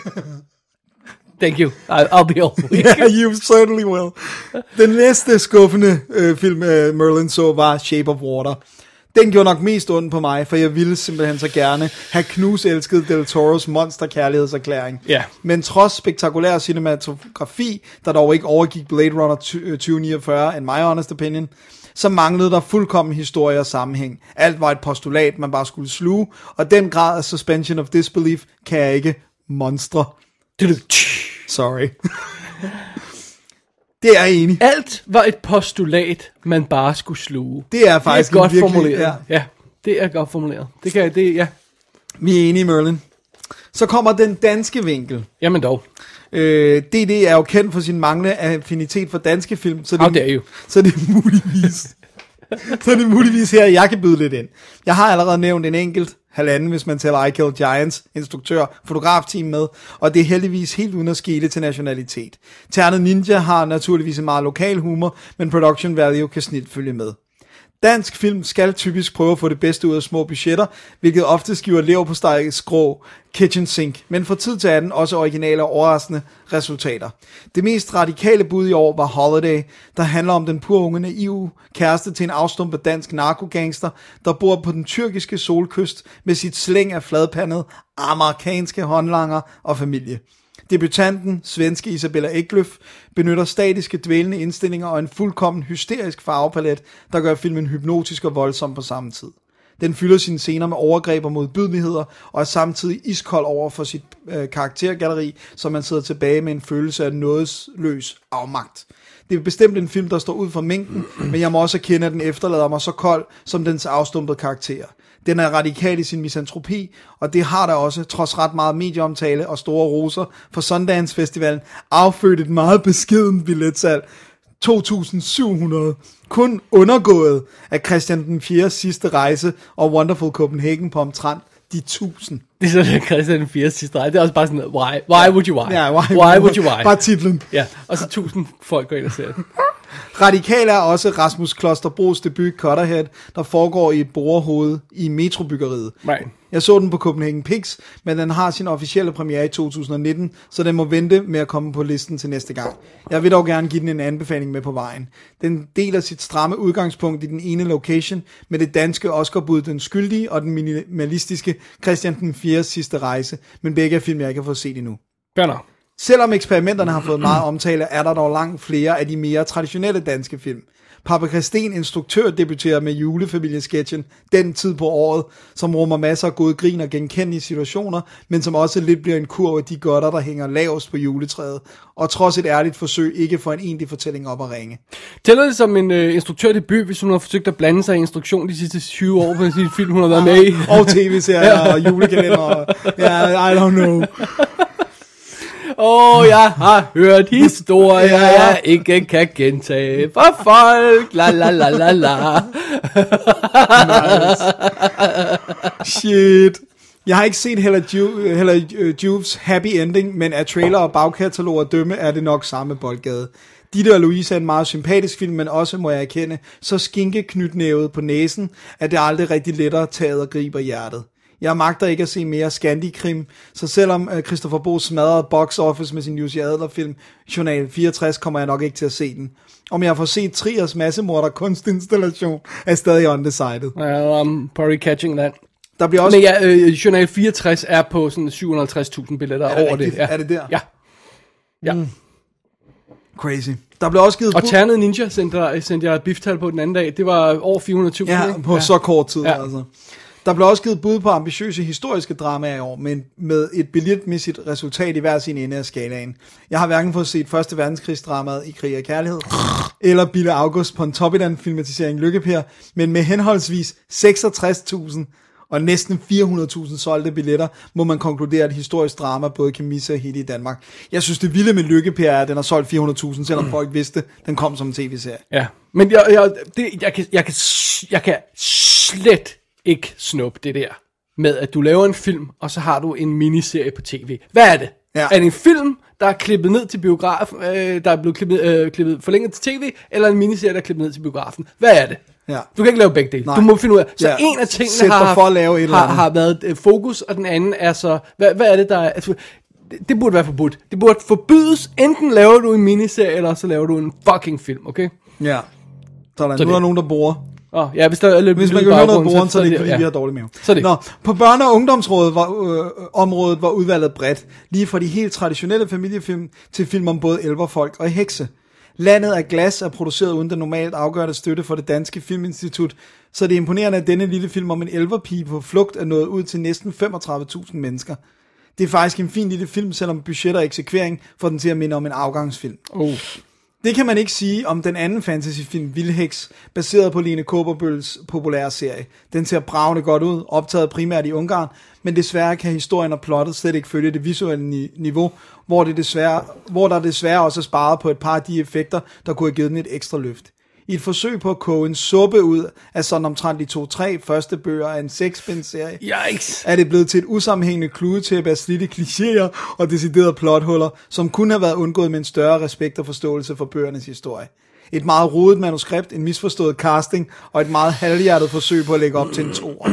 Thank you. I'll be all week. Yeah, you certainly will. Den næste skuffende film, Merlin så, var Shape of Water. Den gjorde nok mest ondt på mig, for jeg ville simpelthen så gerne have knuselsket Del Toros monsterkærlighedserklæring. Yeah. Men trods spektakulær cinematografi, der dog ikke overgik Blade Runner 2049, in my honest opinion, så manglede der fuldkommen historie og sammenhæng. Alt var et postulat, man bare skulle sluge, og den grad af suspension of disbelief kan jeg ikke monstre. Sorry. Det er jeg enig. Alt var et postulat, man bare skulle sluge. Det er faktisk godt virkelig, formuleret. Ja, det er godt formuleret. Ja. Vi er enige, Merlin. Så kommer den danske vinkel. Jamen dog. DD er jo kendt for sin manglende affinitet for danske film, så det er muligvis her, jeg kan byde lidt ind. Jeg har allerede nævnt en enkelt halvanden, hvis man tæller I Kill Giants, instruktør, fotografteam med, og det er heldigvis helt uden at skele til nationalitet. Ternet Ninja har naturligvis en meget lokal humor, men production value kan snilt følge med. Dansk film skal typisk prøve at få det bedste ud af små budgetter, hvilket ofte giver leverpostej skrå kitchen sink, men for tid til anden også originale og overraskende resultater. Det mest radikale bud i år var Holiday, der handler om den pure unge naive kæreste til en afstumpet dansk narkogangster, der bor på den tyrkiske solkyst med sit slæng af fladpandede amerikanske håndlanger og familie. Debutanten, svenske Isabella Eklöf, benytter statiske dvælende indstillinger og en fuldkommen hysterisk farvepalet, der gør filmen hypnotisk og voldsom på samme tid. Den fylder sine scener med overgreb og modbydeligheder, og er samtidig iskold over for sit karaktergalleri, så man sidder tilbage med en følelse af nådesløs afmagt. Det er bestemt en film, der står ud for mængden, men jeg må også erkende, at den efterlader mig så kold som dens afstumpede karakter. Den er radikal i sin misantropi, og det har der også, trods ret meget medieomtale og store roser for Sundance Festivalen, affødt et meget beskeden billetsalg. 2.700. Kun undergået af Christian den 4. sidste rejse og Wonderful Copenhagen på omtrent de 1000. Det er sådan Christian den 4. sidste rej. Det er også bare sådan, why would you why? Ja, why would you why? Bare titlen. Ja, og så 1000 folk går ind og ser den. Radikal er også Rasmus Klosterbros debut Cutterhead, der foregår i et borehoved i metrobyggeriet. Right. Jeg så den på Copenhagen Pix, men den har sin officielle premiere i 2019, så den må vente med at komme på listen til næste gang. Jeg vil dog gerne give den en anbefaling med på vejen. Den deler sit stramme udgangspunkt i den ene location med det danske Oscar-bud Den Skyldige og den minimalistiske Christian den 4. sidste rejse, men begge er film, jeg ikke har fået set endnu. Bjørner. Selvom eksperimenterne har fået meget omtale, er der dog langt flere af de mere traditionelle danske film. Paprika Steen, instruktør, debuterer med julefamiliesketchen Den Tid på Året, som rummer masser af gode grin og genkendelige situationer, men som også lidt bliver en kurv af de godter, der hænger lavest på juletræet, og trods et ærligt forsøg ikke får en egentlig fortælling op at ringe. Tæller det som en instruktørdebut, hvis hun har forsøgt at blande sig i instruktion de sidste 20 år på sin film, hun har været med i? Og tv-serier og julekalender. Ja, I don't know. Jeg har hørt historier, jeg ikke kan gentage for folk. La la la la la. Nice. Shit. Jeg har ikke set Hella Juves Happy Ending, men af trailer og bagkatalog at dømme er det nok samme boldgade. Ditte og Louise er en meget sympatisk film, men også, må jeg erkende, så skinkeknytnævet på næsen, at det aldrig rigtig lettere taget og griber hjertet. Jeg magter ikke at se mere Scandi-krim, så selvom Christoffer Boe smadrede box office med sin Jussi Adler-film Journal 64, kommer jeg nok ikke til at se den. Om jeg får set Triers massemorder kunstinstallation, er stadig undecided. I'm probably catching that. Der bliver også... Men Journal 64 er på sådan 750.000 billetter over det. Ja. Er det der? Ja. Crazy. Der blev også givet... Og Ternet Ninja sendte jeg et biftal på den anden dag. Det var over 400.000. Ja, på så kort tid, altså. Der blev også givet bud på ambitiøse historiske dramaer i år, men med et billetmæssigt resultat i hver sin ende af skalaen. Jeg har hverken fået set Første Verdenskrigsdramaet I Krig og Kærlighed, eller Bille August Pontoppidan-filmatisering Lykke-Per, men med henholdsvis 66.000 og næsten 400.000 solgte billetter, må man konkludere, at historisk drama både kan misse og hitte i Danmark. Jeg synes, det vilde med Lykke-Per er, at den har solgt 400.000, selvom folk vidste, den kom som en tv-serie. Ja, men jeg kan slet ikke snuppe det der med, at du laver en film, og så har du en miniserie på tv. Hvad er det? Ja. Er det en film, der er klippet ned til biografen, der er blevet klippet forlænget til tv, eller en miniserie, der er klippet ned til biografen? Hvad er det? Ja. Du kan ikke lave begge dele. Du må finde ud af. Så en af tingene har været fokus, og den anden er så, hvad er det, der er... Altså, det burde være forbudt. Det burde forbydes. Enten laver du en miniserie, eller så laver du en fucking film, okay? Ja. Sådan. Nu er der nogen, der borer. Ja, hvis man kan høre noget boren, så er det ikke, fordi vi har dårlig mave. Nå, på børne- og ungdomsområdet området var udvalget bredt, lige fra de helt traditionelle familiefilm til film om både elverfolk og hekse. Landet af glas er produceret uden den normalt afgørende støtte for det danske filminstitut, så det er imponerende, at denne lille film om en elverpige på flugt er nået ud til næsten 35.000 mennesker. Det er faktisk en fin lille film, selvom budget og eksekvering får den til at minde om en afgangsfilm. Det kan man ikke sige om den anden fantasyfilm Vildheks, baseret på Lene Kaaberbøls populære serie. Den ser bravende godt ud, optaget primært i Ungarn, men desværre kan historien og plottet slet ikke følge det visuelle niveau, hvor der desværre også er sparet på et par af de effekter, der kunne have givet den et ekstra løft. I et forsøg på at koge en suppe ud af sådan omtrent de 2-3 første bøger af en 6-bind-serie, er det blevet til et usammenhængende kludetæppe af slidte klichéer og deciderede plothuller, som kunne have været undgået med en større respekt og forståelse for bøgernes historie. Et meget rodet manuskript, en misforstået casting og et meget halvhjertet forsøg på at lægge op til en toer.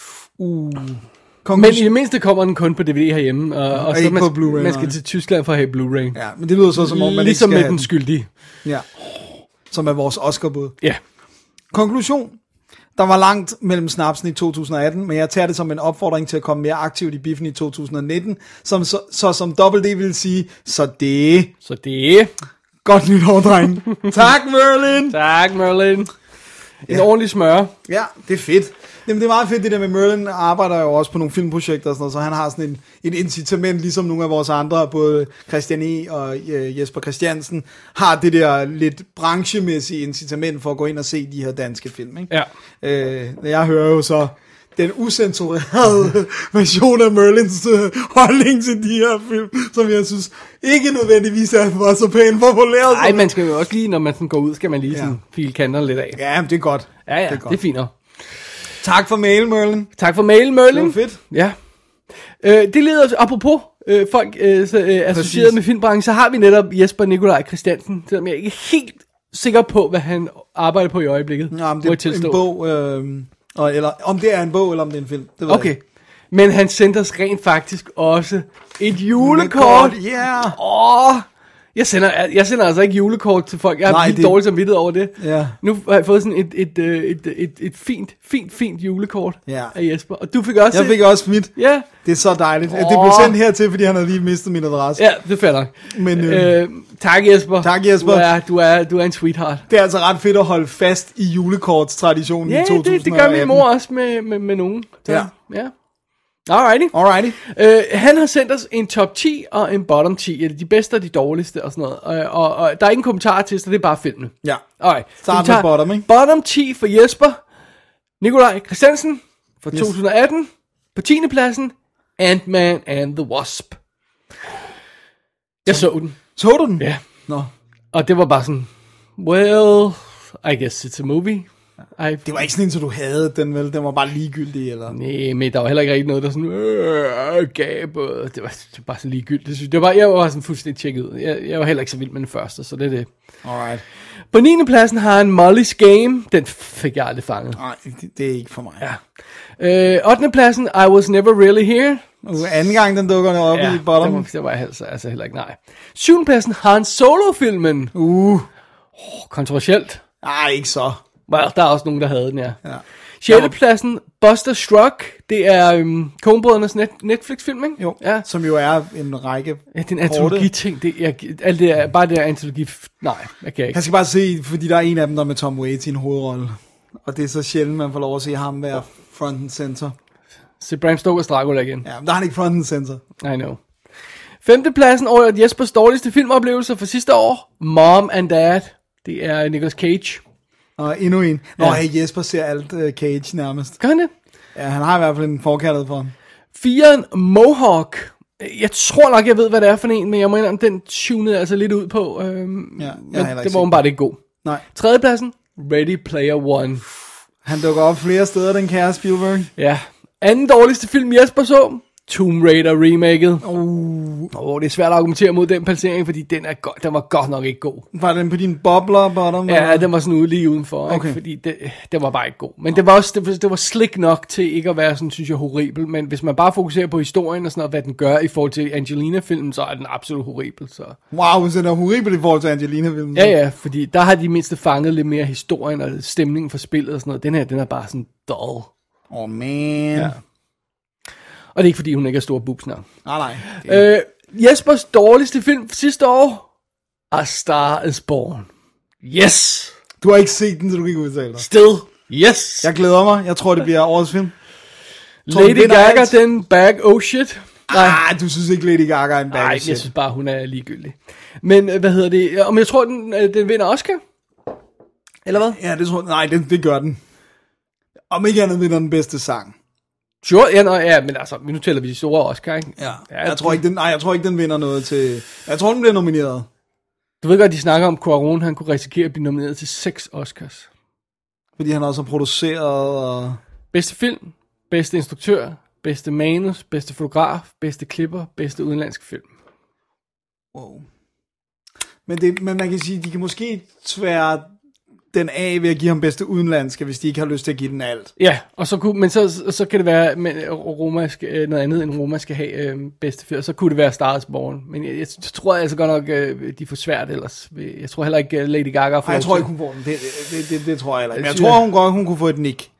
Men i det mindste kommer den kun på DVD herhjemme, og så på Blu-ray, man skal til Tyskland for at have Blu-ray. Ja, men det lyder så som om man ligesom ikke skal med Den Skyldige. Ja. Som er vores Oscar-bud. Ja. Konklusion. Der var langt mellem snapsen i 2018, men jeg tager det som en opfordring til at komme mere aktivt i biffen i 2019, som Double D vil sige, så det. Godt nytår, dreng. Tak, Merlin. Tak, Merlin. En ordentlig smør. Ja, det er fedt. Jamen, det er meget fedt, det der med Merlin arbejder jo også på nogle filmprojekter og sådan noget, så han har sådan et incitament, ligesom nogle af vores andre, både Christian E. og Jesper Christiansen, har det der lidt branchemæssige incitament for at gå ind og se de her danske film, ikke? Ja. Jeg hører jo så den usensurerede version af Merlins holdning til de her film, som jeg synes ikke nødvendigvis var så pænt populært. Nej, man skal jo også lige, når man sådan går ud, skal man lige sådan file kanterne lidt af. Ja, det er godt. Ja, det er fint nok. Tak for mail, Merlin. Tak for mail, Merlin. Det var fedt. Ja. Det leder os, apropos folk associeret med filmbranchen, så har vi netop Jesper Nikolaj Christiansen, selvom jeg ikke er helt sikker på, hvad han arbejder på i øjeblikket. Ja, om det er en bog, eller om det er en bog, eller om det er en film. Det ved okay. Men han sendte os rent faktisk også et julekort. Yeah. Jeg sender altså ikke julekort til folk. Jeg har helt dårligt samvittighed over det. Yeah. Nu har jeg fået sådan et fint julekort af Jesper. Og du fik også Jeg fik også mit. Ja. Det er så dejligt. Det blev sendt hertil, fordi han havde lige mistet min adresse. Ja, det falder. Men tak Jesper. Tak Jesper. Du er en sweetheart. Det er altså ret fedt at holde fast i julekortstraditionen i 2018. Det gør min mor også med nogen. Så, ja. Alrighty. Han har sendt os en top 10 og en bottom 10, eller de bedste og de dårligste og sådan noget. Og der er ingen kommentarer til, så det er bare filmene. Ja. Alright. Start med bottom, ikke? Bottom 10 for Jesper Nikolaj Christiansen fra 2018. På 10. pladsen, Ant-Man and the Wasp. Jeg så den. Så du den? Ja. Nå. Og det var bare sådan, well, I guess it's a movie. Det var ikke sådan en, så du havde den, vel? Den var bare ligegyldig, eller? Nej, men der var heller ikke rigtig noget, der sådan, gab, det var bare så ligegyldigt. Jeg var sådan fuldstændig tjekket ud. Jeg var heller ikke så vild med den første, så det er det. Alright. På 9. pladsen har han Molly's Game. Den fik jeg aldrig fanget. Nej, det er ikke for mig. Ja. 8. pladsen, I Was Never Really Here. Anden gang, den dukker op i bottom. Det var altså heller ikke, nej. 7. pladsen, Han Solo-filmen. Kontroversielt. Nej, ikke så. Well, der er også nogen, der havde den, ja. 6. pladsen, Buster Struck. Det er Coen-brødrenes Netflix-film, ikke? Jo, som jo er en række. Ja, det er en antologi-ting. Alt det er bare det er antologi. Nej, jeg kan ikke. Jeg skal bare se, fordi der er en af dem, der med Tom Waits i en hovedrolle. Og det er så sjældent, man får lov at se ham være front and center. Se Bram Stoker's Dracula igen. Ja, men der er han ikke front and center. I know. 5. pladsen over Jespers dårligste filmoplevelser for sidste år. Mom and Dad. Det er Nicolas Cage. Og endnu en. Jesper ser alt Cage nærmest. Gør han det? Ja, han har i hvert fald en forkærlighed for ham. 4. Mohawk. Jeg tror nok, jeg ved, hvad det er for en, men jeg må indrømme, den tunede altså lidt ud på. Men det var bare ikke god. Nej. 3. pladsen, Ready Player One. Han dukker op flere steder, den kære Spielberg. Ja. Anden dårligste film, Jesper så, Tomb Raider remaket. Det er svært at argumentere mod den placering, fordi den var godt nok ikke god. Var den på din bobler bottom? Ja, den var sådan ude lige udenfor, okay. Ikke? Fordi det var bare ikke god. Men det var også det var slick nok til ikke at være sådan, synes jeg, horribel. Men hvis man bare fokuserer på historien og sådan noget, hvad den gør i forhold til Angelina-filmen, så er den absolut horribel. Så. Wow, så den er horribel i forhold til Angelina-filmen. Ja, fordi der har de mindste fanget lidt mere historien og stemningen for spillet og sådan noget. Den her, den er bare sådan dull. Man. Ja. Og det er ikke fordi hun ikke er stor boobsnavn. Nej. Jespers dårligste film sidste år, A Star Is Born. Yes! Du har ikke set den, så du kan ikke udtale dig. Still. Yes! Jeg glæder mig. Jeg tror, det bliver årets film. Lady Gaga, den bag, oh shit. Nej, du synes ikke Lady Gaga er en bag, nej, jeg synes bare, hun er ligegyldig. Men hvad hedder det? Om jeg tror, den vinder Oscar? Eller hvad? Ja, det tror jeg. Nej, det gør den. Om ikke andet vinder den bedste sang. Sure, ja, men altså, nu tæller vi de store Oscar, ikke? Ja, jeg tror ikke, den vinder noget til. Jeg tror, den bliver nomineret. Du ved godt, de snakker om Cuarón, han kunne risikere at blive nomineret til 6 Oscars. Fordi han også har produceret og... Bedste film, bedste instruktør, bedste manus, bedste fotograf, bedste klipper, bedste udenlandske film. Wow. Men man kan sige, de kan måske tvære den af ved at give ham bedste udenlandske, hvis de ikke har lyst til at give den alt. Ja, og så kan det være, at Roma noget andet end Roma skal have bedste film, så kunne det være Star Is Born. Men jeg tror altså godt nok, de får svært ellers. Jeg tror heller ikke Lady Gaga får. Nej, jeg tror ikke, hun får den. Det tror jeg heller ikke. Men jeg tror, hun godt kunne få et nick.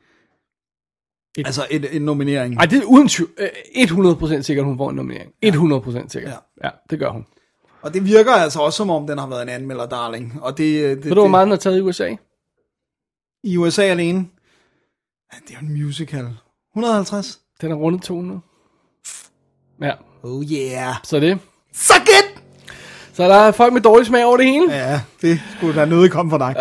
Altså en nominering. Nej, det er uden 100% sikkert, hun får en nominering. 100% sikkert. Ja, det gør hun. Og det virker altså også, som om den har været en anmelder darling. Og ved du, hvor meget den har taget i USA? I USA alene? Ja, det er en musical. 150? Den er rundet 200. Ja. Oh yeah. Så det. Suck it! Så der er folk med dårlig smag over det hele. Ja, det skulle da noget komme fra dig.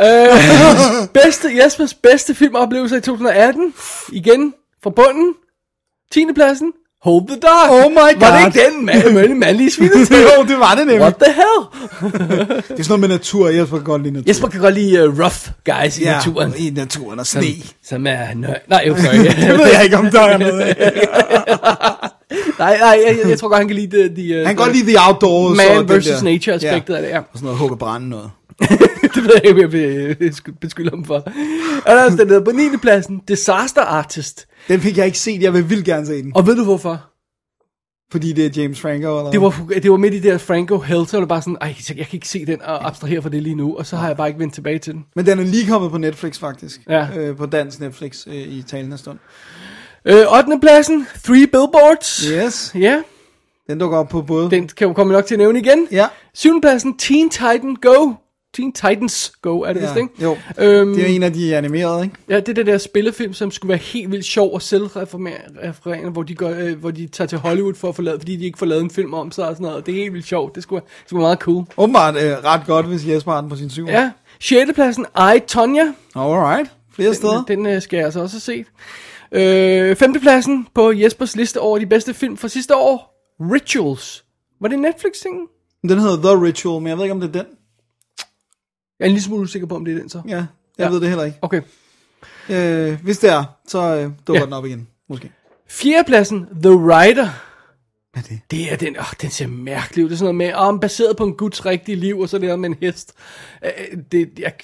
Jespers bedste filmoplevelse i 2018. Igen fra bunden. 10. pladsen. Hold the Dog. Oh my god. Var det ikke den mandlige svinetid? Jo, det var det nemlig. What the hell? Det er sådan noget med natur. Jesper kan godt lide natur. Jesper kan godt lide rough guys i naturen. I naturen og sne. Som er nej, sorry. Det ved jeg ikke, om der er noget af. Nej, jeg tror godt, han kan lide han kan godt lide the outdoors. Man versus nature aspektet af det, ja. Og sådan noget hugge brænde noget. Det ved jeg ikke, om jeg vil beskylde ham for. Og der er den der på 9. pladsen, Disaster Artist. Den fik jeg ikke set, jeg vil vildt gerne se den. Og ved du hvorfor? Fordi det er James Franco, eller det var midt i det der Franco Hell, så var det bare sådan, jeg kan ikke se den og abstrahere fra det lige nu, og så har jeg bare ikke vendt tilbage til den. Men den er lige kommet på Netflix, faktisk. Ja. På dansk Netflix i talende stund. 8. pladsen, Three Billboards. Yes. Ja. Den dukker op på både. Den kan jo komme nok til at nævne igen. Ja. 7. pladsen, Teen Titans Go, er det vist, ikke? Jo, det er en af de animerede, ikke? Ja, det er det der spillefilm, som skulle være helt vildt sjov og selvrefererende, hvor de tager til Hollywood for at få lavet, fordi de ikke får lavet en film om sig og sådan noget. Det er helt vildt sjovt. Det skulle være meget cool. Åbenbart ret godt, hvis Jesper har den på sin 7. Ja. 6. pladsen, I, Tonya. Alright. Flere steder. Den skal jeg altså også have set. 5. pladsen på Jespers liste over de bedste film fra sidste år, Rituals. Var det Netflix-tingen? Den hedder The Ritual, men jeg ved ikke, om det er den. Jeg er en lille smule usikker på, om det er den så. Ja, jeg ved det heller ikke. Okay. Hvis det er, så dukker den op igen, måske. 4. pladsen, The Rider. Hvad er det? Det er den, den ser mærkelig ud. Det er sådan noget med, baseret på en guds rigtige liv, og så er det med en hest. Det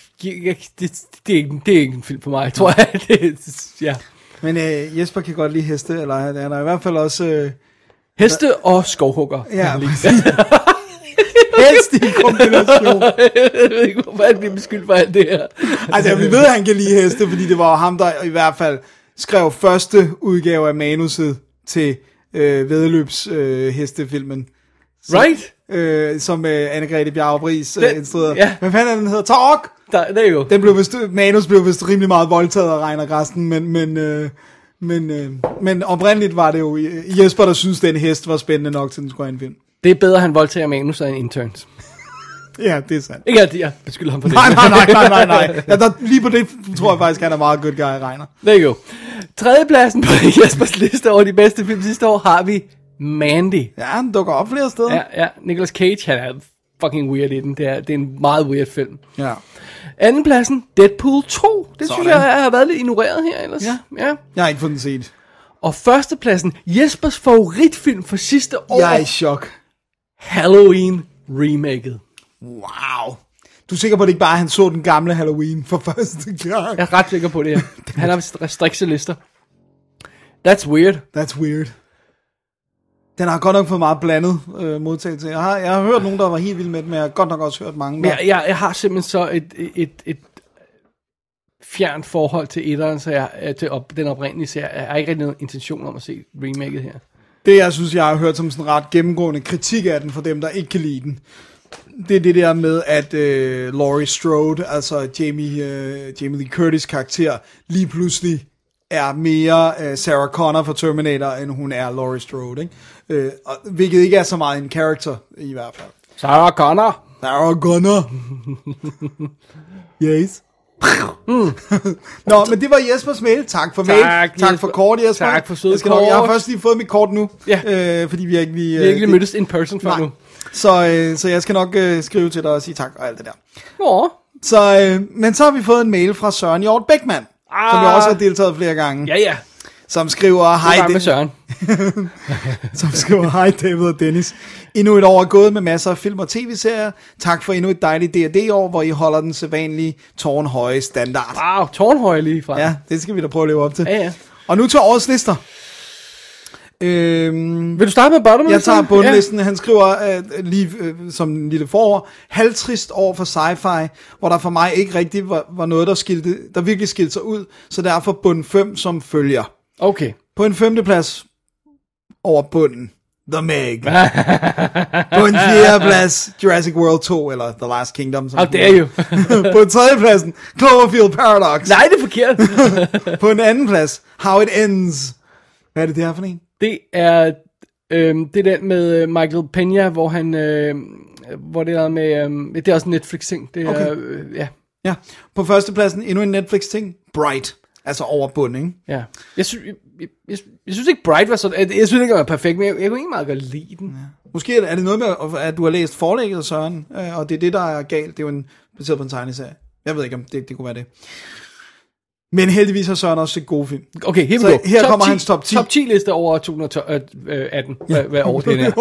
er ikke en film for mig, tror jeg. Ja. Men Jesper kan godt lide heste, eller han er i hvert fald også... heste og skovhugger. Ja, helst i kombination. Jeg ved ikke, hvorfor han bliver beskyldt for alt det her. Altså, vi ved, at han kan lide heste, fordi det var ham, der i hvert fald skrev første udgave af manuset til væddeløbs hestefilmen. Right? Som Anne-Grethe Bjarup-Riis instruerede. Ja. Hvad fanden er den hedder? Talk! Der er jo. Manus blev vist rimelig meget voldtaget af Reiner Grasten, men oprindeligt var det jo Jesper, der synes den hest var spændende nok, til den skulle have en film. Det er bedre, han voldtager manus end interns. Ja, det er sandt. Ikke at jeg beskylder ham for det. Nej. Ja, lige på det tror jeg faktisk, han er meget good guy, Reiner. There you go. 3. pladsen på Jespers liste over de bedste film sidste år har vi Mandy. Ja, den dukker op flere steder. Ja. Nicolas Cage, han er fucking weird i den. Det er en meget weird film. Ja. 2. pladsen, Deadpool 2. Det synes jeg har været lidt ignoreret her ellers. Ja. Jeg har ikke fået den set. Og 1. pladsen, Jespers favoritfilm for sidste år. Jeg er i chok. Halloween remaket. Wow. Du er sikker på, at det ikke bare er, han så den gamle Halloween for første gang? Jeg er ret sikker på det her. Han har strikse-lister. That's weird. Den har godt nok fået meget blandet modtagelse. Jeg har hørt nogen, der var helt vilde med den, men jeg har godt nok også hørt mange. Men jeg har simpelthen så et fjernt forhold til etteren, så til den oprindelige serie. Jeg har ikke rigtig nogen intention om at se remaket her. Det, jeg synes, jeg har hørt som sådan en ret gennemgående kritik af den, for dem, der ikke kan lide den, det er det der med, at Laurie Strode, altså Jamie Lee Curtis karakter, lige pludselig er mere Sarah Connor fra Terminator, end hun er Laurie Strode, ikke? Hvilket ikke er så meget en character, i hvert fald. Sarah Connor. Yes. Nå, men det var Jespers mail. Tak for mail. Tak for kort, Jesper. Tak for søde kort. Jeg har først lige fået mit kort nu. Ja. Fordi vi har ikke lige... Vi har ikke lige mødtes in person før nu. Så jeg skal nok skrive til dig og sige tak og alt det der. Nå. Men så har vi fået en mail fra Søren Hjort Beckmann, som jeg også har deltaget flere gange. Ja. Som skriver, hej Søren. som skriver, hej David og Dennis. Endnu et år er gået med masser af film og tv-serier. Tak for endnu et dejligt D&D-år, hvor I holder den sædvanlige tårnhøje standard. Wow, tårnhøje lige fra. Ja, det skal vi da prøve at leve op til. Ja. Og nu til årets lister. Vil du starte med bottom? Jeg tager bundlisten. Han skriver lige som en lille forår, halvtrist år for sci-fi, hvor der for mig ikke rigtig var noget, der virkelig skilte sig ud, så derfor bund 5 som følger. Okay. På en 5. plads over bunden, The Meg. På en 4. plads, Jurassic World 2, eller The Last Kingdom. How dare you? På en 3. pladsen, Cloverfield Paradox. Nej, det er forkert. På en 2. plads, How It Ends. Hvad er det her for en? Det er det der med Michael Peña, hvor han hvor det er med det er også en Netflix ting. Det er okay. Ja. På 1. pladsen endnu en Netflix ting, Bright. Altså over bund, ikke? Ja. Jeg synes ikke Bright var sådan, jeg synes ikke, det var perfekt, men jeg kunne ikke meget godt lide den. Ja. Måske er det noget med, at du har læst forlægget, Søren, og det er det, der er galt. Det er jo baseret på en tegneserie. Jeg ved ikke, om det kunne være det. Men heldigvis har Søren også set gode film. Okay, her kommer hans top 10. Top 10 liste over 2018. Hvad år det er.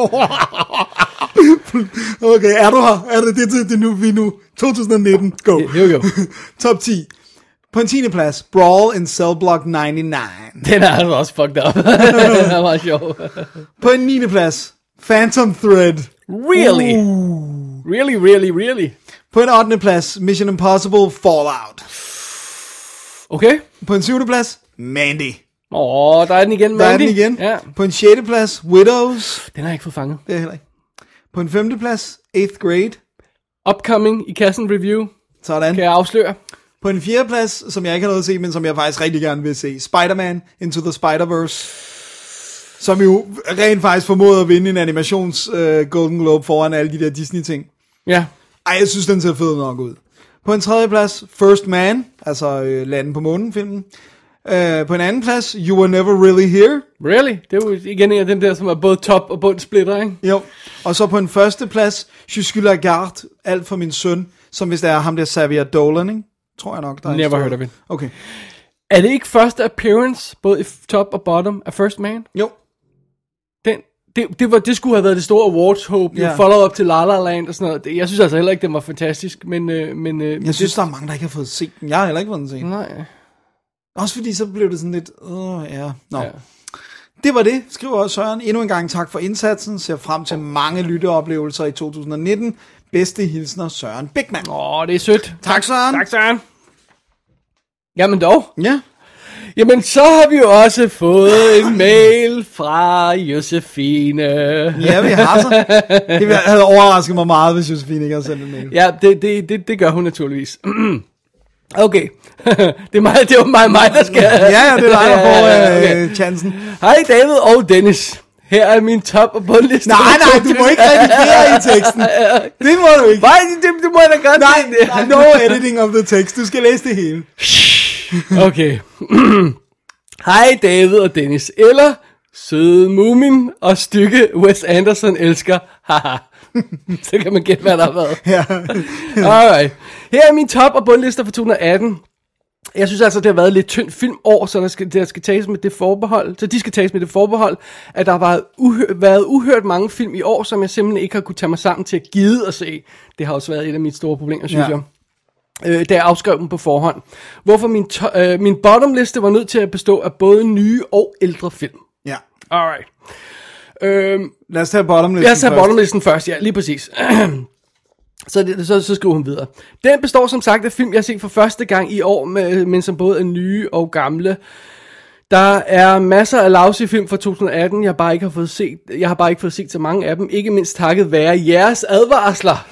Okay, er du her? Er det nu, vi nu? 2019, go. Here we go. Top 10. På en 10. plads, Brawl in Cell Block 99. Den er altså også fucked up. Den er meget sjov. På en 9. plads, Phantom Thread. Really? Really? På en 8. plads, Mission Impossible Fallout. Okay. På en 7. plads, Mandy. Der er den igen, Mandy. Ja. På en 6. plads, Widows. Den har jeg ikke fået fanget. Det er heller ikke. På en 5. plads, 8th Grade. Upcoming i kassen review. Sådan. Kan jeg afsløre? På en 4. plads, som jeg ikke har noget at se, men som jeg faktisk rigtig gerne vil se, Spider-Man Into the Spider-Verse. Som jo rent faktisk formåede at vinde en animations Golden Globe foran alle de der Disney-ting. Ja. Ej, jeg synes, den ser fed nok ud. På en 3. plads, First Man, altså Landen på månen-filmen. På en 2. plads, You Were Never Really Here. Really? Det er jo igen en af dem der, som er både top og bund splitter, ikke? Jo. Og så på en 1. plads, Je suis la garde, alt for min søn, som hvis det er ham der Xavier Dolan, ikke? Tror jeg nok, der er Never heard of it. Okay. Er det ikke første appearance, både i top og bottom, af First Man? Jo. Det skulle have været det store awards hope, jo follow up til La La Land og sådan noget. Jeg synes altså heller ikke, den var fantastisk, men jeg synes, der er mange, der ikke har fået set den. Jeg har heller ikke fået den set. Nej. Også fordi så blev det sådan lidt, ja. Nå. Ja. Det var det, skriver også Søren. Endnu en gang tak for indsatsen. Ser frem til mange lytteoplevelser i 2019. Bedste hilsner, Søren Bigman. Det er sødt. Tak, Søren. Tak, Søren. Jamen dog. Ja. Jamen, så har vi jo også fået en mail fra Josefine. Ja, vi har så. Det havde overrasket mig meget, hvis Josefine ikke havde sendt en mail. Ja, det gør hun naturligvis. Okay. det var mig, der skal... Ja, det er dig, der får chancen. Hej David og Dennis. Her er min top- og bundliste. Nej, du må ikke redigere i teksten. Det må du ikke. Nej, det må jeg da godt. Nej, no editing of the text. Du skal læse det hele. Okay. Hej David og Dennis. Eller søde Mumin og stykke Wes Anderson elsker. Haha. Så kan man gætte, hvad der har været. Ja. Alright. Her er min top- og bundlister for 2018. Jeg synes altså, det har været lidt tyndt filmår, så der skal tages med det forbehold. Så de skal tages med det forbehold, at der har været uhørt mange film i år, som jeg simpelthen ikke har kunne tage mig sammen til at gide at se. Det har også været et af mine store problemer, synes jeg. Da jeg afskrev dem på forhånd. Hvorfor min bottomliste var nødt til at bestå af både nye og ældre film. Ja. Alright. Lad os tage bottomlisten først. Ja, lige præcis. Så skriver hun videre. Den består som sagt af film, jeg har set for første gang i år, men som både er nye og gamle. Der er masser af lousy film fra 2018, jeg har bare ikke fået set så mange af dem, ikke mindst takket være jeres advarsler.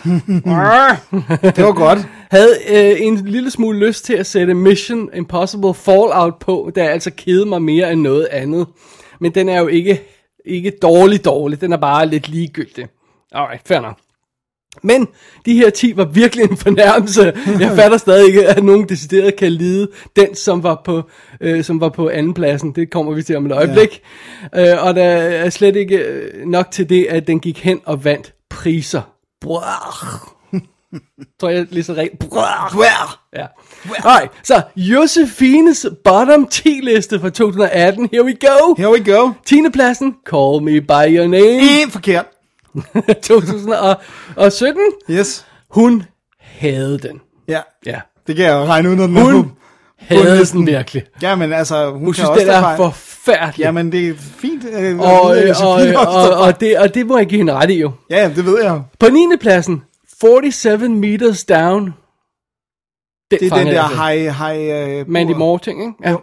Det var godt. Havde en lille smule lyst til at sætte Mission Impossible Fallout på, da jeg altså kedede mig mere end noget andet. Men den er jo ikke dårlig, den er bare lidt ligegyldig. Alright, fair nok. Men de her 10 var virkelig en fornærmelse. Jeg fatter stadig ikke, at nogen decideret kan lide den, som var på anden pladsen. Det kommer vi til om et øjeblik. Ja. Og der er slet ikke nok til det, at den gik hen og vandt priser. Tror jeg lige så rent. Ja. Alright, så Josefines bottom 10 liste for 2018. Here we go. 10. pladsen, Call Me By Your Name. Forkert. 2017. Yes. Hun havde den. Ja. Ja. Det kan jeg jo regne ud, når den hun havde den virkelig. Jamen altså, hun synes, det er forfærdeligt. Jamen, det er fint. Og det må jeg give hende ret i jo. Ja, det ved jeg jo. På 9. pladsen, 47 Meters Down. Det er den der high Mandy Moore ting, ikke? Ja.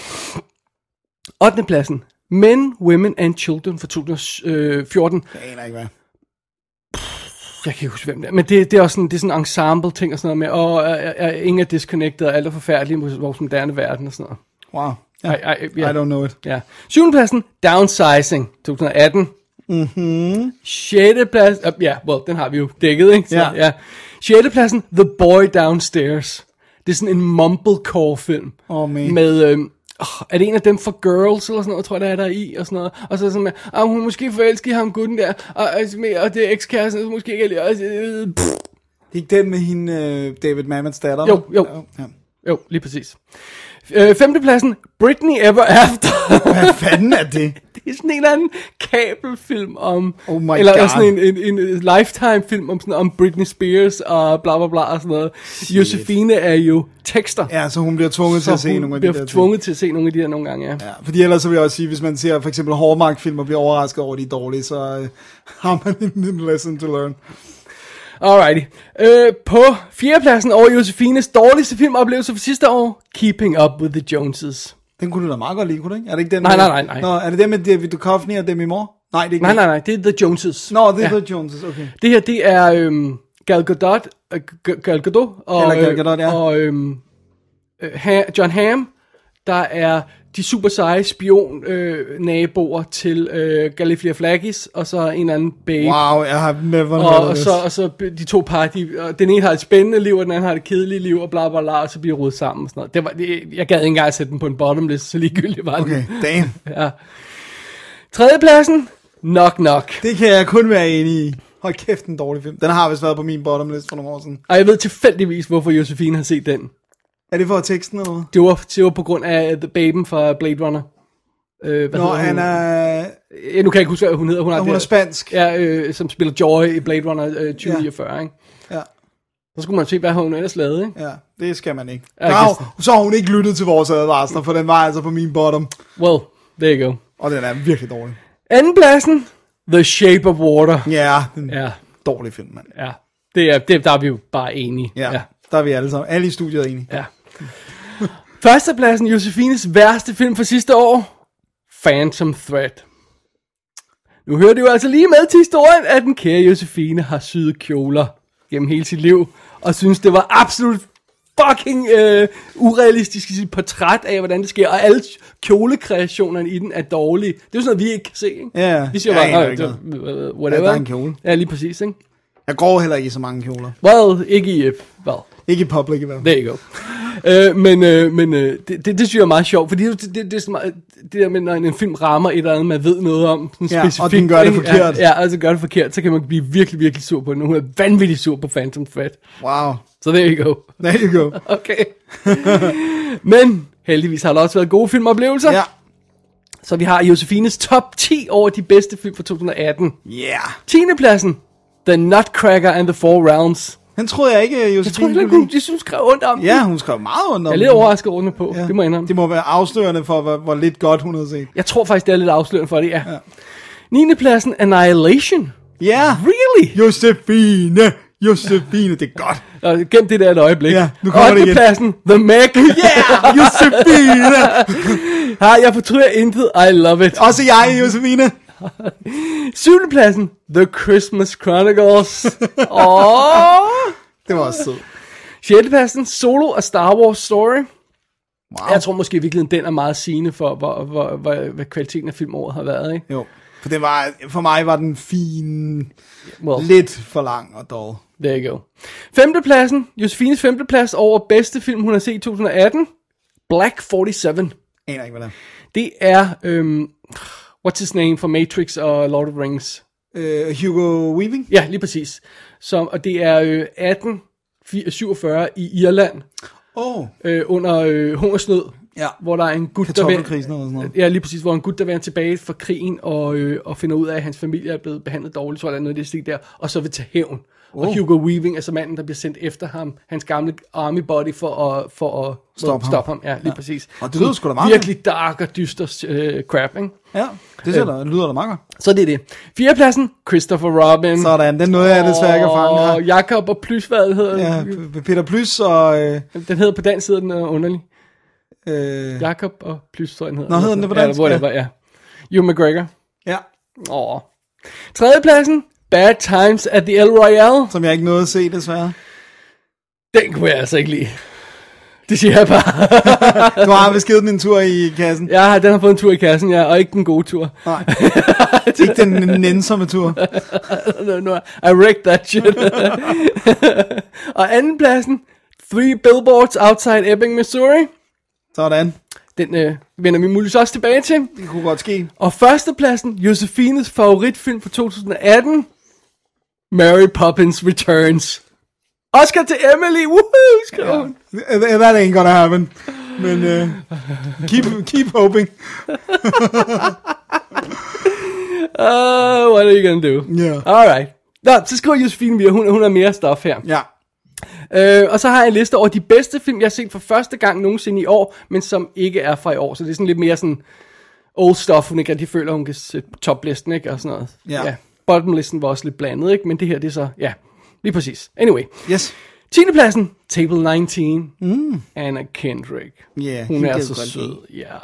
8. pladsen, Men, Women and Children fra 2014. Jeg aner ikke hvad. Jeg kan ikke huske hvem det er, men det er også sådan, det er sådan en ensemble ting og sådan noget med, ingen er disconnected, og alt er forfærdelige i vores moderne verden og sådan noget. Wow. I don't know it. Ja. 7. pladsen, Downsizing, 2018. 6. pladsen, den har vi jo dækket, ikke? Så, ja. 6. pladsen, The Boy Downstairs. Det er sådan en mumblecore-film. man. Med, er det en af dem for Girls, eller sådan noget, tror jeg, der er i, og sådan noget. Og så sådan med, hun måske forelsker ham gutten der, og det er ekskæresten, så måske ikke lige. Det er ikke den med hende, David Mamet's datter? Jo, lige præcis. 5. pladsen, Britney Ever After. Hvad fanden er det? Det er sådan en eller anden kabelfilm om, eller God. Sådan en Lifetime-film om Britney Spears og bla bla bla og sådan noget. Josefine er jo tekster. Ja, så hun bliver tvunget til at se nogle af de der ting. tvunget til at se nogle af de der nogle gange, ja. Fordi ellers så vil jeg også sige, hvis man ser for eksempel Hallmark-film og bliver overrasket over, at de er dårlige, så har man en lesson to learn. Alrighty. På 4. pladsen over Josefines dårligste filmoplevelse for sidste år, Keeping Up with the Joneses. Den kunne du da meget godt lide, kunne du ikke? Er det ikke den? Nej. Nå, er det den med David Duchovny og Demi Moore? Nej, det er ikke. Nej, det er The Joneses. Nå, det er The Joneses, okay. Det her, det er Gal Gadot og John Hamm, der er de super seje naboer til Galifia Flaggis, og så en anden babe. Wow, jeg har never heard this. Og så de to par, den ene har et spændende liv, og den anden har et kedeligt liv, og bla bla bla, og så bliver rodet sammen og sådan noget. Jeg gad ikke engang at sætte den på en bottom list, så ligegyldigt var den. Okay, damn. Ja. 3. pladsen, Knock Knock. Det kan jeg kun være enig i. Hold kæft, en dårlig film. Den har vist været på min bottom list for nogle år siden. Og jeg ved tilfældigvis, hvorfor Josefine har set den. Er det for teksten eller noget? Det var på grund af The Baben fra Blade Runner. Han er... Nu kan jeg ikke huske, hvad hun hedder. Hun er spansk. Ja, som spiller Joy i Blade Runner 2049, ikke? Ja. Så skulle man se, hvad hun ellers lavede, ikke? Ja, det skal man ikke. Så har hun ikke lyttet til vores advarsler, for den var altså på min bottom. Well, there you go. Og den er virkelig dårlig. 2. pladsen, The Shape of Water. Ja, dårlig film, mand. Ja, der er vi jo bare enige. Ja, der er vi alle sammen. Alle i studiet er enige. Ja. 1. pladsen, Josefines værste film for sidste år, Phantom Thread. Nu hører det jo altså lige med til historien, at den kære Josefine har syet kjoler gennem hele sit liv, og synes det var absolut fucking urealistisk i sit portræt af, hvordan det sker, og alle kjolekreationerne i den er dårlige. Det er jo sådan noget, vi ikke kan se, ikke? Ja, vi siger bare, whatever. Ja, der er en kjole. Ja, lige præcis, ikke? Jeg går heller ikke i så mange kjoler. Well, ikke i, ikke i public i hvert fald. There you go. Men det synes jeg er meget sjovt, fordi det er så meget, det der med, når en film rammer et eller andet, man ved noget om, sådan specifikt, og den gør det forkert. Ja, altså gør det forkert, så kan man blive virkelig, virkelig sur på den. Hun er vanvittigt sur på Phantom Thread. Wow. Så there you go. There you go. Okay. Men heldigvis har der også været gode filmoplevelser. Ja. Så vi har Josefines top 10 over de bedste film fra 2018. Yeah. 10. pladsen, The Nutcracker and the Four Realms. Den troede jeg ikke, Josefine. Jeg tror ikke, hun skrev ondt om den. Ja, hun skrev meget ondt om den. Jeg er lidt overrasket over den på, det må jeg indrømme. Det må være afslørende for, hvor lidt godt hun havde set. Jeg tror faktisk, det er lidt afslørende for det, ja. 9. pladsen, Annihilation. Ja. Yeah. Really? Josefine, det er godt. Og gem det der et øjeblik. Ja, nu kommer det igen. 8. pladsen, The Meg. Yeah, Josefine. Jeg fortryder intet, I love it. Også jeg, Josefine. 7. pladsen, The Christmas Chronicles. Det var også sød. 6. pladsen, Solo, A Star Wars Story. Wow. Jeg tror måske i virkeligheden, den er meget sigende for, hvad kvaliteten af filmåret har været, ikke? Jo, for mig var den fin, lidt for lang og dog. There you go. 5. pladsen, Josefines 5. plads over bedste film, hun har set i 2018, Black 47. Aner ikke, hvad det er. Det er, what's his name for Matrix og Lord of the Rings? Hugo Weaving? Ja, lige præcis. Og det er 1847 i Irland. Under hungersnød. Ja. Hvor der er en gut, der lige præcis, hvor en gut, der vender tilbage fra krigen og finder ud af, at hans familie er blevet behandlet dårligt, så er der noget af det stik der, og så vil tage hævn. Og Hugo Weaving er så manden, der bliver sendt efter ham, hans gamle army body for at stoppe ham. Ja, lige præcis. Og det lyder sgu da meget. Virkelig dark og dyster crap, ikke? Ja, det lyder da meget godt. Så det er det. 4. pladsen, Christopher Robin. Sådan, den nåede jeg desværre ikke at fange her. Og Jakob og Plys, hvad hedder ja, Peter Plys og... Den hedder på dansk, hedder den underlig. Jakob og Plys, tror jeg den hedder. Nå, hedder den det på dansk? Ja. Ewan McGregor. Ja. 3. pladsen, Bad Times at the El Royale. Som jeg ikke nåede at se, desværre. Den kunne jeg altså ikke lide. Det siger jeg bare. Du har beskrevet den en tur i kassen. Ja, den har fået en tur i kassen, ja, og ikke den gode tur. Nej. Ikke den nænsomme tur. No, I wrecked that shit. Og 2. pladsen, Three Billboards Outside Ebbing, Missouri. Sådan. Den vender vi muligvis også tilbage til. Det kunne godt ske. Og førstepladsen, Josefines favoritfilm fra 2018, Mary Poppins Returns. Oscar til Emily, woohoo, skriver hun. That ain't gonna happen. Men keep hoping. What are you gonna do? Yeah. Alright. Nå, så skriver Josefine videre, hun har mere stof her. Ja. Og så har jeg en liste over de bedste film, jeg har set for første gang nogensinde i år, men som ikke er fra i år. Så det er sådan lidt mere sådan old stuff, hun ikke rigtig føler, hun kan sætte på toplisten, ikke? Og sådan noget. Ja. Bottomlisten var også lidt blandet, ikke? Men det her, det er så, ja, lige præcis. Anyway. Yes. 10. pladsen, Table 19, Anna Kendrick. Yeah, hun er så sød,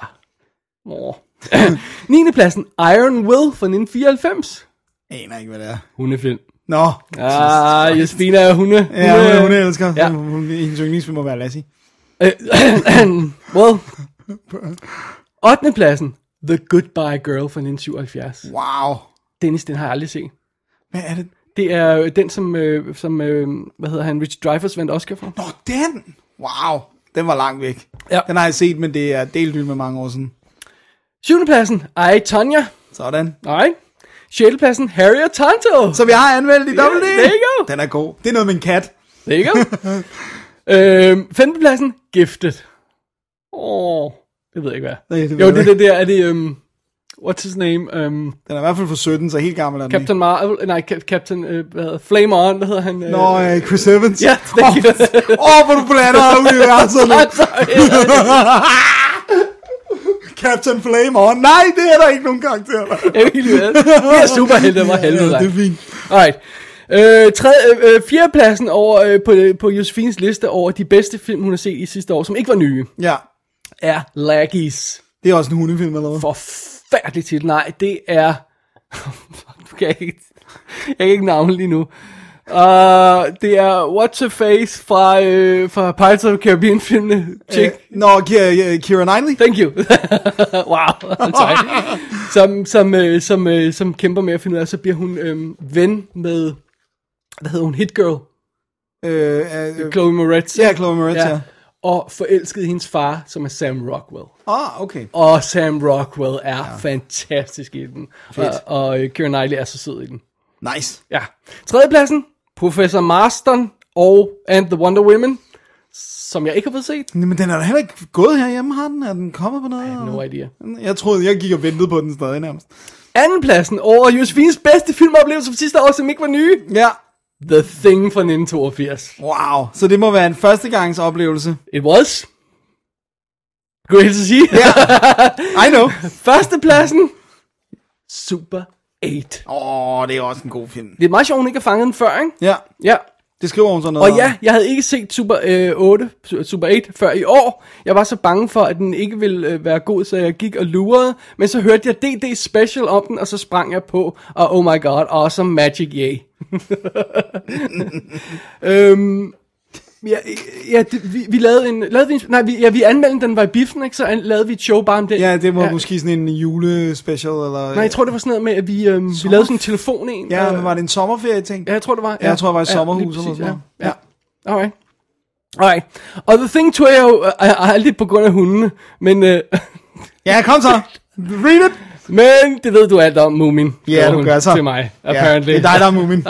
ja. 9. pladsen, Iron Will fra 1994. Aner ikke, hvad det er. Hundefilm. Nå. Josefine er hunde. Ja, hun elsker. Ja. Hendes yndlingsfilm må være Lassie. Well. 8. pladsen, The Goodbye Girl fra 1977. Wow. Dennis, den har jeg aldrig set. Hvad er det? Det er den, som hvad hedder han, Richard Dreyfuss vandt Oscar for. Nå, den! Wow. Den var langt væk. Ja. Den har jeg set, men det er delt med mange år siden. 7. pladsen, I, Tonya. Sådan. Nej. 6. pladsen, Harry og Tonto. Så vi har anmeldt i dobbelt D. There you go. Den er god. Det er noget med en kat. There you go. 5. pladsen, Gifted. Det ved jeg ikke, hvad. Nej, det der, er det, what's his name? Den er i hvert fald fra 17, så helt gammel er den. Captain Marvel, nej, Captain, hvad hedder, Flame On, hvad hedder han? Nå, Chris Evans. Ja, hvor du blander universerne. Captain Flame On. Nej, det er der ikke nogen karakter. Jeg er helt vildt. Det er superhelte, det var helvede. Ja, det er fint. Alright. 4. pladsen over, på Josefines liste over de bedste film, hun har set i sidste år, som ikke var nye, ja, er Laggies. Det er også en hundefilm, eller hvad? Forfærdeligt titel. Nej, det er... Jeg kan ikke navne lige nu. Det er What's Her Face fra Pirates of the Caribbean filmene. Keira Knightley. Thank you. Wow, I'm sorry. Som kæmper med at finde ud af, så bliver hun ven med, hvad hedder hun, Hit Girl. Chloe Moretz. Ja, Chloe Moretz, ja. Og forelskede hendes far, som er Sam Rockwell. Okay. Og Sam Rockwell er fantastisk i den. Og Keira Knightley er så sød i den. Nice. Ja. 3. pladsen, Professor Marston and the Wonder Women, som jeg ikke har fået set. Men den er da heller ikke gået herhjemme, har den? Er den kommet på noget? I have no idea. Jeg troede, jeg gik og ventede på den stadig nærmest. 2. pladsen over Josefines bedste filmoplevelse fra sidste år, som ikke var nye. Ja. The Thing fra 1982. Wow, så det må være en førstegangs oplevelse. It was. Skulle jeg helt at sige? Ja, I know. 1. pladsen, Super 8. Det er også en god film. Det er meget sjovt, hun ikke har fanget den før, ikke? Ja. Ja. Det skriver hun sådan noget. Og ja, jeg havde ikke set Super 8 før i år. Jeg var så bange for, at den ikke ville være god, så jeg gik og lurede. Men så hørte jeg DD Special om den, og så sprang jeg på. Og oh my god, awesome magic, yay. Vi anmeldte den, var i biffen, ikke? Så lavede vi et show bare om den. Ja, det var måske sådan en julespecial, eller... Nej, jeg tror, det var sådan noget med, at vi lavede sådan en telefon en. Ja, men var det en sommerferie-ting? Ja, jeg tror, det var. Ja, jeg tror, det var et sommerhus eller sådan noget. Ja. Alright. Og The Thing tror jeg jo aldrig på grund af hundene, men... Ja, kom så. Read it. Men det ved du alt om, Moomin. Ja, du gør så. Til mig, apparently. Ja, det er dig, der er Moomin.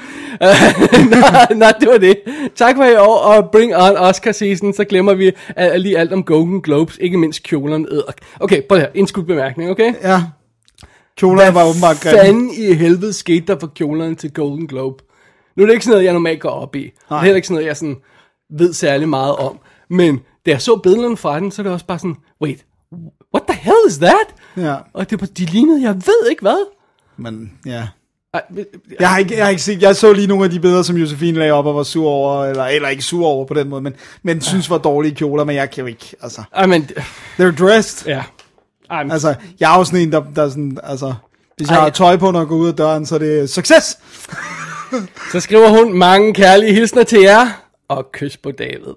Nej, det var det. Tak for i år, og bring on Oscar season, så glemmer vi lige alt om Golden Globes, ikke mindst kjolerne. Okay, prøv her, indskudt bemærkning, okay? Ja. Kjolerne var åbenbart grimme. Hvad fanden i helvede skete der for kjolerne til Golden Globe? Nu er det ikke sådan noget, jeg normalt går op i. Det er heller ikke sådan noget, jeg sådan ved særlig meget om. Men da jeg så billederne fra den, så er det også bare sådan, wait, what the hell is that? Ja. Og det var, de lignede, jeg ved ikke hvad. Men, ja. Jeg har ikke set, jeg så lige nogle af de billeder, som Josefine lagde op og var sur over, eller ikke sur over på den måde, men synes var dårlige kjoler, men jeg kan jo ikke, altså. They're dressed. Ja. Altså, jeg er jo sådan en, der sådan, altså, hvis jeg har tøj på, når jeg går ud af døren, så er det succes. Så skriver hun, mange kærlige hilsner til jer, og kys på David.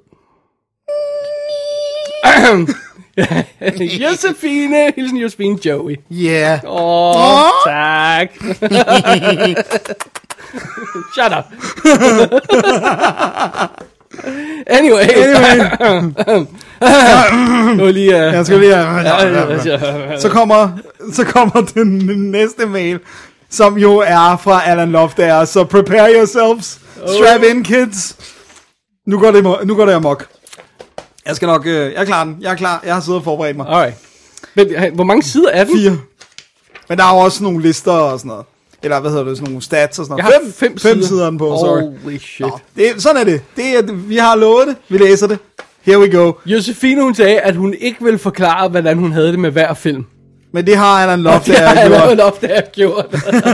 Josefine, hilsen Josefine Joey. Yeah. Tak. Shut up. Anyway. Jeg skal lige... Så kommer den næste mail, som jo er fra Alan Loftager, så prepare yourselves. Strap in, kids. Nu går det amok. Jeg skal nok... jeg er klar. Jeg har siddet og forberedt mig. Alright. Men hvor mange sider er den? 4. Men der er jo også nogle lister og sådan noget. Eller hvad hedder det, sådan nogle stats og sådan noget. Jeg har 5 sider den på, sorry. Holy shit. Sådan er det. Vi har lovet det. Vi læser det. Here we go. Josefine, hun sagde, at hun ikke ville forklare, hvordan hun havde det med hver film. Men det har Alan Loftager gjort.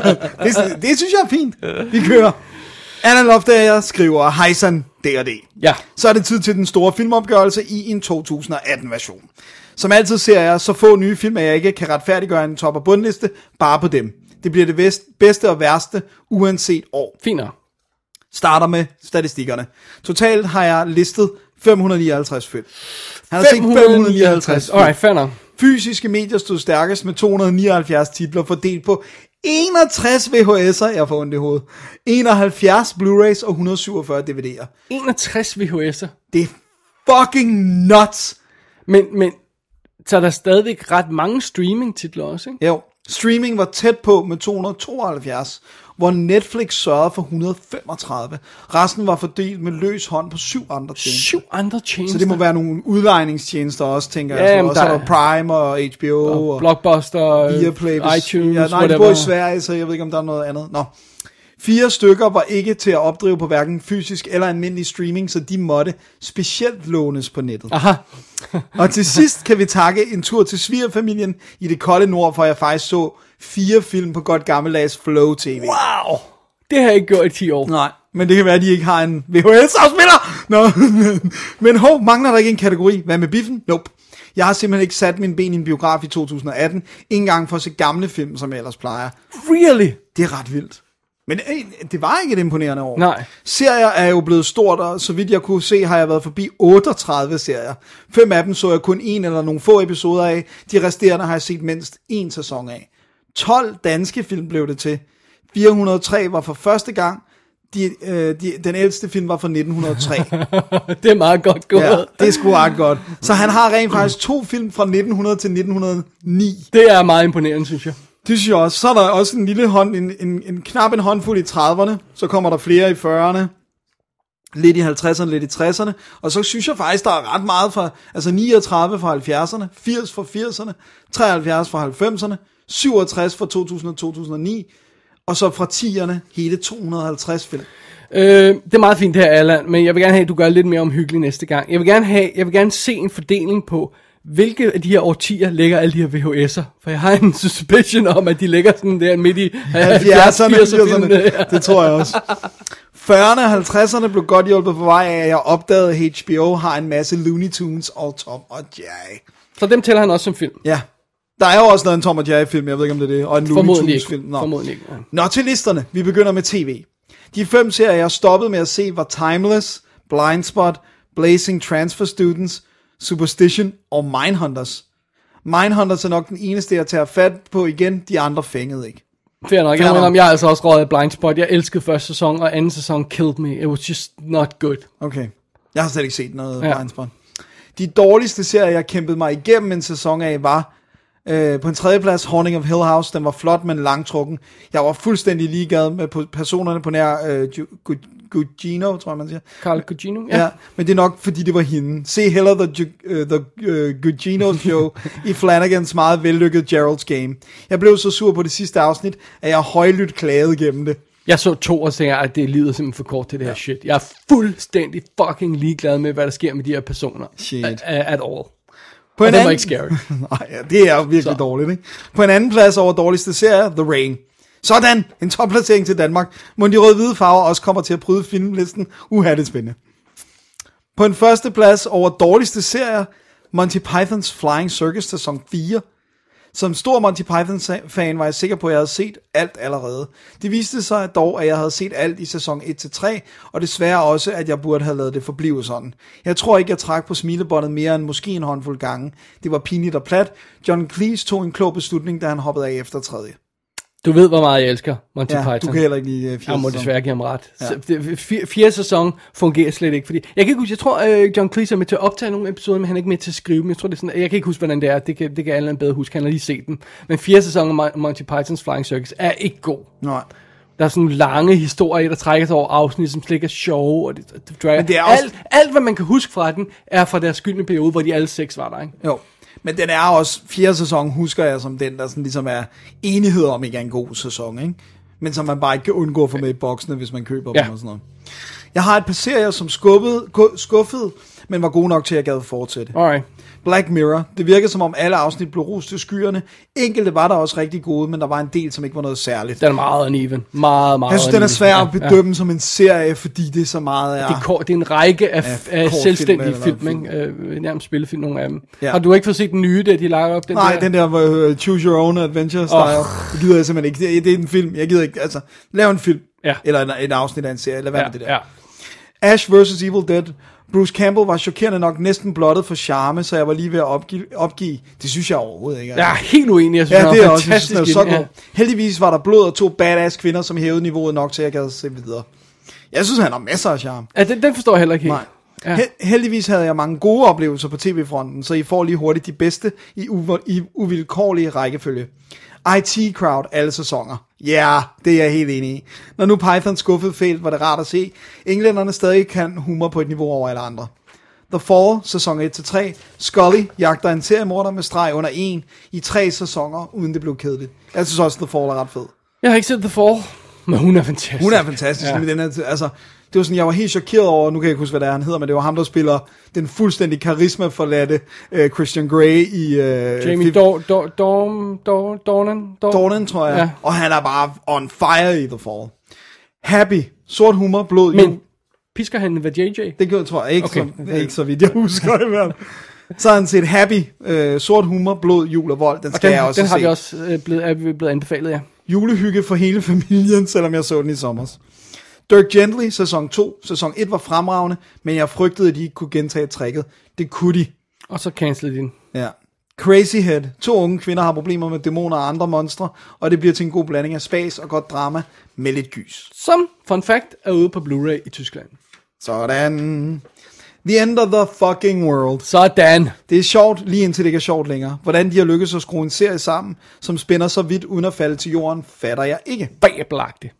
det synes jeg er fint. Vi kører. Alan Loftager skriver, hejsan, D&D. Ja. Så er det tid til den store filmopgørelse i en 2018-version. Som altid ser jeg så få nye film, at jeg ikke kan retfærdiggøre en top- og bundliste bare på dem. Det bliver det bedste og værste, uanset år. Finere. Starter med statistikkerne. Totalt har jeg listet 559 film. Han har 559 film. Alright, fair nok. Fysiske medier stod stærkest med 279 titler fordelt på 61 VHS'er, jeg får ondt i hovedet, 71 Blu-rays og 147 DVD'er. 61 VHS'er? Det er fucking nuts. Men så er der stadigvæk ret mange streaming-titler også, ikke? Jo, streaming var tæt på med 272, hvor Netflix sørgede for 135. Resten var fordelt med løs hånd på 7 andre tjenester. 7 andre tjenester? Så det må være nogle udlejningstjenester også, tænker jeg. Jamen, også er der Prime og HBO og Blockbuster, Viaplay, iTunes, ja, nej, det bor i Sverige, så jeg ved ikke, om der er noget andet. Nå. 4 stykker var ikke til at opdrive på hverken fysisk eller almindelig streaming, så de måtte specielt lånes på nettet. Aha. Og til sidst kan vi takke en tur til svigerfamilien i det kolde nord, for jeg faktisk så 4 film på godt gammeldags Flow TV. Wow! Det har jeg ikke gjort i 10 år. Nej, men det kan være, at de ikke har en VHS-afspiller. Nå. Men mangler der ikke en kategori? Hvad med biffen? Nope. Jeg har simpelthen ikke sat min ben i en biograf i 2018, ikke engang for at se gamle film, som jeg ellers plejer. Really? Det er ret vildt. Men det var ikke et imponerende år. Nej. Serier er jo blevet stort, og så vidt jeg kunne se, har jeg været forbi 38 serier. 5 af dem så jeg kun en eller nogle få episoder af. De resterende har jeg set mindst 1 sæson af. 12 danske film blev det til. 403 var for første gang. Den ældste film var fra 1903. Det er meget godt gået. Ja, det er sgu ret godt. Så han har rent faktisk 2 film fra 1900 til 1909. Det er meget imponerende, synes jeg. Det synes jeg også. Så er der også en lille knap en håndfuld i 30'erne. Så kommer der flere i 40'erne. Lidt i 50'erne, lidt i 60'erne. Og så synes jeg faktisk, der er ret meget fra, altså 39 fra 70'erne, 80 fra 80'erne, 73 fra 90'erne, 67 fra 2000 og 2009, og så fra 10'erne hele 250 film. Det er meget fint her, Allan, men jeg vil gerne have, at du gør lidt mere omhyggeligt næste gang. Jeg vil gerne se en fordeling på, hvilke af de her årtier ligger alle de her VHS'er? For jeg har en suspicion om, at de ligger sådan der midt i 70'erne, 80'erne. Ja. Det tror jeg også. 40'erne og 50'erne blev godt hjulpet på vej af, at jeg opdagede, at HBO har en masse Looney Tunes og Tom og Jerry. Så dem tæller han også som film? Ja. Der er jo også lavet en Tom og Jerry film, jeg ved ikke om det er det, og en Looney Tunes film. Formodentlig ikke. Ja. Nå, til listerne. Vi begynder med TV. De 5 serier, jeg stoppede med at se, var Timeless, Blindspot, Blazing Transfer Students, Superstition og Mindhunters. Mindhunters er nok den eneste, jeg tager fat på igen. De andre fængede ikke. Fair nok. Jeg har altså også røget af Blindspot. Jeg elskede første sæson, og anden sæson killed me. It was just not good. Okay. Jeg har slet ikke set noget Blindspot. De dårligste serier, jeg kæmpede mig igennem en sæson af, var på en 3. plads Haunting of Hill House. Den var flot, men langtrukken. Jeg var fuldstændig ligeglad med personerne på nær Gugino, tror jeg man siger. Carla Gugino, ja. Men det er nok fordi det var hende. Se heller the Gugino Show i Flanagans meget vellykkede Gerald's Game. Jeg blev så sur på det sidste afsnit, at jeg højlydt klagede gennem det. Jeg så 2 og tænkte, at det er livet simpelthen for kort til det her shit. Jeg er fuldstændig fucking ligeglad med, hvad der sker med de her personer. Shit. At all. På og det var ikke scary. Nej, ja, det er virkelig dårligt, ikke? På en anden plads over dårligste serie, The Rain. Sådan, en topplacering til Danmark. Må de rød-hvide farver også kommer til at bryde filmlisten. Det er spændende. På en første plads over dårligste serier, Monty Pythons Flying Circus sæson 4. Som stor Monty Python-fan var jeg sikker på, at jeg havde set alt allerede. Det viste sig dog, at jeg havde set alt i sæson 1-3, og desværre også, at jeg burde have lavet det forblive sådan. Jeg tror ikke, jeg trak på smilebåndet mere end måske en håndfuld gange. Det var pinligt og plat. John Cleese tog en klog beslutning, da han hoppede af efter 3. Du ved, hvor meget jeg elsker Monty Python. Du kan heller ikke lide 4. sæson. Jeg må desværre give ham ret. Ja. 4. sæson fungerer slet ikke, fordi... Jeg kan ikke huske, jeg tror, John Cleese er med til at optage nogle episoder, men han er ikke med til at skrive dem. Jeg tror, det er sådan... Jeg kan ikke huske, hvordan det er. Det kan alle bedre huske. Han har lige set dem. Men 4. sæson af Monty Pythons Flying Circus er ikke god. Nej. Der er sådan lange historier, der trækker sig over afsnit, som slet ikke er sjove. Og det er også... alt, hvad man kan huske fra den, er fra deres skyldne periode, hvor de alle 6 var der, ikke? Jo. Men den er også, 4. sæson husker jeg som den, der sådan ligesom er enighed om, ikke er en god sæson, ikke? Men som man bare ikke kan undgå at få med i boksene, hvis man køber dem og sådan noget. Jeg har et par serier, som skuffede, men var gode nok til, at jeg gad fortsætte. Alright. Black Mirror. Det virkede som om alle afsnit blev rost til skyerne. Enkelte var der også rigtig gode, men der var en del, som ikke var noget særligt. Den er meget uneven. Meget jeg synes, den er svær at bedømme som en serie, fordi det så meget er... Det er en række af selvstændige film, nærmest spillefilm, nogle af dem. Ja. Har du ikke fået set den nye, der de lager op? Den der Choose Your Own Adventure style. Det gider jeg simpelthen ikke. Det er en film. Jeg gider ikke, altså, lav en film. Ja. Eller et afsnit af en serie, eller hvad med det der. Ja. Ash vs. Evil Dead. Bruce Campbell var chokerende nok næsten blottet for charme, så jeg var lige ved at opgive. Det synes jeg overhovedet ikke. Altså. Jeg er helt uenig, jeg synes, det er også fantastisk. Så god. Heldigvis var der blod og 2 badass kvinder, som hævede niveauet nok til, at jeg gad se videre. Jeg synes, han har masser af charme. Ja, den forstår jeg heller ikke helt. Nej. Ja. Heldigvis havde jeg mange gode oplevelser på tv-fronten, så I får lige hurtigt de bedste i uvilkårlige rækkefølge. IT Crowd alle sæsoner. Ja, det er jeg helt enig i. Når nu Python skuffede fælt, var det rart at se. Englænderne stadig kan humor på et niveau over alle andre. The Fall, sæson 1-3. Scully jagter en seriemorder med streg under 1 i 3 sæsoner, uden det blev kedeligt. Jeg synes også, The Fall er ret fed. Jeg har ikke set The Fall, men hun er fantastisk. Hun er fantastisk, men den er, altså... Det var sådan, jeg var helt chokeret over, nu kan jeg ikke huske, hvad det er, han hedder, men det var ham, der spiller den fuldstændig karisma-forladte Christian Grey i... Jamie Dornan, tror jeg. Ja. Og han er bare on fire i The Fall. Happy, sort humor, blod, men pisker han ved JJ? Det tror jeg ikke, okay. Ikke så vidt jeg husker i hvert fald. Så har han set Happy, sort humor, blod, jul og vold. Den skal jeg også se. Den har vi også blevet anbefalet, ja. Julehygge for hele familien, selvom jeg så den i sommer. Dirk Gently, sæson 2. Sæson 1 var fremragende, men jeg frygtede, at de ikke kunne gentage tricket. Det kunne de. Og så cancelede de den. Ja. Crazy Head. 2 unge kvinder har problemer med dæmoner og andre monstre, og det bliver til en god blanding af spas og godt drama med lidt gys. Som, fun fact, er ude på Blu-ray i Tyskland. Sådan. The End of the Fucking World. Sådan. Det er sjovt, lige indtil det ikke er sjovt længere. Hvordan de har lykkes at skrue en serie sammen, som spænder så vidt uden at falde til jorden, fatter jeg ikke. Babelagtigt.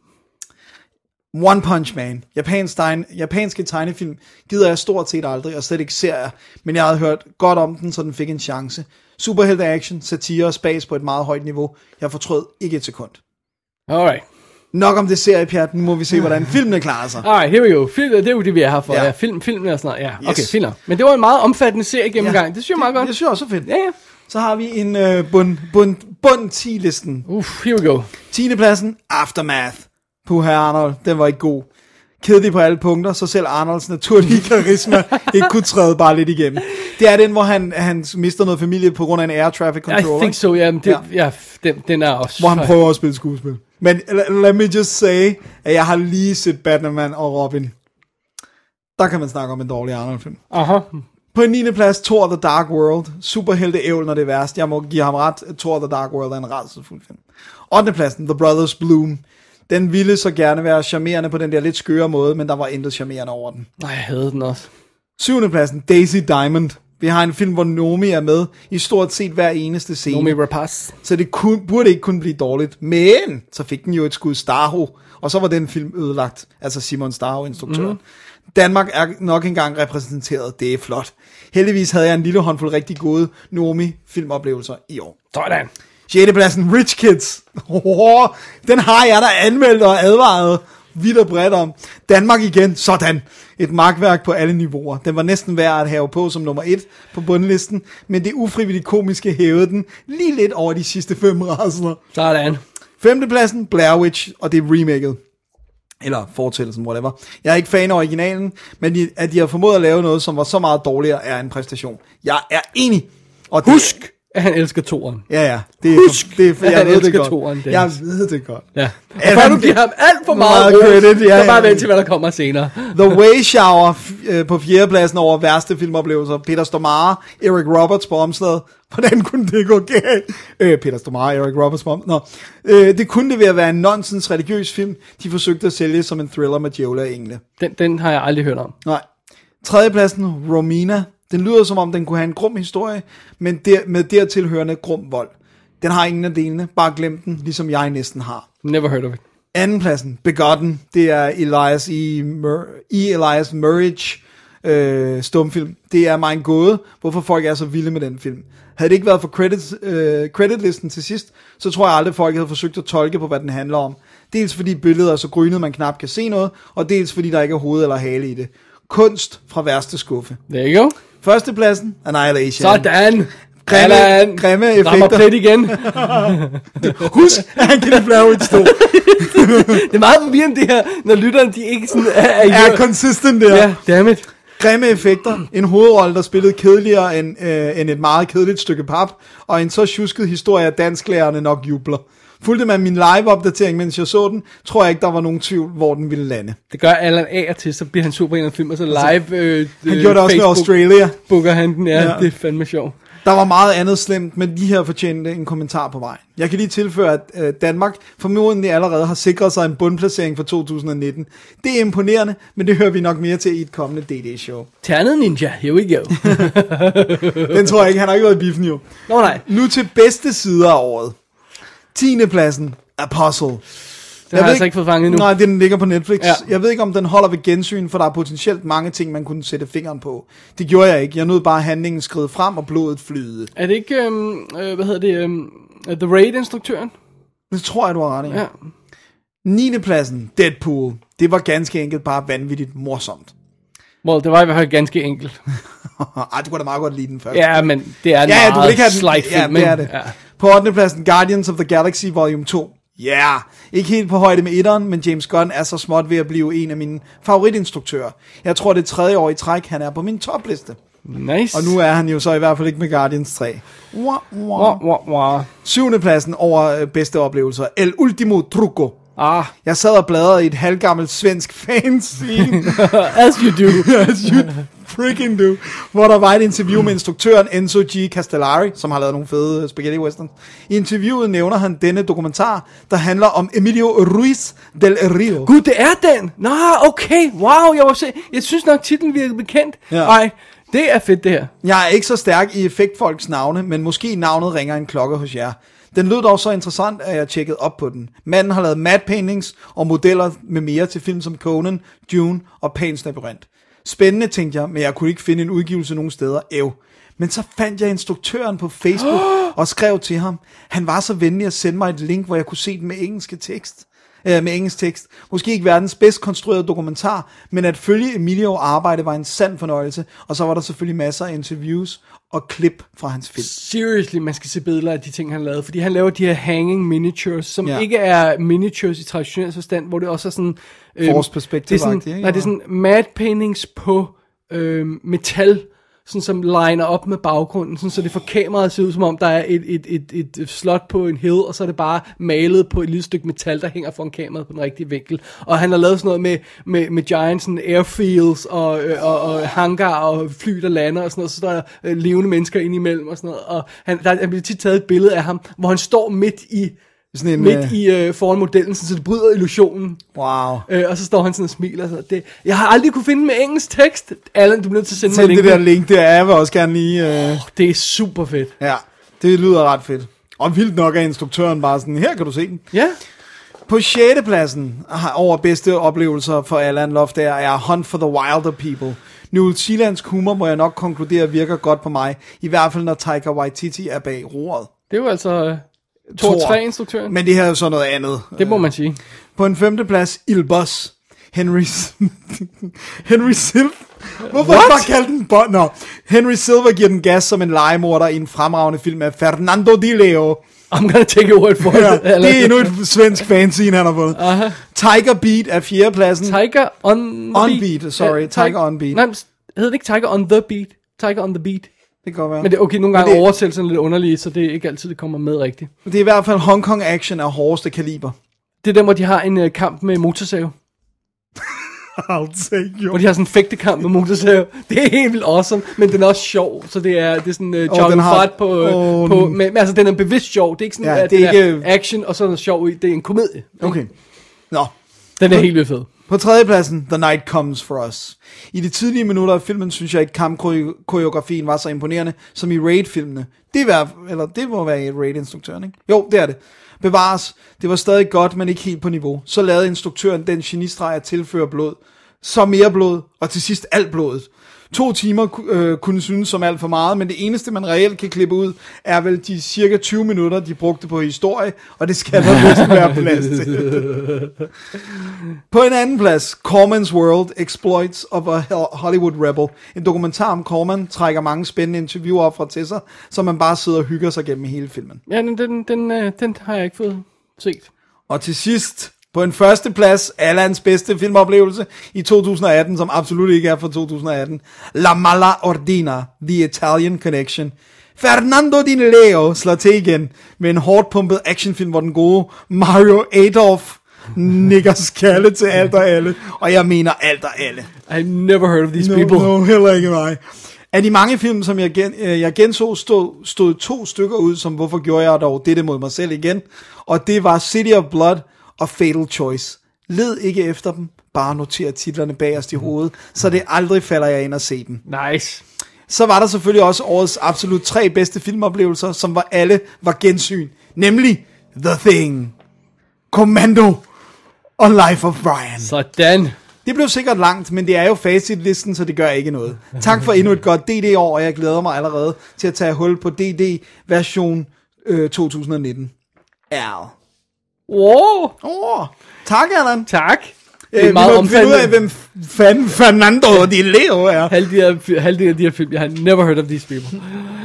One Punch Man. Japanske tegnefilm gider jeg stort set aldrig, og slet ikke serier, men jeg havde hørt godt om den, så den fik en chance. Superhelte action, satire og spas på et meget højt niveau. Jeg fortrød ikke et sekund. Alright. Nok om det seriepjat, nu må vi se, hvordan filmene klarer sig. Alright, here we go. Det er jo det, vi er her for. Ja. Filmene og sådan noget. Ja, okay, fint. Men det var en meget omfattende serie gennemgang. Det synes jeg meget godt. Det synes jeg også er fedt. Ja. Så har vi en bund 10-listen. Here we go. 10. pladsen, Aftermath. Puha Arnold, den var ikke god. Kedelig på alle punkter, så selv Arnolds naturlige karisma ikke kunne træde bare lidt igennem. Det er den, hvor han mister noget familie på grund af en air traffic controller. I think so, den er også... Hvor han prøver at spille skuespil. Men let me just say, at jeg har lige set Batman og Robin. Der kan man snakke om en dårlig Arnold-film. Aha. På en 9. plads, Thor The Dark World. Superhelte ævl, når det er værst. Jeg må give ham ret. Thor The Dark World er en rædselsfuld film. 8. pladsen, The Brothers Bloom. Den ville så gerne være charmerende på den der lidt skøre måde, men der var intet charmerende over den. Nej, jeg havde den også. 7. pladsen, Daisy Diamond. Vi har en film, hvor Nomi er med i stort set hver eneste scene. Nomi Rapace. Så det burde ikke kunne blive dårligt. Men så fik den jo et skud Starho, og så var den film ødelagt. Altså Simon Starho, instruktøren. Danmark er nok engang repræsenteret. Det er flot. Heldigvis havde jeg en lille håndfuld rigtig gode Nomi-filmoplevelser i år. Sådan. 6. pladsen, Rich Kids. Den har jeg da anmeldt og advaret vidt og bredt om. Danmark igen, sådan. Et magtværk på alle niveauer. Den var næsten værd at have på som nummer 1 på bundlisten, men det ufrivilligt komiske hævede den lige lidt over de sidste 5 rasler. Sådan. 5. pladsen, Blair Witch, og det er remaket. Eller fortællelsen, whatever. Jeg er ikke fan af originalen, men at de har formået at lave noget, som var så meget dårligere, er en præstation. Jeg er enig. Og husk, at han elsker toeren. Ja. Husk, jeg ved det godt. Toeren, jeg ved det godt. Ja. Og før du giver ham alt for meget credit, så bare vent til, hvad der kommer senere. The Way Shower på 4. pladsen over værste filmoplevelser. Peter Stormare, Eric Roberts på omslaget. Hvordan kunne det gå galt? Peter Stormare, Eric Roberts på omslaget. Det kunne det ved at være en nonsens religiøs film, de forsøgte at sælge som en thriller med djævle og engle. Den har jeg aldrig hørt om. Nej. 3. pladsen, Romina. Den lyder som om den kunne have en grum historie, men med dertilhørende grum vold. Den har ingen af delene, bare glem den, ligesom jeg næsten har. Never heard of it. 2. pladsen, Begotten. Det er Elias Murridge stumfilm. Det er mig en gåde, hvorfor folk er så vilde med den film. Havde det ikke været for creditlisten til sidst, så tror jeg aldrig, folk havde forsøgt at tolke på, hvad den handler om. Dels fordi billedet er så grynet, man knap kan se noget, og dels fordi der ikke er hoved eller hale i det. Kunst fra værste skuffe. There you go. 1. pladsen, Annihilation. Sådan. Grimme effekter. Rammer plet igen. Husk, han kan blive et stå. Det er meget forvirrende det her, når lytterne de ikke sådan er consistent der. Ja, dammit. Grimme effekter, en hovedrolle, der spillede kedeligere end et meget kedeligt stykke pap, og en så tjusket historie, at dansklærerne nok jubler. Fulgte man min live-opdatering, mens jeg så den, tror jeg ikke, der var nogen tvivl, hvor den ville lande. Det gør Allan af og til, så bliver han super en af film, og så live han gjorde det også med Australia. Booker han den, ja, det er fandme sjovt. Der var meget andet slemt, men de her fortjente en kommentar på vej. Jeg kan lige tilføre, at Danmark formodentlig allerede har sikret sig en bundplacering for 2019. Det er imponerende, men det hører vi nok mere til i et kommende DD-show. Ternet Ninja, here we go. Den tror jeg ikke, han har ikke været i biffen jo. Nå nej. Nu til bedste sider af året. 10. pladsen, Apostle. Den har jeg altså ikke fået fanget nu. Nej, den ligger på Netflix. Ja. Jeg ved ikke, om den holder ved gensyn, for der er potentielt mange ting, man kunne sætte fingeren på. Det gjorde jeg ikke. Jeg nåede bare handlingen skride frem, og blodet flyde. Er det ikke, The Raid-instruktøren? Det tror jeg, du har ret i. Ja. 9. pladsen, Deadpool. Det var ganske enkelt bare vanvittigt morsomt. Well, det var i hvert fald ganske enkelt. Ej, du kunne da meget godt lide den første. Ja, men det er en meget slight film. Ja, det er det. Ja. På 8. pladsen, Guardians of the Galaxy Volume 2. Ja, yeah. Ikke helt på højde med etteren, men James Gunn er så småt ved at blive en af mine favoritinstruktører. Jeg tror, det er 3. år i træk, han er på min topliste. Nice. Og nu er han jo så i hvert fald ikke med Guardians 3. 7. pladsen over bedste oplevelser, El Ultimo Truco. Jeg sad og bladrede i et halvgammelt svensk fanscene. As you do. As you freaking do. Hvor der var et interview med instruktøren Enzo G. Castellari, som har lavet nogle fede spaghetti westerns. I interviewet nævner han denne dokumentar, der handler om Emilio Ruiz del Rio. Gud, det er den! Nå, okay, wow, jeg synes nok titlen virker bekendt. Ja. Ej, det er fedt det her. Jeg er ikke så stærk i effektfolks navne, men måske navnet ringer en klokke hos jer. Den lød dog så interessant, at jeg tjekkede op på den. Manden har lavet matte paintings og modeller med mere til film som Conan, Dune og Pan's Labyrinth. Spændende, tænkte jeg, men jeg kunne ikke finde en udgivelse nogen steder. Men så fandt jeg instruktøren på Facebook og skrev til ham. Han var så venlig at sende mig et link, hvor jeg kunne se den med engelsk tekst. Måske ikke verdens bedst konstruerede dokumentar, men at følge Emilio arbejde var en sand fornøjelse. Og så var der selvfølgelig masser af interviews og klip fra hans film. Seriously, man skal se billeder af de ting, han lavede. Fordi han laver de her hanging miniatures, som ikke er miniatures i traditionel forstand, hvor det også er sådan... Force-perspektiv. Det er sådan matte paintings på metal, sådan som liner op med baggrunden, sådan, så det for kameraet ser ud som om, der er et slot på en hill, og så er det bare malet på et lille stykke metal, der hænger foran kameraet på den rigtige vinkel. Og han har lavet sådan noget med giant sådan airfields og hangar og fly, der lander og sådan noget, så der er levende mennesker indimellem og sådan noget. Og han bliver tit taget et billede af ham, hvor han står midt i foran modellen, så det bryder illusionen. Wow. Og så står han sådan og smiler. Så jeg har aldrig kunne finde med engelsk tekst. Allan, du bliver nødt til at sende mig link. Det der link, det er jeg vil også gerne lige... det er super fedt. Ja, det lyder ret fedt. Og vildt nok er instruktøren bare sådan, her kan du se den. Ja. På 6. pladsen over bedste oplevelser for Allan Loftager er Hunt for the Wilder People. New Zealandsk humor må jeg nok konkludere virker godt på mig. I hvert fald når Taika Waititi er bag roret. Det er jo altså... 2-3-instruktøren. Men det her er jo så noget andet. Det må man sige. På en 5. plads, Il Boss. Henry Silva. Hvorfor bare kalde den Bond? No. Henry Silva giver den gas som en legemorder i en fremragende film af Fernando Di Leo. I'm gonna take your word for it. Ja, det er endnu et svensk fanscene, han har fået. Tiger Beat er 4. pladsen. Tiger on Beat, sorry. Tiger on Beat. Nej, hedder det ikke Tiger on the Beat? Tiger on the Beat. kan godt være. Men det er okay, nogle gange oversættelsen lidt underligt, så det er ikke altid, det kommer med rigtigt. Det er i hvert fald Hong Kong action af hårdeste kaliber. Det er der, hvor de har en kamp med motorsave. Hvor de har sådan en fægtekamp med motorsave. Det er helt vildt awesome, men den er også sjov. Så det er sådan John Fart på men altså den er bevidst sjov. Det er ikke sådan, at det er ikke action, og så er der sjov i. Det er en komedie. Okay. Nå. Den er helt vildt fed. På tredjepladsen, The Night Comes For Us. I de tidlige minutter af filmen, synes jeg ikke kampkoreografien var så imponerende, som i Raid-filmene. Det må være i Raid-instruktøren, ikke? Jo, det er det. Bevares, det var stadig godt, men ikke helt på niveau. Så lavede instruktøren den genistreg at tilføre blod. Så mere blod, og til sidst alt blodet. 2 timer kunne synes som alt for meget, men det eneste, man reelt kan klippe ud, er vel de cirka 20 minutter, de brugte på historie, og det skal der næsten være plads til. På en anden plads, Corman's World, Exploits of a Hollywood Rebel. En dokumentar om Corman trækker mange spændende interviewer op fra til sig, så man bare sidder og hygger sig gennem hele filmen. Ja, den har jeg ikke fået set. Og til sidst, på en første plads, Allans bedste filmoplevelse i 2018, som absolut ikke er fra 2018. La Mala Ordina, The Italian Connection. Fernando Di Leo slår til igen med en hårdt pumpet actionfilm, hvor den gode Mario Adolf nikker skalle til alt og alle. Og jeg mener alt og alle. I never heard of these people. No, heller ikke mig. Af de mange film, som jeg genså, stod 2 stykker ud, som hvorfor gjorde jeg dog dette mod mig selv igen. Og det var City of Blood og Fatal Choice. Led ikke efter dem, bare noter titlerne bagerst i hovedet, så det aldrig falder jeg ind og se dem. Nice. Så var der selvfølgelig også årets absolut 3 bedste filmoplevelser, som alle var gensyn. Nemlig The Thing, Commando og Life of Brian. Sådan. Det blev sikkert langt, men det er jo facitlisten, så det gør ikke noget. Tak for endnu et godt DD-år, og jeg glæder mig allerede til at tage hul på DD version 2019. Wow. Tak, Allan. Tak. Det er meget omfattende. Vi må finde ud af, hvem fanden Fernando Di Leo er. Halvdelen af de her film, jeg har never heard of these people.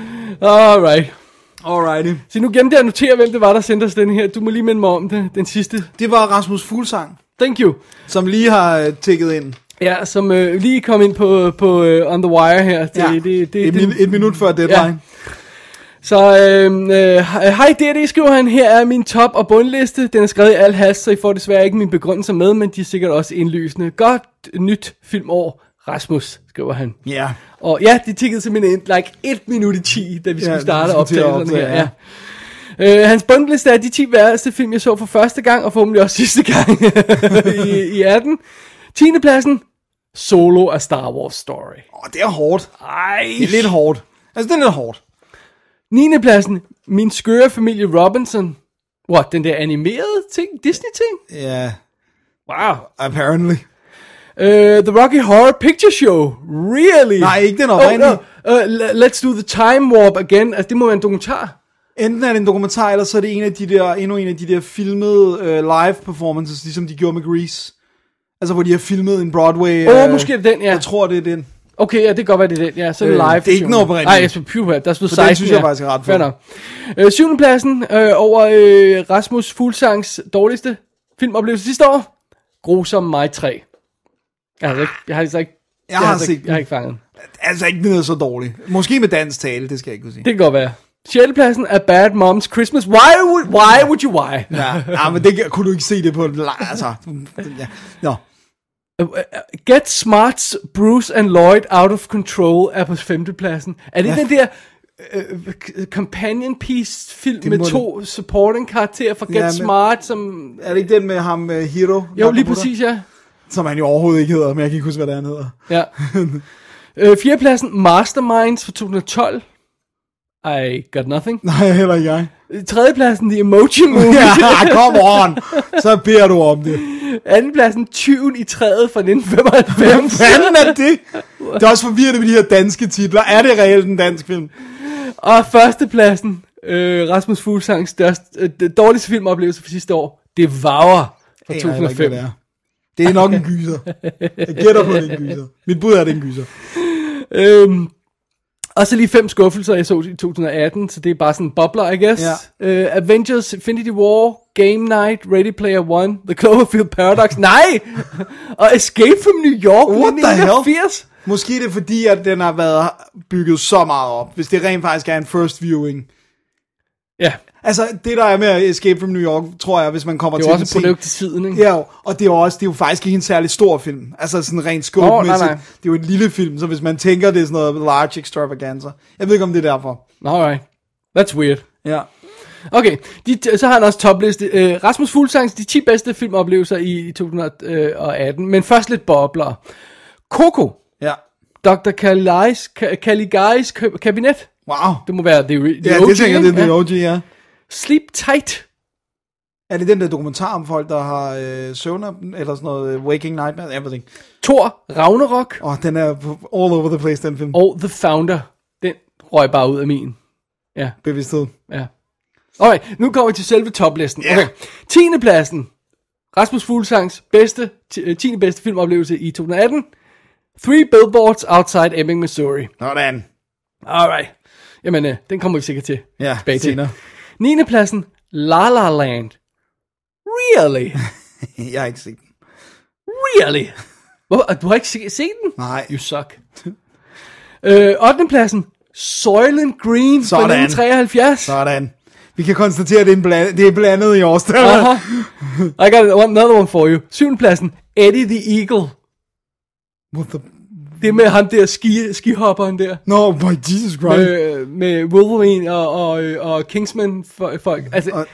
Alrighty. Så nu glemte jeg at notere, hvem det var, der sendte os den her. Du må lige minde mig om det, den sidste. Det var Rasmus Fuglsang. Thank you. Som lige har tækket ind. Ja, som lige kom ind på On The Wire her. Et minut før deadline. Ja. Så hej D&D, skriver han, her er min top- og bundliste. Den er skrevet i al hast, så I får desværre ikke min begrundelse med, men de er sikkert også indlysende. Godt nyt filmår, Rasmus, skriver han. Ja. Yeah. Og ja, de tikkede simpelthen ind like 1 minut i 10, da vi skulle starte optagelsen her. Ja. Hans bundliste er de 10 værste film, jeg så for første gang, og forhåbentlig også sidste gang i 18. 10. pladsen, Solo A Star Wars Story. Det er hårdt. Ej. Det er lidt hårdt. Altså, det er lidt hårdt. 9. pladsen, Min skøre familie Robinson. What, den der animerede ting? Disney-ting? Ja. Yeah. Wow. Apparently. The Rocky Horror Picture Show. Really? Nej, ikke den oprindelige. Let's do the time warp again. Altså, det må være en dokumentar. Enten er det en dokumentar, eller så er det endnu en af de der filmede live performances, ligesom de gjorde med Grease. Altså, hvor de har filmet en Broadway. Måske er det den, ja. Jeg tror, det er den. Okay, ja, det kan godt være, det er den. Ja, så er det live. Det er ikke noget oprindeligt. Nej, jeg synes, der stod 16. Den synes jeg faktisk er ret fedt. 7. pladsen over Rasmus Fuglsangs dårligste filmoplevelse sidste år. Grusom mig 3. Jeg har ikke fanget. Altså ikke noget så dårligt. Måske med dansk tale, det skal jeg ikke kunne sige. Det kan godt være. 6. pladsen er Bad Moms Christmas. Why would you? Ja, men det kunne du ikke se det på. Altså, ja. Nå. Get Smart's Bruce and Lloyd Out of Control er på 5. pladsen. Er det den der companion piece film med 2 supporting karakterer for Get Smart, som... Er det ikke den med ham, Hiro? Jo, lige præcis, ja. Som han jo overhovedet ikke hedder, men jeg kan ikke huske, hvad det han hedder. Ja. 4. pladsen, Masterminds fra 2012. I got nothing. Nej, heller ikke jeg. 3. pladsen, The Emoji Movie. Ja, come on. Så beder du om det. 2. pladsen, Tyven i træet fra 1995. Hvad fanden er det? Det er også forvirrende med de her danske titler. Er det reelt en dansk film? Og 1. pladsen, Rasmus Fuglsangs dårligste filmoplevelse for sidste år, Devour fra 2005. Det er nok en gyser. Jeg gætter på, det er en gyser. Mit bud er, det er en gyser. Og så lige 5 skuffelser, jeg så i 2018, så det er bare sådan en bobler, I guess. Yeah. Avengers, Infinity War, Game Night, Ready Player One, The Cloverfield Paradox, nej! Og Escape from New York, What the hell? Måske det er fordi, at den har været bygget så meget op, hvis det rent faktisk er en first viewing. Ja. Altså, det der er med Escape from New York, tror jeg, hvis man kommer til det er også et produkt til siden, ikke? Ja, og det er jo faktisk ikke en særlig stor film. Altså sådan rent scope-mæssigt. Nej. Det er jo en lille film, så hvis man tænker, det er sådan noget large extravaganza. Jeg ved ikke, om det er derfor. Alright. That's weird. Ja. Okay, så har han også topliste. Rasmus Fuglsangs, de 10 bedste filmoplevelser i 2018. Men først lidt bobler. Coco. Ja. Dr. Caligari's kabinet. Wow. Det må være the OG. Ja, det tænker jeg, det er the OG, ja. Sleep Tight. Er det den der dokumentar om folk, der har eller sådan noget Waking Nightmares? Everything. Thor Ragnarok. Den er all over the place, den film. Og The Founder. Den røg bare ud af min. Ja. Bevidsthed. Ja. Okay, nu kommer vi til selve toplisten. Yeah. Okay. 10. pladsen. Rasmus Fuglsangs 10. bedste filmoplevelse i 2018. 3 Billboards Outside Ebbing, Missouri. Sådan. Alright. Jamen, den kommer vi sikkert til. Ja, senere. 9. pladsen. La La Land. Really? Jeg har ikke set den. Really? Du har ikke set den? Nej. You suck. 8. pladsen. Soylent Green fra 1973. Sådan. Vi kan konstatere, at det er blandet i årstal. I got another one for you. 7. pladsen. Eddie the Eagle. What the... Det er med ham der skihopperen der. No, by Jesus Christ. Med Wolverine og Kingsman folk. Altså,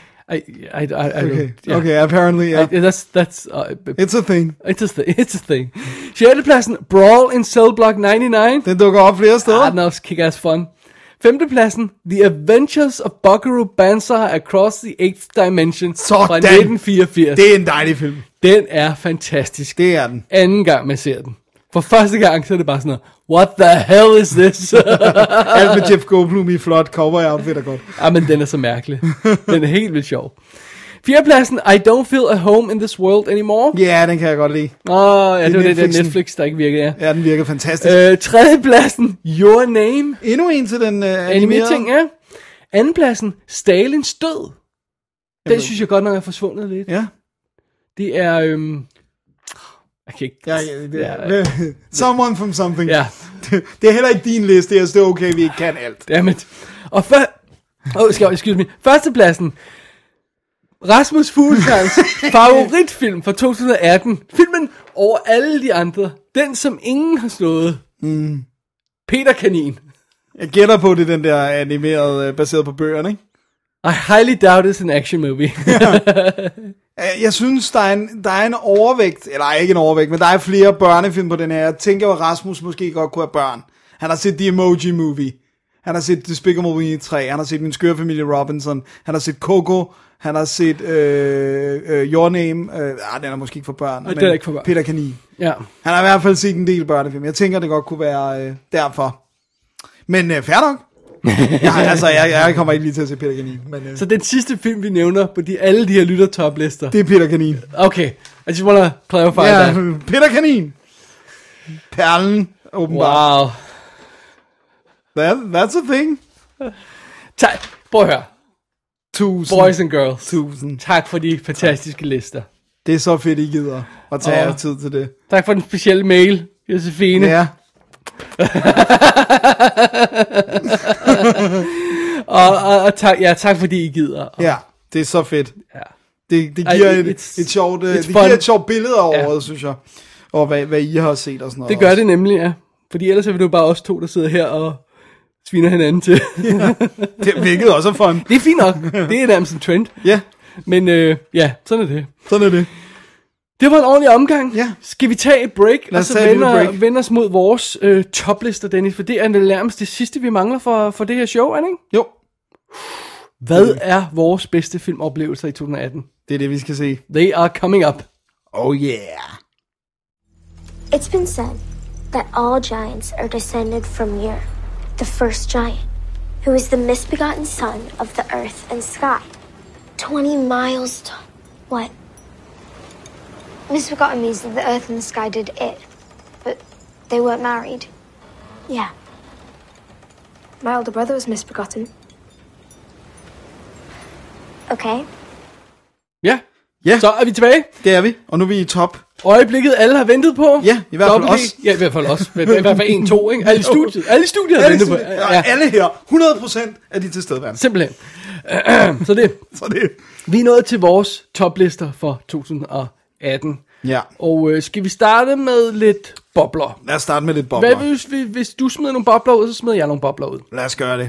Okay, apparently, yeah. That's it's a thing. It's a thing. 6. pladsen. Brawl in Cell Block 99. Den dukker op flere steder. Den er også kick-ass fun. 5. pladsen. The Adventures of Buckaroo Banzai Across the 8th Dimension. Sådan. Fra 1984. Det er en dejlig film. Den er fantastisk. Det er den. Anden gang man ser den. For første gang, så er det bare sådan noget, what the hell is this? Alt med Jeff Goldblum i flot cover outfit er godt. Ja, men den er så mærkelig. Den er helt vildt sjov. 4. pladsen, I Don't Feel at Home in This World Anymore. Ja, den kan jeg godt lide. Ja, det var det der Netflix, der ikke virkede, ja. Ja, den virker fantastisk. 3. pladsen, Your Name. Endnu en til den animerede ting, ja. 2. pladsen, Stalins Død. Den synes jeg godt nok er forsvundet lidt. Ja. Det er... Jeg kan ikke... Someone from something. Ja. Det er heller ikke din liste, det er okay, vi ikke kan alt. Dammit. Og excuse me. 1. pladsen, Rasmus Fuglsangs favoritfilm fra 2018. Filmen over alle de andre. Den, som ingen har slået. Peter Kanin. Jeg gætter på, det den der animeret, baseret på bøgerne, ikke? I highly doubt it's an action movie. Jeg synes, der er en overvægt, eller ikke en overvægt, men der er flere børnefilm på den her. Jeg tænker, at Rasmus måske godt kunne have børn. Han har set The Emoji Movie. Han har set Despicable Me 3. Han har set Min skøre familie Robinson. Han har set Coco. Han har set Your Name. Den er måske ikke for børn. Den er ikke for børn. Peter Kanin. Ja. Han har i hvert fald set en del børnefilm. Jeg tænker, det godt kunne være derfor. Men fair nok. Jeg kommer ikke lige til at se Peter Kanin. Men, Så den sidste film, vi nævner på alle de her lyttertoplister. Det er Peter Kanin. Okay, I just wanna clarify that. Peter Kanin. Perlen, åbenbart. Wow. That's a thing. Prøv at høre. 1000. Boys and girls. 1000. Tak for de fantastiske lister. Det er så fedt, I gider at tage jer tid til det. Tak for den specielle mail, Josefine. Ja. og tak fordi I gider. Ja, det er så fedt. Ja. Det giver et sjovt billede af året, synes jeg. Og hvad I har set og sådan noget. Det gør det nemlig, ja. Fordi ellers er det jo bare os to, der sidder her og sviner hinanden til. Det virkede også fun. Det er fint nok. Det er nærmest en trend. Ja. Men sådan er det. Sådan er det. Det var en ordentlig omgang. Ja. Skal vi tage et break? Lad os og så vende os mod vores toplister, Dennis. For det er nærmest det sidste, vi mangler for det her show, ikke? Jo. Hvad er vores bedste filmoplevelser i 2018? Det er det, vi skal se. They are coming up. Oh yeah. It's been said that all giants are descended from Ur, the first giant, who is the misbegotten son of the earth and sky. 20 miles tall. What? Misbegotten means that the earth and the sky did it, but they weren't married. Yeah. My older brother was misbegotten. Okay. Ja. Ja. Så er vi tilbage. Det er vi. Og nu er vi i top Øjeblikket, alle har ventet på. Ja, i hvert fald os. Ja, i hvert fald os. I hvert fald 1, 2, ikke? Alle i studiet har ventet på. Ja. Alle her, 100% af de tilstedeværende. Simpelthen. Så det. Vi er nået til vores toplister for 2018. Ja. Og skal vi starte med lidt bobler? Lad os starte med lidt bobler. Hvad hvis du smider nogle bobler ud, så smider jeg nogle bobler ud. Lad os gøre det.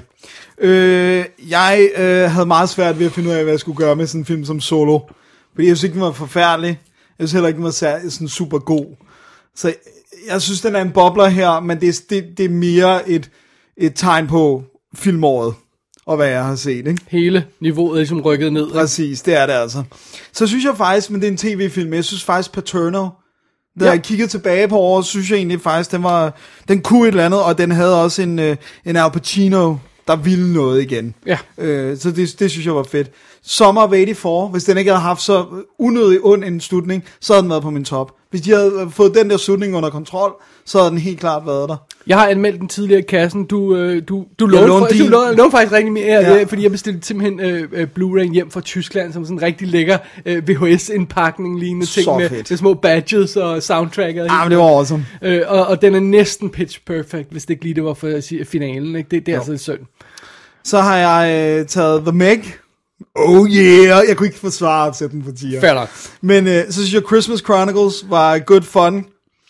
Jeg havde meget svært ved at finde ud af, hvad jeg skulle gøre med sådan en film som Solo. Fordi jeg synes ikke, den var forfærdelig. Jeg synes heller ikke, den var sådan super god. Så jeg synes, den er en bobler her, men det er mere et tegn på filmåret. Og hvad jeg har set, ikke? Hele niveauet er ligesom rykket ned. Præcis, det er det altså. Så synes jeg faktisk, men det er en tv-film, jeg synes faktisk Paterno, da jeg kiggede tilbage på året, synes jeg egentlig faktisk, den kunne et eller andet, og den havde også en Al Pacino, der ville noget igen. Ja. Så det synes jeg var fedt. Summer of 84, hvis den ikke havde haft så unødig ond en slutning, så havde den været på min top. Hvis de havde fået den der slutning under kontrol, så havde den helt klart været der. Jeg har anmeldt den tidligere i kassen. Du lånte faktisk rigtig mere, fordi jeg bestilte simpelthen Blu-ray hjem fra Tyskland, som sådan en rigtig lækker VHS-indpakning, lignende ting med små badges og soundtrack. Men det var awesome. Og den er næsten pitch perfect, hvis det ikke lige det var for finalen. Ikke? Det er altså synd. Så har jeg taget The Meg. Oh yeah, jeg kunne ikke forsvare at sætte den på 10'er. Fair nok. Men så synes jeg Christmas Chronicles var good fun.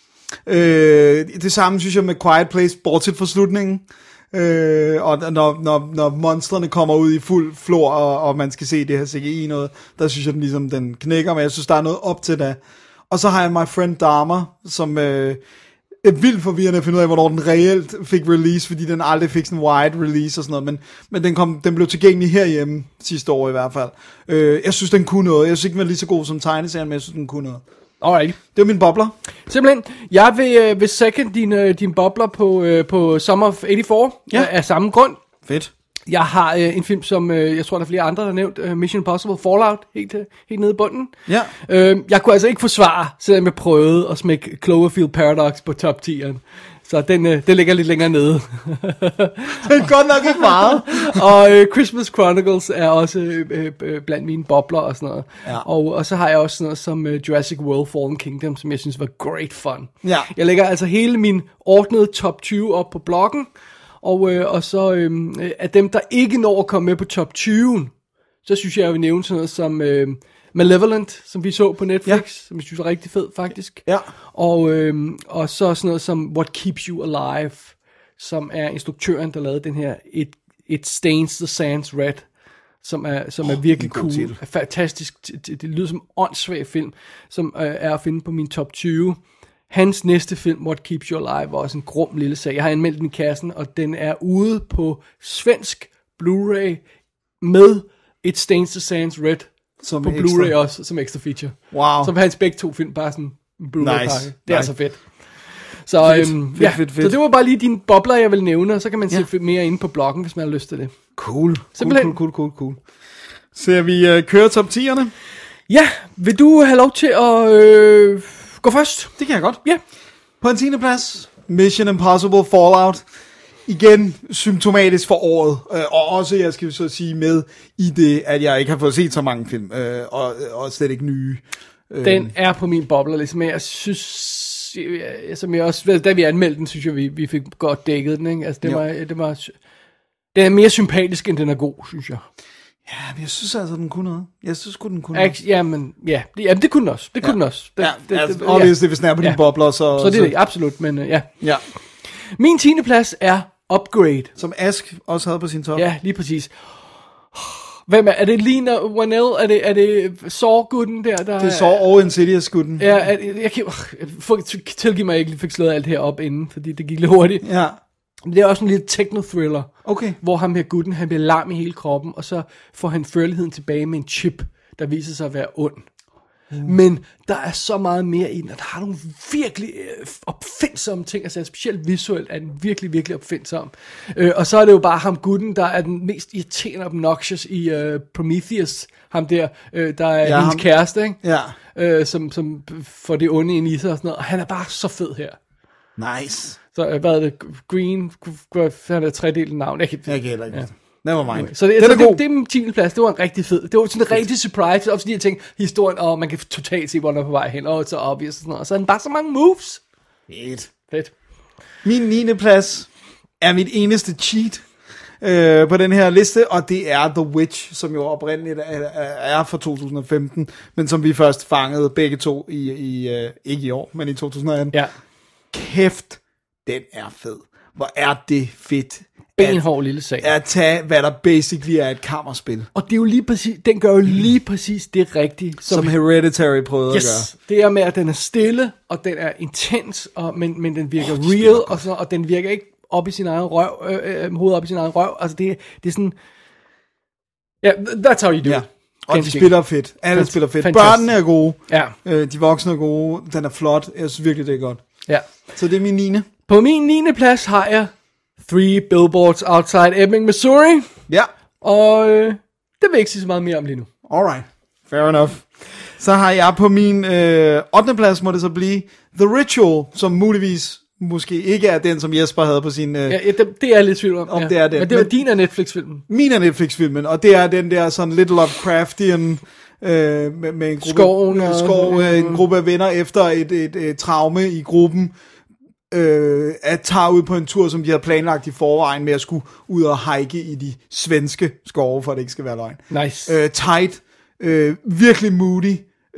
Det samme synes jeg med Quiet Place, bortset fra slutningen. Og når monstrene kommer ud i fuld flor, og man skal se det her CGI noget, der synes jeg den knækker, men jeg synes der er noget op til det. Og så har jeg My Friend Dahmer, som er vildt forvirrende at finde ud af, hvornår den reelt fik release, fordi den aldrig fik sådan en wide release og sådan noget, men den blev tilgængelig herhjemme sidste år i hvert fald. Jeg synes, den kunne noget. Jeg synes ikke, den var lige så god som tegneserien, men jeg synes, den kunne noget. Alright. Det var mine bobler. Simpelthen. Jeg vil second din bobler på Summer of 84 af samme grund. Fedt. Jeg har en film, som jeg tror, der er flere andre, der har nævnt. Mission Impossible Fallout, helt nede i bunden. Ja. Jeg kunne altså ikke forsvare, selvom jeg prøvede at smække Cloverfield Paradox på top 10'eren. Så den ligger lidt længere nede. Det er godt nok ikke meget. Og Christmas Chronicles er også blandt mine bobler og sådan noget. Ja. Og så har jeg også sådan noget som Jurassic World Fallen Kingdom, som jeg synes var great fun. Ja. Jeg lægger altså hele min ordnede top 20 op på bloggen. Og så af dem, der ikke når at komme med på top 20, så synes jeg vil nævne sådan noget som Malevolent, som vi så på Netflix, som jeg synes er rigtig fed faktisk. Ja. Og så sådan noget som What Keeps You Alive, som er instruktøren, der lavede den her It Stains the Sands Red, som er virkelig cool. Fantastisk. Det lyder som en åndssvag film, som er at finde på min top 20. Hans næste film, What Keeps You Alive, var også en grum lille sag. Jeg har anmeldt den i kassen, og den er ude på svensk Blu-ray med It Stains the Sands Red som på Blu-ray også, som extra feature. Wow. Som hans begge to film, bare sådan en Blu-ray-pakke. Nice. Det er så fedt. Så, fedt. Så det var bare lige dine bobler, jeg vil nævne, og så kan man se mere inde på bloggen, hvis man har lyst til det. Cool. Cool. Så vi kører top 10'erne? Ja, vil du have lov til at gå først? Det kan jeg godt. Ja. På en 10. plads, Mission Impossible Fallout. Igen symptomatisk for året. Og også, jeg skal så sige med i det, at jeg ikke har fået set så mange film. Og slet ikke nye. Den er på min bobler, ligesom jeg synes, som jeg også, da vi anmeldte den, synes jeg, vi fik godt dækket den, ikke? Altså, den er mere sympatisk, end den er god, synes jeg. Ja, men jeg synes altså, den kunne noget. Jeg synes den kunne noget. Jamen, det kunne den også. Det kunne den også. Og hvis den er på dine bobler, så det er det, absolut, men ja. Min 10. plads er Upgrade. Som Ask også havde på sin top. Ja, lige præcis. Hvem er det? Lina Whannell? Er det Saw-gutten der? Det er Saw og Insidious-gutten. Ja, jeg kan tilgive mig, at jeg ikke fik slået alt her op inden, fordi det gik lidt hurtigt. Ja. Det er også en lille techno-thriller, okay. Hvor ham her gutten, han bliver lam i hele kroppen, og så får han førligheden tilbage med en chip, der viser sig at være ond. Men der er så meget mere i den, og der har nogle virkelig opfindsomme ting, altså specielt visuelt er den virkelig, virkelig opfindsom. Og så er det jo bare ham gutten, der er den mest irriterende obnoxious i Prometheus, ham der er hendes kæreste, ikke? Ja. Som får det onde ind i sig og sådan noget, og han er bare så fed her. Nice. Så hvad er det? Green, han er tredelen navn. Jeg kan heller ikke. Never mind. Så det er min 10. plads. Det var en rigtig fed. Det var sådan en rigtig surprise. Også fordi jeg tænkte, historien, og man kan totalt se, hvor den er på vej hen. Og så obvious og sådan noget. Og så er den bare så mange moves. Fedt. Min 9. plads er mit eneste cheat på den her liste, og det er The Witch, som jo oprindeligt er fra 2015, men som vi først fangede begge to i ikke i år, men i 2018. Ja. Kæft, den er fed. Hvor er det fedt. Benhård lille sag. At tage, hvad der basically er et kammerspil. Og det er jo lige præcis, den gør jo lige præcis det rigtige. Som Hereditary prøvede at gøre. Det er med, at den er stille, og den er intens, men den virker real, og den virker ikke op i sin egen røv, hovedet op i sin egen røv. Altså det er sådan, ja, that's how you do it. Og de spiller fedt. Alle spiller fedt. Fantastisk. Børnene er gode. Ja. De voksne er gode. Den er flot. Jeg synes virkelig, det er godt. Ja. Så det er min 9. På min 9. plads har jeg 3 Billboards Outside Ebbing, Missouri. Ja. Og det vil jeg ikke sige så meget mere om lige nu. Alright. Fair enough. Så har jeg på min 8. plads, må det så blive, The Ritual, som muligvis måske ikke er den, som Jesper havde på sin... Ja, det er lidt tvivl om. Det er den. Men det var din af Netflix-filmen. Min af Netflix-filmen, og det er den der sådan lidt Lovecraftian med en gruppe, en gruppe af venner efter et traume i gruppen, at tage ud på en tur, som de havde planlagt i forvejen med at skulle ud og hike i de svenske skove, for at det ikke skal være løgn. Nice. Tight, virkelig moody,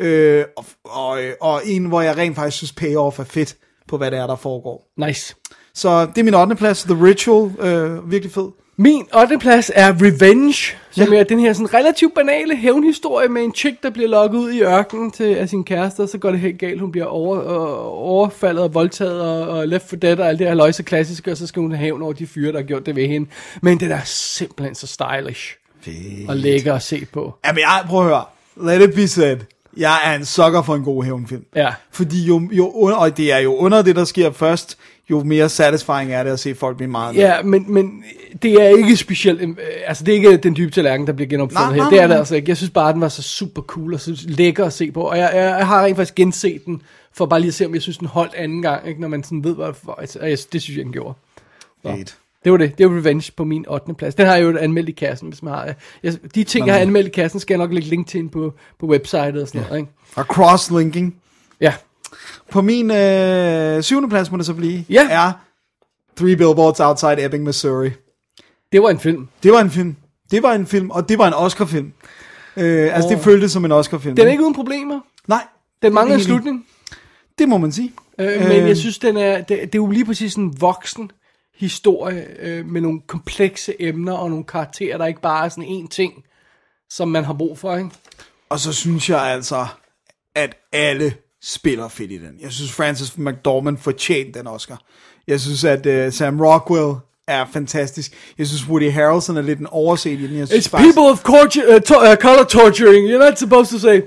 og en, hvor jeg rent faktisk synes payoff er fedt på, hvad det er, der foregår. Nice. Så det er min 8. plads, The Ritual, virkelig fed. Min 8. plads er Revenge, som er den her sådan relativt banale hævnhistorie med en chick, der bliver lokket ud i ørkenen af sin kæreste, og så går det helt galt. Hun bliver overfaldet og voldtaget og Left 4 Dead og alt det her løjse klassiske, og så skal hun have hævn over de fyre, der har gjort det ved hende. Men det der er simpelthen så stylish. Fedt. Og lækker at se på. Jamen, prøv at høre. Let it be said. Jeg er en sucker for en god hævnfilm. Ja. Fordi og det er jo under det, der sker først, jo mere satisfying er det at se folk blive meget. Ja, men det er ikke specielt, altså det er ikke den dybe tallerken, der bliver genopfundet her. Det er det altså ikke. Jeg synes bare, den var så super cool og så lækker at se på. Og jeg har rent faktisk genset den, for bare lige at se, om jeg synes, den holdt anden gang, ikke? Når man sådan ved, hvad det synes jeg, den gjorde. Det var det. Det var Revenge på min 8. plads. Den har jeg jo anmeldt i kassen, hvis man har. De ting, jeg har anmeldt i kassen, skal jeg nok lægge link til ind på websitet og sådan noget, ikke? Og cross-linking. Ja. På min 7. plads må det så blive, er 3 Billboards Outside Ebbing, Missouri. Det var en film. Det var en film, og det var en Oscar-film. Altså, det føltes som en Oscar-film. Den er ikke uden problemer. Nej. Den mangler en slutning. Det må man sige. Men jeg synes, det er jo lige præcis en voksen historie med nogle komplekse emner og nogle karakterer, der ikke bare er sådan en ting, som man har brug for, ikke? Og så synes jeg altså, at alle spiller fedt i den. Jeg synes, Frances McDormand fortjente den Oscar. Jeg synes, at Sam Rockwell er fantastisk. Jeg synes, Woody Harrelson er lidt en overset i den. Jeg synes, it's faktisk, people of color torturing. You're not supposed to say.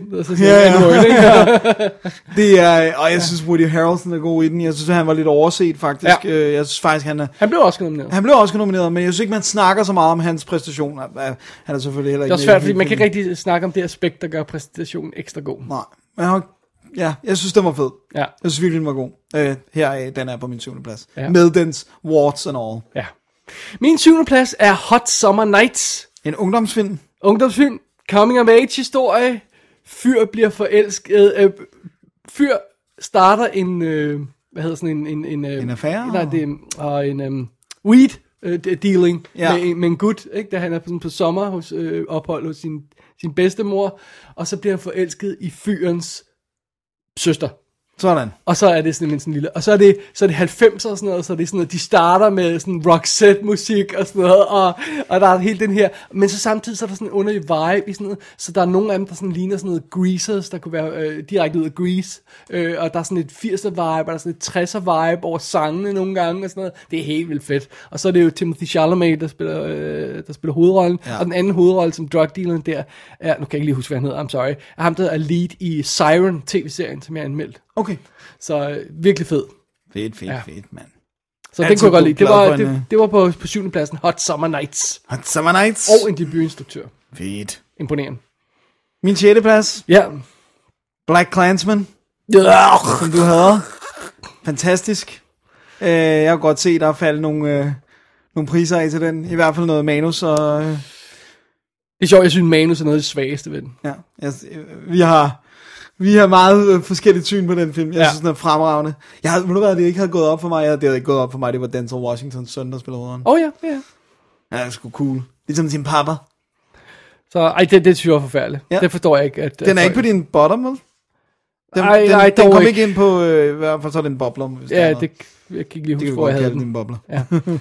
Det er, og jeg synes, Woody Harrelson er god i den. Jeg synes, han var lidt overset, faktisk. Ja. Jeg synes faktisk, han blev også nomineret. Han blev også nomineret, men jeg synes ikke, man snakker så meget om hans præstationer. Han er selvfølgelig heller ikke... Det er svært, fordi man kan ikke rigtig snakke om det aspekt, der gør præstationen ekstra god. Nej, men ja, jeg synes, den var fed. Ja. Jeg synes virkelig, den var god. Her den er på min 7. plads. Ja. Med dens warts and all. Ja. Min 7. plads er Hot Summer Nights. En ungdomsfilm. Coming of age historie. Fyr bliver forelsket. Fyr starter en... hvad hedder sådan en affære? Nej, det er en weed dealing med en gut, ikke? Da han er på sommer ophold hos sin bedstemor. Og så bliver han forelsket i fyrens søster. Sådan. Og så er det sådan en lille, og så er det 90'er og sådan noget, så det er sådan noget, de starter med sådan Roxette musik og sådan noget, og der er helt den her, men så samtidig så er der sådan en underlig vibe i sådan noget, så der er nogle af dem, der sådan ligner sådan noget Greasers, der kunne være direkte ud af Grease, og der er sådan et 80'er vibe, og der er sådan et 60'er vibe over sangene nogle gange og sådan noget, det er helt vildt fedt. Og så er det jo Timothée Chalamet, der spiller hovedrollen, og den anden hovedrolle som drugdealeren der, nu kan jeg ikke lige huske, hvad han hedder, I'm sorry, er ham, der er lead i Siren tv-serien, som jeg har anmeldt. Okay. Så virkelig fed. Fedt, mand. Så den kunne jeg godt lide. Det var på 7. pladsen. Hot Summer Nights. Hot Summer Nights. Og en debutinstruktør. Fedt. Imponerende. Min 6. plads. Ja. Black Klansman. Som du havde. Fantastisk. Jeg kan godt se, der er faldet nogle nogle priser af til den. I hvert fald noget manus og... Det er sjovt, jeg synes, manus er noget af det svageste ved den. Ja, vi har meget forskelligt syn på den film. Jeg synes, den er fremragende. Ved du hvad, det ikke havde gået op for mig? Det havde ikke gået op for mig, det var Denzel Washingtons søn, der spiller hovedånden. Ja. Ja, det er sgu cool. Ligesom sin pappa. Så det synes jeg er forfærdeligt. Ja. Det forstår jeg ikke. At den er ikke på din bottom, vel? Den kom ikke ind på, i hvert fald så er det en bobler. Ja, det jeg kan ikke lige huske, hvor jeg havde den. Din bobler. Ja.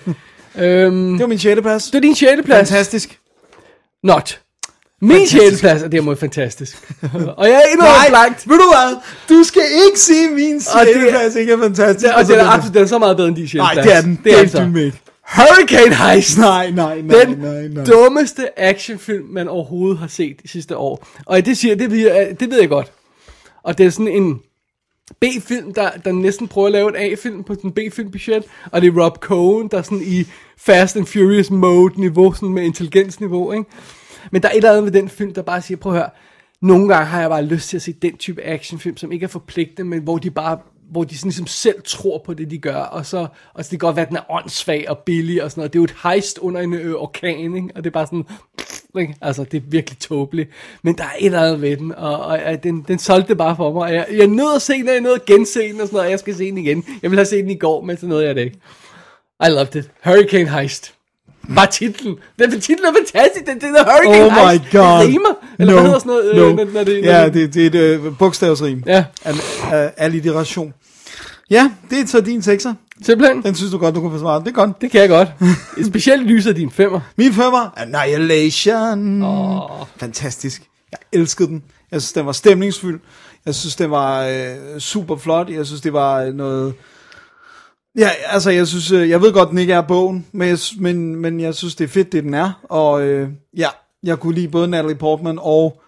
Det var min 6. plads. Det var din 6. plads. Fantastisk. Not. Min 6. plads er derimod fantastisk. Og jeg er endnu blankt. Ved du hvad? Du skal ikke sige min 6. plads ikke er fantastisk. Og den er absolut den er så meget bedre end din 6. plads. Nej, det er den. Det er du ikke. Hurricane Heist. Nej. Den dummeste actionfilm, man overhovedet har set de sidste år. Og det ved jeg godt. Og det er sådan en B-film, der næsten prøver at lave en A-film på sådan en B-film-budget. Og det er Rob Cohen, der er sådan i Fast and Furious mode-niveau, sådan med intelligensniveau, ikke? Men der er et eller andet ved den film, der bare siger, prøv at høre, nogle gange har jeg bare lyst til at se den type actionfilm, som ikke er forpligtende, men hvor de sådan ligesom selv tror på det, de gør, og så det kan godt være, at den er åndssvag og billig og sådan noget. Det er jo et heist under en orkan, ikke? Og det er bare sådan, altså det er virkelig tåbeligt. Men der er et eller andet ved den, og den solgte det bare for mig. Jeg er nødt at se den, jeg er nødt at gense den og sådan noget, og jeg skal se den igen. Jeg ville have set den i går, men så nåede jeg det ikke. I loved it. Hurricane Heist. Bare titlen. Den titel er fantastisk. Den hedder Hurricane Heist. Oh my god. Det rimer. Eller hvad hedder sådan noget? Det er et bogstavsrim. Ja. Alliteration. Ja, det er så din 6'er. Simpelthen. Den synes du godt, du kunne forsvare. Det er godt. Det kan jeg godt. Specielt i lyset af din 5'er. Min 5'er, Annihilation. Fantastisk. Jeg elskede den. Jeg synes, den var stemningsfyldt. Jeg synes, den var super flot. Jeg synes, det var noget... Ja, altså, jeg ved godt, den ikke er bogen, men jeg synes, det er fedt, det den er. Og jeg kunne lide både Natalie Portman og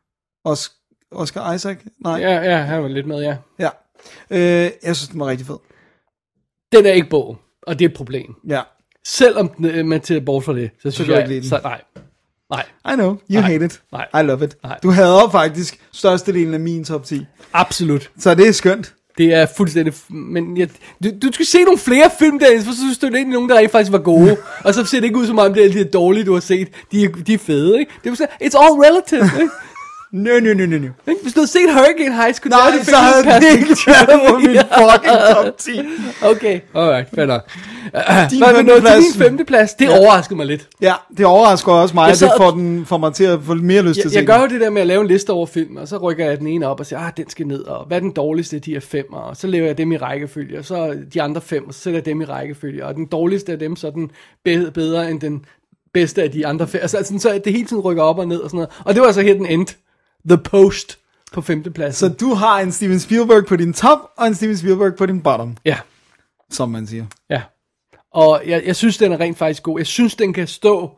Oscar Isaac. Nej. Ja, han var lidt med, ja. Ja. Jeg synes, den var rigtig fed. Den er ikke bogen, og det er et problem. Ja. Selvom man til bort fra det, så synes jeg ikke, nej. I know, you hate it. Nej. I love it. Du hader faktisk størstedelen af min top 10. Absolut. Så det er skønt. Det er fuldstændig... Men du skal se nogle flere film derinde, for så synes du, det er nogen, der faktisk var gode. Og så ser det ikke ud som om, det er de dårlige, du har set. De er fede, ikke? Det er sådan, it's all relative, ikke? No. Hvis du havde set Hurricane Heist, kunne nej, så havde det ikke været på min fucking top 10. Okay, alright, fair nok. Din 5. plads, det overraskede mig lidt. Ja, det overrasker også mig, det får mig til at få mere lyst til at se. Jeg gør jo det der med at lave en liste over film, og så rykker jeg den ene op og siger, den skal ned, og hvad er den dårligste af de her 5, og så laver jeg dem i rækkefølge, og så de andre 5, og så sætter jeg dem i rækkefølge, og den dårligste af dem, så er den bedre end den bedste af de andre 5. Altså, så det hele tiden rykker op og ned og sådan noget. Og det var så her den endte. The Post på 5. plads. Så du har en Steven Spielberg på din top, og en Steven Spielberg på din bottom. Ja. Som man siger. Ja. Og jeg synes, den er rent faktisk god. Jeg synes, den kan stå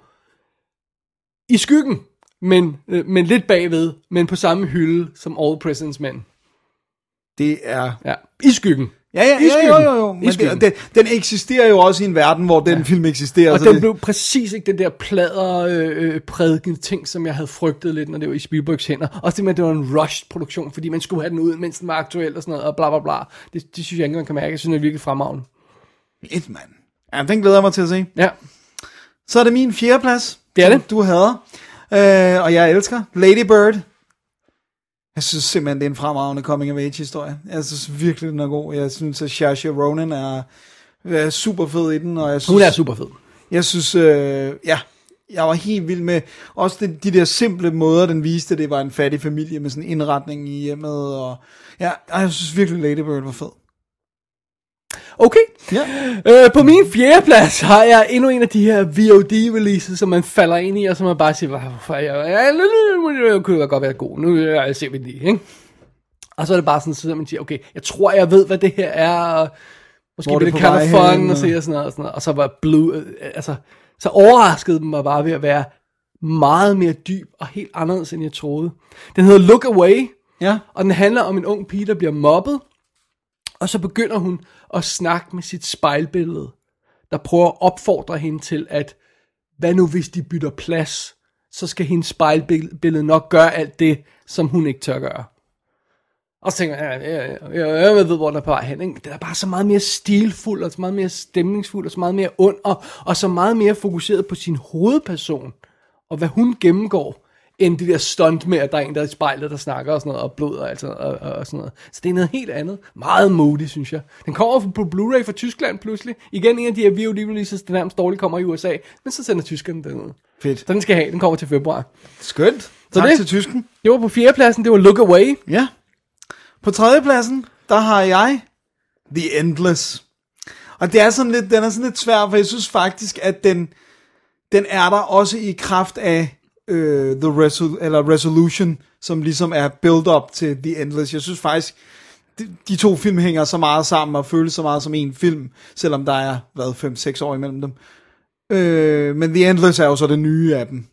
i skyggen, men lidt bagved, men på samme hylde som All President's Men. Det er... Ja, i skyggen. Ja, jo. Men den eksisterer jo også i en verden, hvor den film eksisterer. Og den blev præcis ikke den der prædikende ting, som jeg havde frygtet lidt, når det var i Spielbergs hænder. Også det med, at det var en rushed-produktion, fordi man skulle have den ud, mens den var aktuel og sådan noget, og bla bla bla. Det synes jeg ikke, man kan mærke. Jeg synes, det er virkelig fremragende. Mand. Ja, den glæder jeg mig til at se. Ja. Så er det min 4. plads. Det er det. Du hader. Og jeg elsker Lady Bird. Jeg synes simpelthen, det er en fremragende coming-of-age-historie. Jeg synes virkelig, den er god. Jeg synes, at Saoirse Ronan er super fed i den. Og jeg synes, hun er super fed. Jeg synes, jeg var helt vild med også de der simple måder, den viste, det var en fattig familie med sådan en indretning i hjemmet. Og jeg synes virkelig, Lady Bird var fed. Okay. Ja. På min 4. plads har jeg endnu en af de her VOD-releases, som man falder ind i, og som man bare siger, hvorfor jeg kunne godt være god, nu ser vi lige, ikke? Og så er det bare sådan, at man siger, okay, jeg tror, jeg ved, hvad det her er, og måske bliver det kind of fun, og sådan noget, og så var Blue, så overraskede den mig bare ved at være meget mere dyb, og helt anderledes, end jeg troede. Den hedder Look Away, og den handler om en ung pige, der bliver mobbet, og så begynder hun at snakke med sit spejlbillede, der prøver at opfordre hende til, at hvad nu hvis de bytter plads, så skal hendes spejlbillede nok gøre alt det, som hun ikke tør gøre. Og så tænker jeg ved, hvor den er på vej hen. Ikke? Den er bare så meget mere stilfuld, og så meget mere stemningsfuld, og så meget mere ond, og så meget mere fokuseret på sin hovedperson, og hvad hun gennemgår, end det der stunt med, at der er en, der er i spejlet, der snakker og sådan noget, og blod og alt og sådan noget. Så det er noget helt andet. Meget moody, synes jeg. Den kommer på Blu-ray fra Tyskland pludselig. Igen en af de her VOD-releases, der nærmest dårligt kommer i USA, men så sender tyskerne den ud. Fedt. Så den skal have, den kommer til februar. Skønt. Så tak det, til tysken. Det var på 4. pladsen, det var Look Away. Ja. På 3. pladsen, der har jeg The Endless. Og det er sådan lidt, den er sådan lidt svær, for jeg synes faktisk, at den er der også i kraft af Resolution, som ligesom er build up til The Endless. Jeg synes faktisk, de to film hænger så meget sammen og føles så meget som en film, selvom der er, 5-6 år imellem dem. Men The Endless er jo så det nye af dem.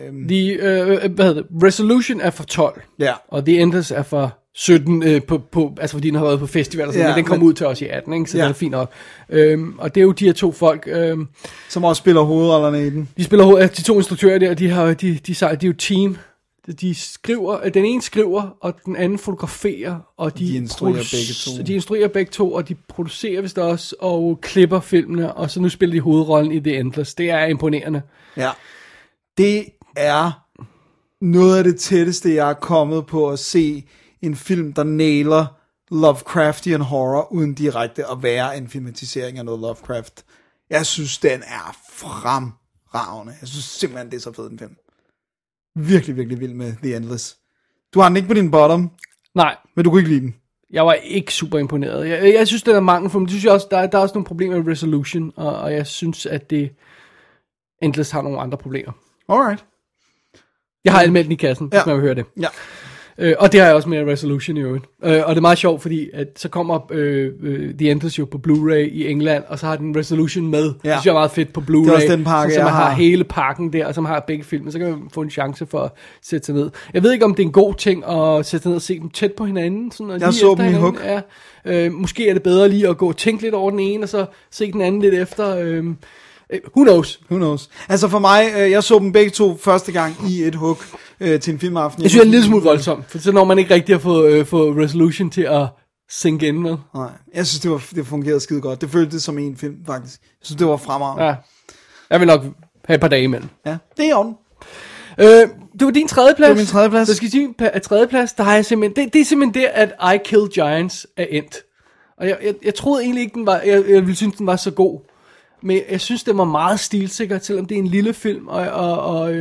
Resolution er for 12, ja. Og The Endless er for 17, altså fordi den har været på festival og sådan, men den kom ud til os i 18, ikke? Så det er fint nok. Og det er jo de her to folk, som også spiller hovedrollerne i den. De spiller de to instruktører der, de er jo team. De skriver, den ene skriver, og den anden fotograferer, og de instruerer begge to. De instruerer begge to, og de producerer vist også, og klipper filmene, og så nu spiller de hovedrollen i The Endless. Det er imponerende. Ja. Det er noget af det tætteste, jeg er kommet på at se en film, der nailer Lovecraftian horror, uden direkte at være en filmatisering af noget Lovecraft. Jeg synes, den er fremragende. Jeg synes simpelthen, det er så fed en film. Virkelig, virkelig vild med The Endless. Du har den ikke på din bottom. Nej. Men du kunne ikke lide den. Jeg var ikke super imponeret. Jeg synes, den er mangelfuld, men det synes jeg også, der er også nogle problemer med Resolution, og jeg synes, at det Endless har nogle andre problemer. Alright. Jeg har anmeldt den i kassen, hvis man vil høre det. Ja. Og det har jeg også med Resolution i øvrigt. Og det er meget sjovt, fordi at så kommer The Endless jo på Blu-ray i England, og så har den Resolution med. Det synes jeg er meget fedt på Blu-ray. Det er også den pakke, så man har hele pakken der, og så man har begge film, så kan man få en chance for at sætte sig ned. Jeg ved ikke, om det er en god ting at sætte sig ned og se dem tæt på hinanden. Sådan, og jeg så dem i hug. Ja. Måske er det bedre lige at gå og tænke lidt over den ene, og så se den anden lidt efter. Who knows? Altså for mig, jeg så dem begge to første gang i et hug til en filmaften. Jeg synes, det er en lille smule voldsomt, for så når man ikke rigtig har fået Resolution til at synke ind med. Nej, jeg synes, det fungerede skide godt. Det føltes som en film, faktisk. Jeg synes, det var fremragende. Ja. Jeg vil nok have et par dage imellem. Ja, det er on. Det var din 3. plads. Det var min 3. plads. Så skal jeg sige, 3. plads, der har jeg simpelthen, det er simpelthen der, at I Kill Giants er endt. Og jeg troede egentlig ikke, den var, jeg ville synes, den var så god. Men jeg synes, det var meget stilsikker, selvom det er en lille film, og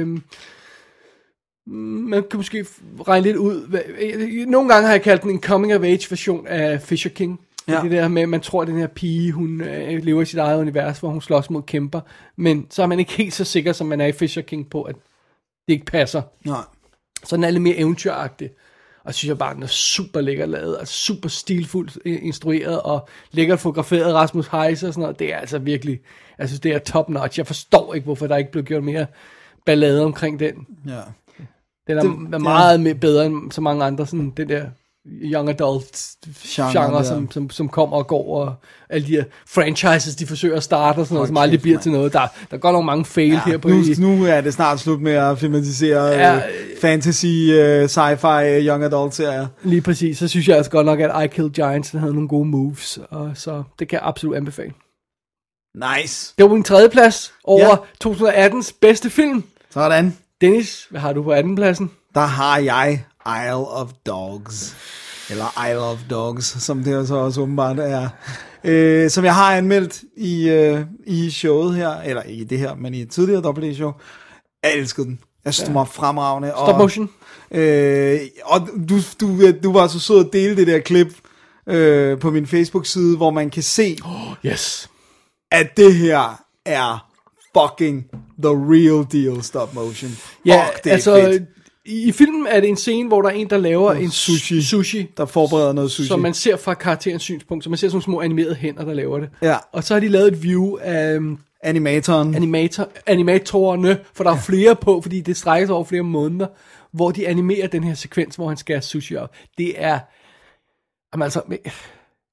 man kan måske regne lidt ud. Nogle gange har jeg kaldt den en coming-of-age version af Fisher King. Ja. Det der med, at man tror, at den her pige, hun lever i sit eget univers, hvor hun slås mod kæmper. Men så er man ikke helt så sikker, som man er i Fisher King på, at det ikke passer. Nej. Så den er lidt mere eventyragtig. Og synes jeg bare, den er super lækker lavet, og super stilfuldt instrueret, og lækkert fotograferet. Rasmus Heise og sådan noget. Det er altså virkelig, jeg synes, det er top notch. Jeg forstår ikke, hvorfor der ikke blev gjort mere ballade omkring den. Ja. Den er meget bedre end så mange andre, sådan den der young adult genre som kommer og går, og alle de her franchises, de forsøger at starte, og sådan noget, som aldrig bliver til noget. Der går nok mange fail her på. Nu er det snart slut med at filmatisere fantasy, sci-fi, young adult serier. Lige præcis, så synes jeg altså godt nok, at I Kill Giants havde nogle gode moves, og så det kan jeg absolut anbefale. Nice. Det var min 3. plads over 2018's bedste film. Sådan. Dennis, hvad har du på 18. pladsen? Der har jeg Isle of Dogs. Eller Isle of Dogs, som det så også åbenbart er. Som jeg har anmeldt i showet her. Eller ikke i det her, men i et tidligere dobbelt-show. Jeg elskede den. Jeg synes, den var fremragende. Stop motion. Og du var så sød at dele det der klip på min Facebook-side, hvor man kan se, at det her er fucking the real deal stop motion. Ja, det er fedt. I filmen er det en scene, hvor der er en, der laver en sushi, der forbereder noget sushi, som man ser fra karakterens synspunkt, så man ser sådan nogle små animerede hænder, der laver det. Ja. Og så har de lavet et view af animatorerne, for der er flere på, fordi det strækker sig over flere måneder, hvor de animerer den her sekvens, hvor han skærer sushi op. Det er, altså,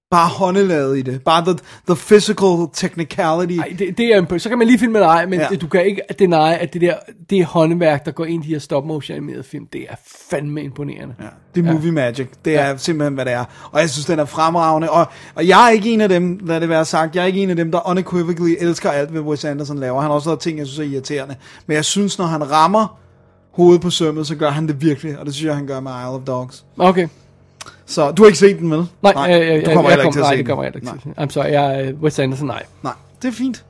bare håndelavet i det. Bare the physical technicality. Ej, det er så kan man lige filme med dig, men du kan ikke deny, at det håndværk, der går ind i de her stop-motion animerede film, det er fandme imponerende. Ja, det er movie magic. Det er simpelthen, hvad det er. Og jeg synes, den er fremragende. Og jeg er ikke en af dem, lad det være sagt, jeg er ikke en af dem, der unequivocally elsker alt, hvad Wes Anderson laver. Han har også lavet ting, jeg synes er irriterende. Men jeg synes, når han rammer hovedet på sømmet, så gør han det virkelig. Og det synes jeg, han gør med Isle of Dogs. Okay. Så du har ikke set den, vel? Nej, du kommer heller ikke til at se den. Det kommer jeg ikke til. I'm sorry, Wes Anderson, nej. Nej, det er fint.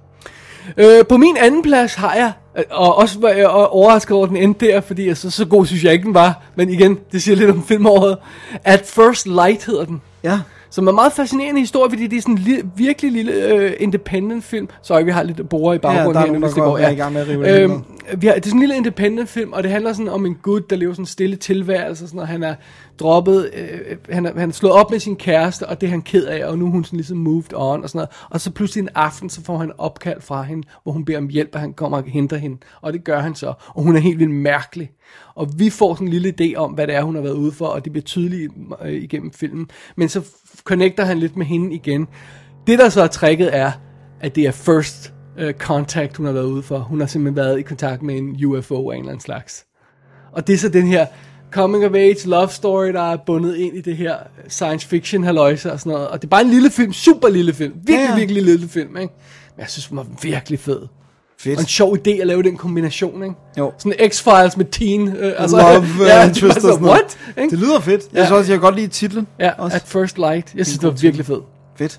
På min anden plads har jeg, og også var jeg overrasket over den endte der, fordi så god synes jeg ikke den var, men igen, det siger lidt om filmåret. At First Light hedder den. Ja. Som er en meget fascinerende historie, fordi det er sådan en virkelig lille independent film. Sorry, vi har lidt borer i baggrunden her. Ja, der er i gang med at rive det det er sådan en lille independent film, og det handler sådan om en gut, der lever sådan en stille tilværelse, sådan, og han er droppet, han er slået op med sin kæreste, og det er han ked af, og nu er hun sådan ligesom moved on, og sådan noget. Og så pludselig en aften, så får han opkald fra hende, hvor hun beder om hjælp, og han kommer og henter hende, og det gør han så, og hun er helt vildt mærkelig. Og vi får sådan en lille idé om, hvad det er, hun har været ude for, og det bliver tydeligt igennem filmen. Men så connecter han lidt med hende igen. Det, der så er tricket, er, at det er first contact, hun har været ude for. Hun har simpelthen været i kontakt med en UFO af en eller anden slags. Og det er så den her coming of age love story, der er bundet ind i det her science fiction halløjse og sådan noget. Og det er bare en lille film, super lille film. Virkelig lille film, ikke? Men jeg synes, den var virkelig fed. Fedt. Og en sjov idé at lave den kombination, ikke? Jo. Sådan X-Files med teen. Altså, Love interest så, what? Det lyder fedt. Jeg synes også, jeg kan godt lide titlen. Ja, også. At First Light. Jeg synes, det var virkelig fed. Fedt.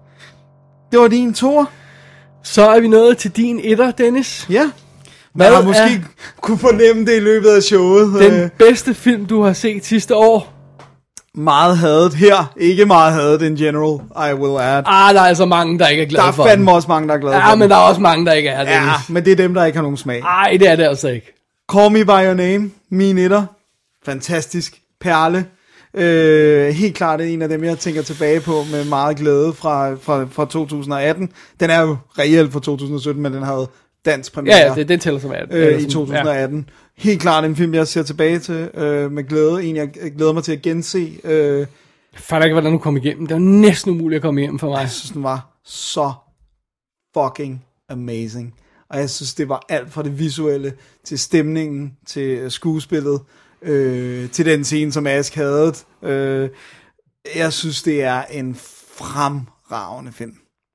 Det var din tour. Så er vi nået til din etter, Dennis. Ja. Man har måske kunne fornemme det i løbet af showet. Den bedste film, du har set sidste år. Meget hadet her. Ikke meget hadet in general, I will add. Der er altså mange, der ikke er glade for den. Der er fandme også mange, der er glade for den. Men der er også mange, der ikke er, Dennis. Ja, men det er dem, der ikke har nogen smag. Nej, det er det altså ikke. Call Me By Your Name, min etter. Fantastisk. Perle. Helt klart en af dem, jeg tænker tilbage på med meget glæde fra 2018. Den er jo reelt fra 2017, men den havde dansk premiere. Ja, den tæller som i 2018. Ja. Helt klart en film, jeg ser tilbage til med glæde. En, jeg glæder mig til at gense. Jeg fatter ikke, hvordan du kom igennem. Det var næsten umuligt at komme hjem for mig. Jeg synes, den var så fucking amazing. Og jeg synes, det var alt fra det visuelle til stemningen, til skuespillet, til den scene, som Ask havde. Jeg synes, det er en fremragende film.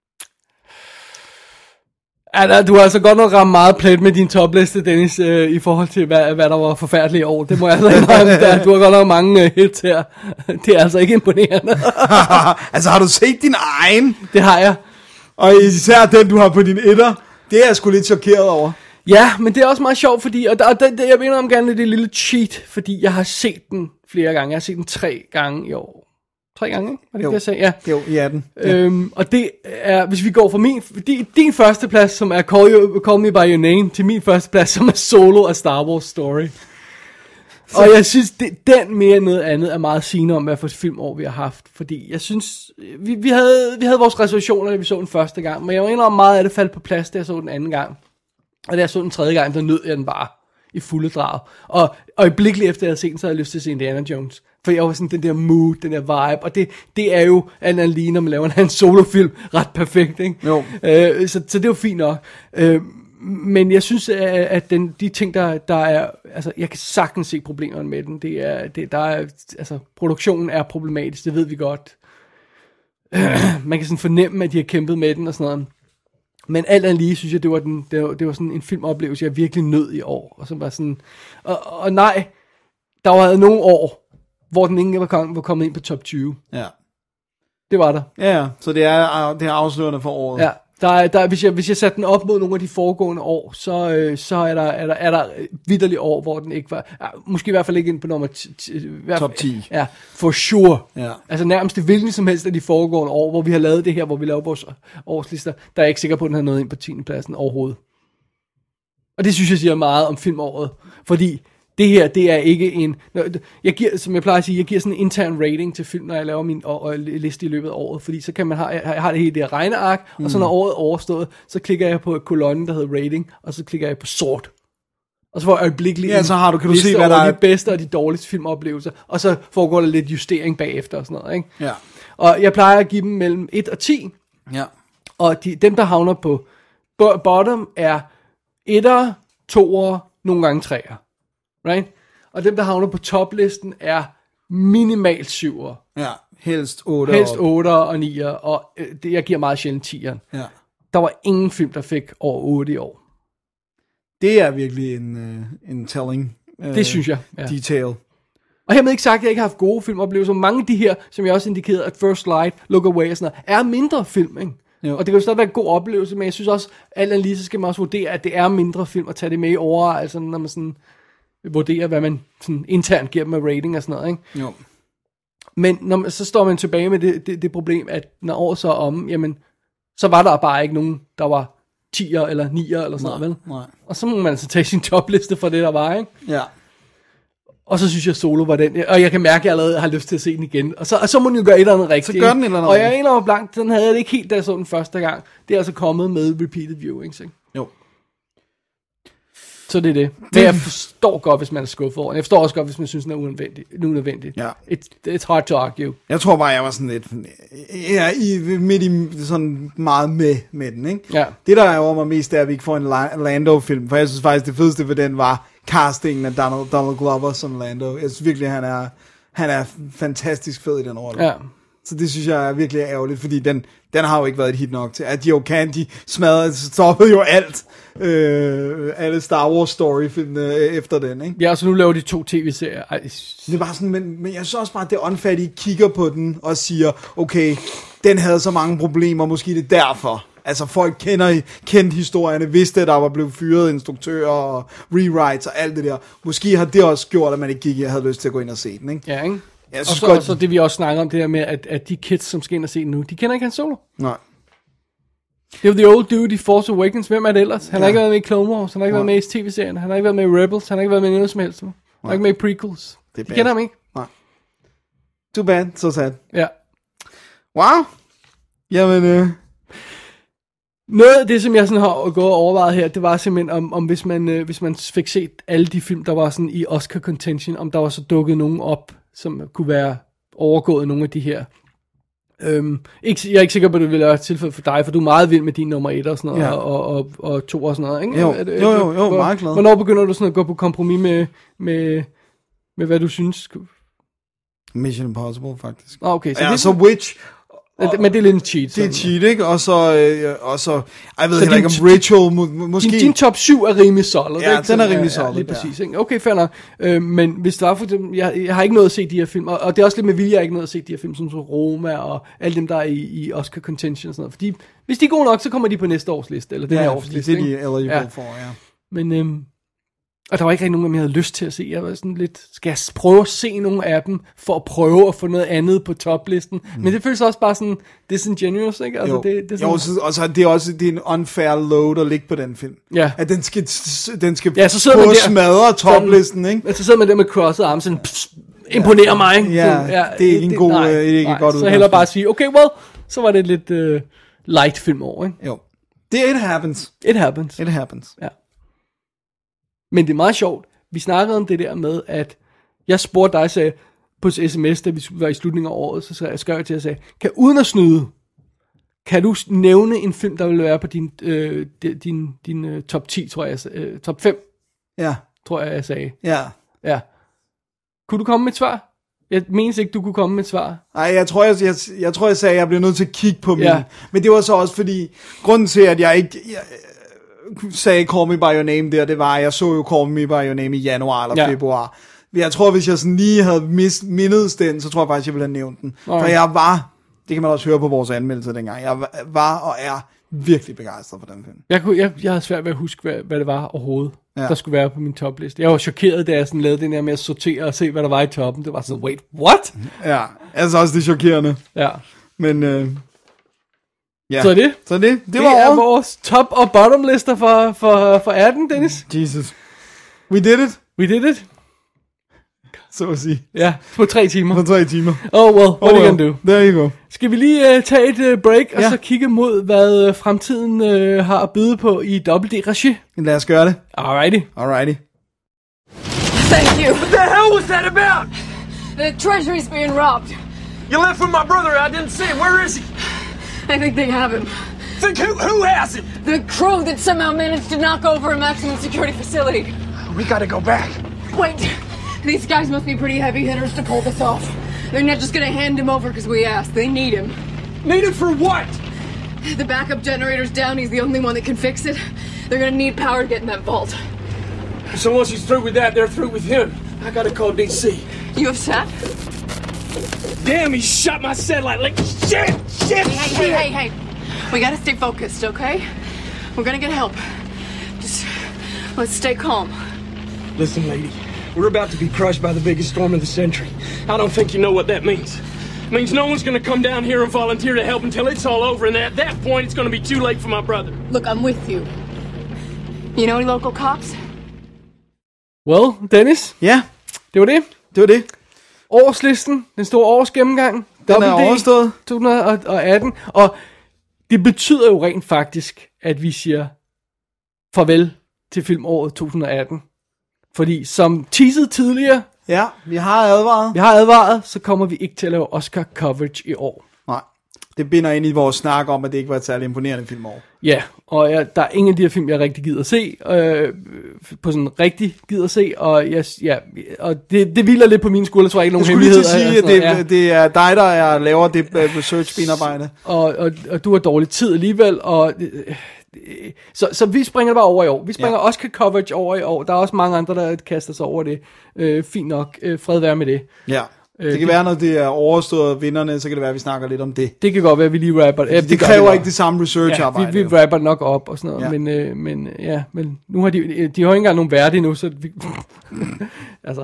Ja, du har altså godt nok ramt meget plet med din topliste, Dennis, i forhold til, hvad der var forfærdeligt i år. Det må jeg altså indrømme. Du har godt nok mange hits her. Det er altså ikke imponerende. Altså, har du set din egen? Det har jeg. Og især den, du har på din etter, det er jeg sgu lidt chokeret over. Ja, men det er også meget sjovt, fordi, jeg vil indrømme gerne det lille cheat, fordi jeg har set den flere gange. Jeg har set den 3 gange i år. 3 gange, ikke? Var det, jeg sagde? Ja. Jo, i 18. Ja. Og det er, hvis vi går fra din første plads, som er Call Me By Your Name, til min første plads, som er Solo af Star Wars Story. Og jeg synes, den mere end noget andet er meget sigende om, hvad for filmår vi har haft. Fordi jeg synes, vi havde vores reservationer, da vi så den første gang, men jeg var indrømme meget af det faldt på plads, da jeg så den anden gang. Og da jeg så den tredje gang, der nød jeg den bare i fulde drag. Og øjeblikkeligt efter jeg havde set den, så havde jeg lyst til at se Indiana Jones. For jeg var sådan den der mood, den der vibe, og det er jo lige når man laver en solofilm ret perfekt, ikke? Jo. Så det er jo fint nok. Men jeg synes, at de ting, der er, altså jeg kan sagtens se problemerne med den. Altså produktionen er problematisk, det ved vi godt. Man kan sådan fornemme, at de har kæmpet med den og sådan noget. Men alt andet lige, synes jeg, det var sådan en filmoplevelse, jeg virkelig nød i år. Og så var sådan, og nej, der var nogle år, hvor den ikke var kommet ind på top 20. Ja. Det var der. Ja, så det er afslørende for året. Ja, hvis jeg satte den op mod nogle af de foregående år, så er der vitterligt år, hvor den ikke var, måske i hvert fald ikke ind på nummer top 10. Ja, for sure. Ja. Altså nærmest det hvilken som helst af de foregående år, hvor vi har lavet det her, hvor vi laver vores årslister, der er jeg ikke sikker på, at den har nået ind på 10. pladsen overhovedet. Og det synes jeg siger meget om filmåret, fordi det her, det er ikke jeg giver, som jeg plejer at sige, jeg giver sådan en intern rating til film, når jeg laver min liste i løbet af året, fordi så kan man have det hele det her regneark, og så når året er overstået, så klikker jeg på kolonnen, der hedder rating, og så klikker jeg på sort. Og så får jeg øjeblikkeligt så kan du se, hvad der er de bedste og de dårligste filmoplevelser, og så foregår der lidt justering bagefter og sådan noget, ikke? Ja. Og jeg plejer at give dem mellem 1 og 10. Ja. Og dem, der havner på bottom, er 1'er, 2'er, nogle gange 3'er. Right? Og dem, der havner på toplisten, er minimalt 7'er. Ja, helst 8'er. Helst 8'er og 9'er, og jeg giver meget sjældent 10'eren. Ja. Der var ingen film, der fik over 8 i år. Det er virkelig en telling. Det synes jeg. Ja. Detail. Og hermed ikke sagt, at jeg ikke har haft gode filmoplevelser. Mange af de her, som jeg også indikerede, at First Light, Look Away og sådan noget, er mindre film, ikke? Jo. Og det kan jo stadig være en god oplevelse, men jeg synes også, alt andet lige, så skal man også vurdere, at det er mindre film, og tage det med i overvejelse, når man sådan vurderer, hvad man sådan internt giver dem af rating og sådan noget, ikke? Jo. Men så står man tilbage med det problem, at når året så er om, jamen, så var der bare ikke nogen, der var 10'er eller 9'er eller sådan noget, vel? Nej. Og så må man altså tage sin topliste fra det, der var, ikke? Ja. Og så synes jeg, Solo var den, og jeg kan mærke, at jeg allerede har lyst til at se den igen. Og så må den jo gøre et eller andet rigtigt. Så gør den et eller andet. Og jeg er en over blank, den havde jeg ikke helt, da jeg så den første gang. Det er altså kommet med repeated viewings, ikke? Jo. Så det er det. Men jeg forstår godt, hvis man er skuffet over den. Jeg forstår også godt, hvis man synes, den er unødvendig. Ja. It's hard to argue. Jeg tror bare, jeg var sådan lidt... midt i sådan meget med den, ikke? Ja. Det, der ærger mig mest, er, at vi ikke får en Lando-film. For jeg synes faktisk, det fedeste ved den var castingen af Donald Glover som Lando. Jeg synes virkelig, han er fantastisk fed i den rolle. Ja. Så det synes jeg er virkelig ærgerligt, fordi den har jo ikke været et hit nok til. At de stoppede jo alt. Alle Star Wars story-filmene efter den, ikke? Ja, så nu laver de 2 tv-serier. Det er bare sådan, men jeg synes også bare, at det er unfair, at de kigger på den og siger, okay, den havde så mange problemer, måske det er derfor. Altså folk kendte historierne, vidste, at der var blevet fyret instruktører og rewrites og alt det der. Måske har det også gjort, at man ikke havde lyst til at gå ind og se den, ikke? Ja, ikke? Og så det vi også snakker om, det der med, at de kids, som skal ind og se den nu, de kender ikke Han Solo. Nej. Det er jo The Old Dude i Force Awakens. Hvem er det ellers? Han har ikke været med i Clone Wars, han har ikke været med i tv-serien, han har ikke været med i Rebels, han har ikke været med i noget som helst. Han har ikke med i prequels. De kender ham ikke. Nej. Too bad, so sad. Ja. Wow. Jamen, noget af det, som jeg sådan har gået og overvejet her, det var simpelthen, om hvis man fik set alle de film, der var sådan i Oscar contention, om der var så dukket nogen op, som kunne være overgået nogle af de her. Jeg er ikke sikker på, at det ville være tilfældet for dig, for du er meget vild med din nummer 1 og sådan noget, ja. og 2 og sådan noget, ikke? Jo, meget glad. Hvornår begynder du sådan at gå på kompromis med hvad du synes? Mission Impossible, faktisk. Okay, så så Witch... Men det er lidt en cheat. Det er cheat, ikke? Og så jeg ved heller ikke om Ritual, måske... Din top 7 er rimelig solid, ja, ikke? Den er rimelig solid, lige præcis, ikke? Okay, fair nok. Men hvis der var for eksempel... Jeg har ikke nået at se de her film, og det er også lidt med vilje, jeg har ikke nået at se de her film, som så Roma og alle dem, der er i Oscar contention og sådan noget. Fordi hvis de er gode nok, så kommer de på næste års liste, eller den her års liste, ikke? Ja, det er de eligible for, ja. Men... Og der var ikke rigtig nogen, jeg havde lyst til at se. Jeg var sådan lidt, skal jeg prøve at se nogle af dem, for at prøve at få noget andet på toplisten? Men det føles også bare sådan disingenuous, ikke? Altså, det er sådan... Jo, og så det er en unfair load at ligge på den film. Ja. At den skal så prøve at smadre toplisten, ikke? Men så sidder man der med crossed arms, sådan, imponerer mig. Ja, det er ikke en god, det er ikke godt så hellere bare sige, okay, well, så var det lidt light film over, ikke? Jo. It happens. It happens. It happens. Ja. Men det er meget sjovt. Vi snakkede om det der med, at jeg spurgte dig, sagde, på sms, da vi var i slutningen af året, så skrev jeg til at sige, uden at snyde, kan du nævne en film, der vil være på din top 10, tror jeg, top 5, ja. Tror jeg sagde. Ja. Kunne du komme med et svar? Jeg mener ikke, du kunne komme med et svar. Nej, jeg tror, jeg sagde, at jeg blev nødt til at kigge på min. Men det var så også fordi, grunden til, at jeg ikke... sagde Call Me By Your Name der, det var, jeg så jo Call Me By Your Name i januar eller februar. Jeg tror, hvis jeg sådan lige havde mindet den, så tror jeg faktisk, jeg ville have nævnt den. For jeg var, det kan man også høre på vores anmeldelse dengang, jeg var og er virkelig begejstret for den film. Jeg havde svært ved at huske, hvad det var overhovedet, der skulle være på min topliste. Jeg var chokeret, da jeg sådan lavede den her med at sortere og se, hvad der var i toppen. Det var sådan, wait, what? Ja, altså også det chokerende. Ja. Men... Ja. Så det er vores top og bottom lister for 18, Dennis. Jesus. We did it. Så at sige. Ja, på 3 timer. Oh well, what are you gonna do? There you go. Skal vi lige tage et break, og så kigge mod, hvad fremtiden har at byde på i WD-regi? Lad os gøre det. Alrighty. Thank you. What the hell was that about? The treasury's being robbed. You left with my brother. I didn't see him. Where is he? I think they have him. Think who has him? The crew that somehow managed to knock over a maximum security facility. We gotta go back. Wait, these guys must be pretty heavy hitters to pull this off. They're not just gonna hand him over because we asked. They need him. Need him for what? The backup generator's down. He's the only one that can fix it. They're gonna need power to get in that vault. So once he's through with that, they're through with him. I gotta call DC. You have sat? Damn, he shot my satellite like shit! Hey. We gotta stay focused, okay? We're gonna get help. Just, let's stay calm. Listen, lady. We're about to be crushed by the biggest storm of the century. I don't think you know what that means. It means no one's gonna come down here and volunteer to help until it's all over, and at that point, it's gonna be too late for my brother. Look, I'm with you. You know any local cops? Well, Dennis? Ja. Det var det. Årslisten, den store årsgennemgang. Den er overstået. 2018. Og det betyder jo rent faktisk, at vi siger farvel til filmåret 2018. Fordi som teaset tidligere, ja, vi har advaret, så kommer vi ikke til at lave Oscar coverage i år. Nej, det binder ind i vores snak om, at det ikke var et særlig imponerende filmår. Ja, og der er ingen af de her film, jeg rigtig gider at se, på sådan rigtig gider at se, og det hviler lidt på mine skuldre, tror jeg ikke nogen hemmelighed. Jeg skulle lige til at sige, at det er dig, der laver det research-benarbejde. Og du har dårlig tid alligevel, og så vi springer bare over i år. Vi springer Oscar coverage over i år. Der er også mange andre, der kaster sig over det. Fint nok. Fred være med det. Ja. Det kan være, når det er overstået vinderne, så kan det være, at vi snakker lidt om det. Det kan godt være, at vi lige rapper. Det kræver ikke det samme research-arbejde. Vi rapper nok op og sådan noget. Ja. Men nu har de har jo ikke engang nogen værdi nu, så vi... altså...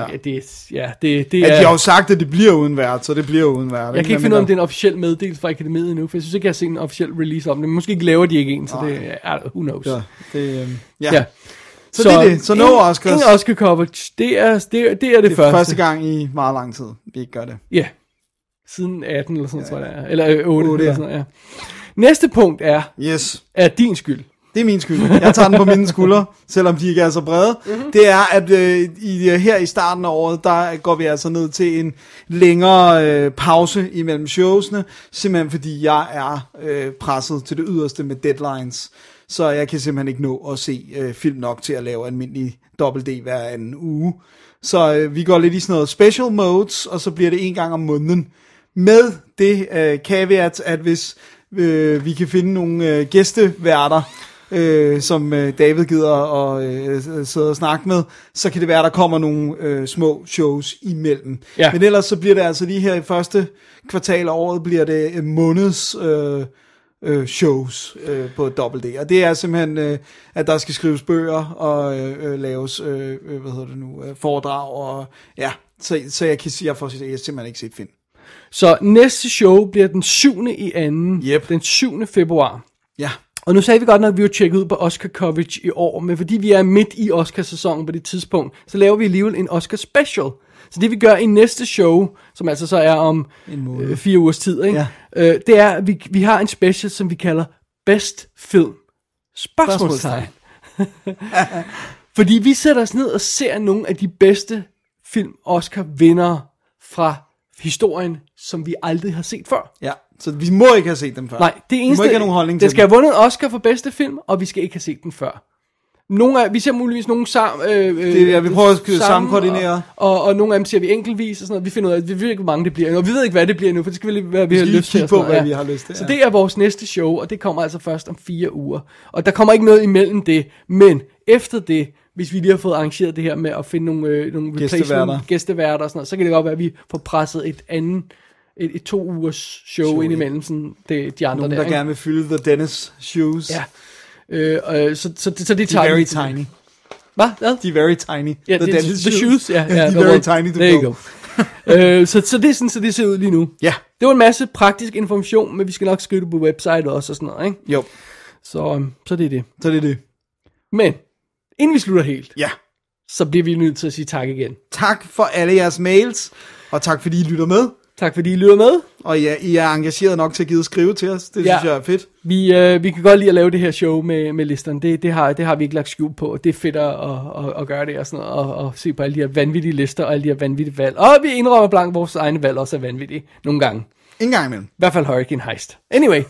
De har jo sagt, at det bliver uden vært, så det bliver uden vært. Jeg kan ikke finde ud af, om det er en officiel meddelelse fra akademiet endnu, for jeg synes ikke, jeg har set en officiel release om det. Men måske ikke laver de ikke en, så det er, who knows. Ja. Så det er det. Så no Oscars. Ingen Oscar coverage. Det er det første. Første gang i meget lang tid, vi ikke gør det. Ja. Siden 18 eller sådan noget, tror jeg. Eller 8 eller sådan noget, ja. Næste punkt er din skyld. Det er min skyld. Jeg tager den på mine skuldre, selvom de ikke er så brede. Mm-hmm. Det er, at her i starten af året, der går vi altså ned til en længere pause imellem showsene, simpelthen fordi jeg er presset til det yderste med deadlines. Så jeg kan simpelthen ikke nå at se film nok til at lave almindelig dobbelt-D hver anden uge. Så vi går lidt i sådan noget special modes, og så bliver det en gang om måneden. Med det caveat, at hvis vi kan finde nogle gæsteværter, som David gider at sidde og snakke med, så kan det være, at der kommer nogle små shows imellem. Ja. Men ellers så bliver det altså lige her i første kvartal af året, bliver det måneds shows på dobbelt D. Og det er simpelthen, at der skal skrives bøger og laves foredrag. Og, ja, så jeg kan sige, jeg har simpelthen ikke set film. Så næste show bliver den 7. i anden. Yep. Den 7. februar. Ja. Og nu sagde vi godt nok, at vi var tjekket ud på Oscar coverage i år, men fordi vi er midt i Oscar-sæsonen på det tidspunkt, så laver vi alligevel en Oscar special. Så det vi gør i næste show, som altså så er om 4 ugers tid, ikke? Ja. Det er, at vi har en special, som vi kalder Best Film. Spørgsmålstegn. Fordi vi sætter os ned og ser nogle af de bedste film Oscar-vindere fra historien, som vi aldrig har set før. Ja, så vi må ikke have set dem før. Nej, det eneste, vi må ikke have nogen holdning til det skal have vundet Oscar for bedste film, og vi skal ikke have set den før. Vi ser muligvis nogle vi prøver at sammenkoordinere. Og nogle af dem ser vi enkeltvis og sådan noget. Vi finder ud af, vi ved ikke, hvor mange det bliver. Og vi ved ikke, hvad det bliver nu, for det skal vel være, vi har lyst til. Vi har lyst til. Så det er vores næste show, og det kommer altså først om 4 uger. Og der kommer ikke noget imellem det, men efter det, hvis vi lige har fået arrangeret det her med at finde nogle gæsteværter og sådan noget, så kan det godt være, at vi får presset et 2 ugers show ind imellem sådan de andre nogen, der gerne vil fylde The Dennis Shoes. Ja. Så det tager very tiny. Hvad? De er very tiny. Ja, the shoes. Ja, de er very tiny to there you go. Så det er sådan, så det ser ud lige nu. Ja. Det var en masse praktisk information, men vi skal nok skrive det på website også og sådan noget, ikke? Jo. Så det er det. Så det er det. Men, inden vi slutter helt, ja, så bliver vi nødt til at sige tak igen. Tak for alle jeres mails, og tak fordi I lytter med. Tak fordi I lytter med. Og ja, I er engageret nok til at give skrive til os. Det synes jeg er fedt. Vi kan godt lide at lave det her show med listerne. Det har vi ikke lagt skjul på. Det er fedt at gøre det og sådan noget, og se på alle de her vanvittige lister og alle de her vanvittige valg. Og vi indrømmer blankt, vores egne valg også er vanvittige. Nogle gange. En gang imellem. I hvert fald Hurricane Heist. Anyway.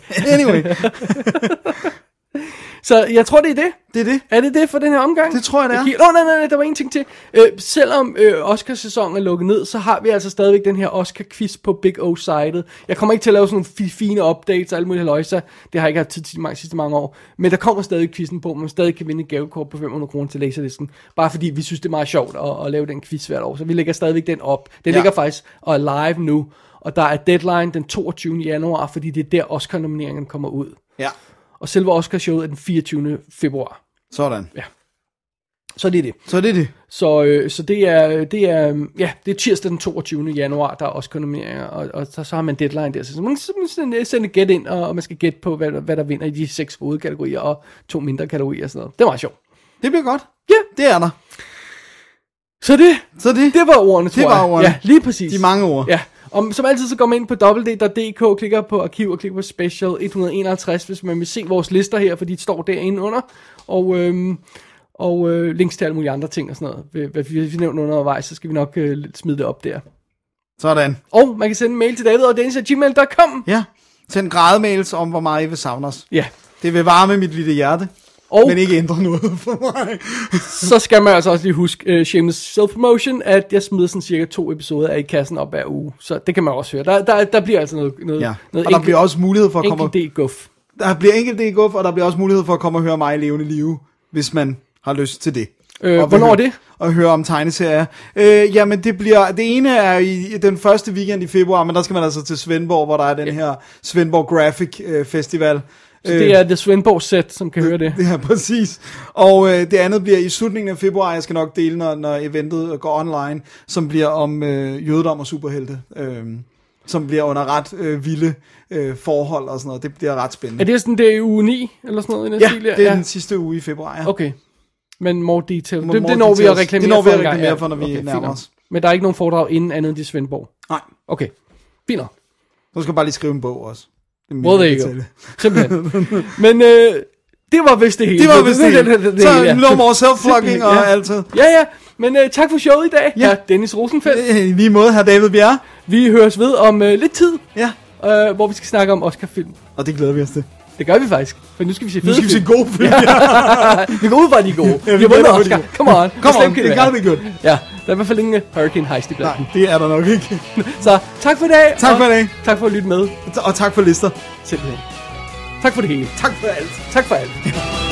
Så jeg tror, det er det. Det er det. Er det det for den her omgang? Det tror jeg, det er. Nej, der var en ting til. Selvom Oscar-sæsonen er lukket ned, så har vi altså stadigvæk den her Oscar-quiz på Big O-sitet. Jeg kommer ikke til at lave sådan nogle fine updates og alle mulige haløjser. Det har jeg ikke haft tid til de sidste mange år. Men der kommer stadig quizzen på, man stadig kan vinde et gavekort på 500 kroner til Laserdisken. Bare fordi vi synes, det er meget sjovt at lave den quiz hvert år. Så vi lægger stadigvæk den op. Den ligger faktisk og er live nu. Og der er deadline den 22. januar, fordi det er der Oscar-nomineringen kommer ud. Ja. Og selve Oscar-showet er den 24. februar. Sådan. Ja. Så det er det. Så det er tirsdag den 22. januar, der er Oscar-nomineringer, og så har man deadline der. Så man kan sende gæt ind, og man skal gætte på, hvad der vinder i de 6 hovedkategorier, og 2 mindre kategorier og sådan noget. Det er meget sjovt. Det bliver godt. Ja. Det er der. Så det var ordene, tror jeg. Det var ordene. Ja, lige præcis. De mange ord. Ja. Og som altid, så går man ind på www.dk, klikker på arkiv og klikker på special 151, hvis man vil se vores lister her, for de står derinde under. Og links til alle mulige andre ting og sådan noget. Hvad vi nævner undervejs, så skal vi nok smide det op der. Sådan. Og man kan sende en mail til David og dennis@gmail.com. Ja, send grædemails om, hvor meget I vil savne os. Ja. Det vil varme mit lille hjerte. Men ikke ændre noget for mig. Så skal man altså også lige huske, shameless self-promotion, at jeg smider sådan cirka 2 episoder af i kassen op hver uge. Så det kan man også høre. Der bliver altså noget ja. Og der bliver også mulighed for at komme... Enkelt guf. Der bliver enkelt guf, og der bliver også mulighed for at komme og høre mig i levende live, hvis man har lyst til det. Hvornår er det? Og høre om tegneserier. Jamen det ene er i den første weekend i februar, men der skal man altså til Svendborg, hvor der er den her Svendborg Graphic Festival. Så det er det Svendborg set, som kan høre det. Ja, præcis. Og det andet bliver i slutningen af februar, jeg skal nok dele, når eventet går online, som bliver om jødedom og superhelte. Som bliver under ret vilde forhold og sådan noget. Det bliver ret spændende. Er det sådan, det er uge 9 eller sådan noget? Det er den sidste uge i februar, ja. Okay. Men more details. Det når vi at reklamere for, når vi nærmer os. Men der er ikke nogen foredrag inden andet end i Svendborg? Nej. Okay. Fint nok. Du skal bare lige skrive en bog også. Well, there you go. Simpelthen. Men det var vist det hele. Det var vist det hele. Så no more self-plugging og alt. Ja. Men tak for showet i dag. Ja. Dennis Rosenfeldt. I lige måde, her David Bjerre. Vi høres ved om lidt tid. Ja. Hvor vi skal snakke om Oscar-film. Og det glæder vi os til. Det gør vi faktisk. For nu skal vi se fede film. Nu skal vi se gode film. Vi går ud fra, at de er gode. Vi har vundet Oscar. Come on. Det kan blive godt. Ja. Der er i hvert fald ingen Hurricane Heist i blandt. Nej, det er der nok ikke. Så tak for i dag. Tak for i dag. Tak for at lytte med. Og tak for lister. Simpelthen. Tak for det hele. Tak for alt. Tak for alt.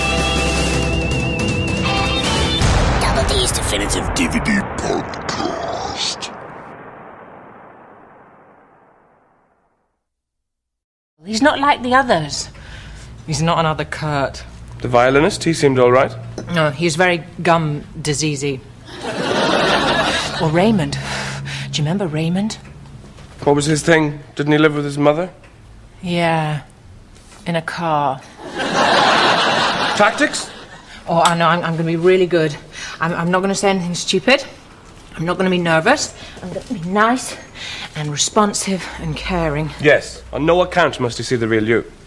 Double D's Definitive DVD Podcast. He's not like the others. He's not another Kurt. The violinist, he seemed all right. No, he's very gum diseasey. Or Raymond. Do you remember Raymond? What was his thing? Didn't he live with his mother? Yeah. In a car. Tactics? Oh, I know. I'm going to be really good. I'm not going to say anything stupid. I'm not going to be nervous. I'm going to be nice and responsive and caring. Yes. On no account must he see the real you.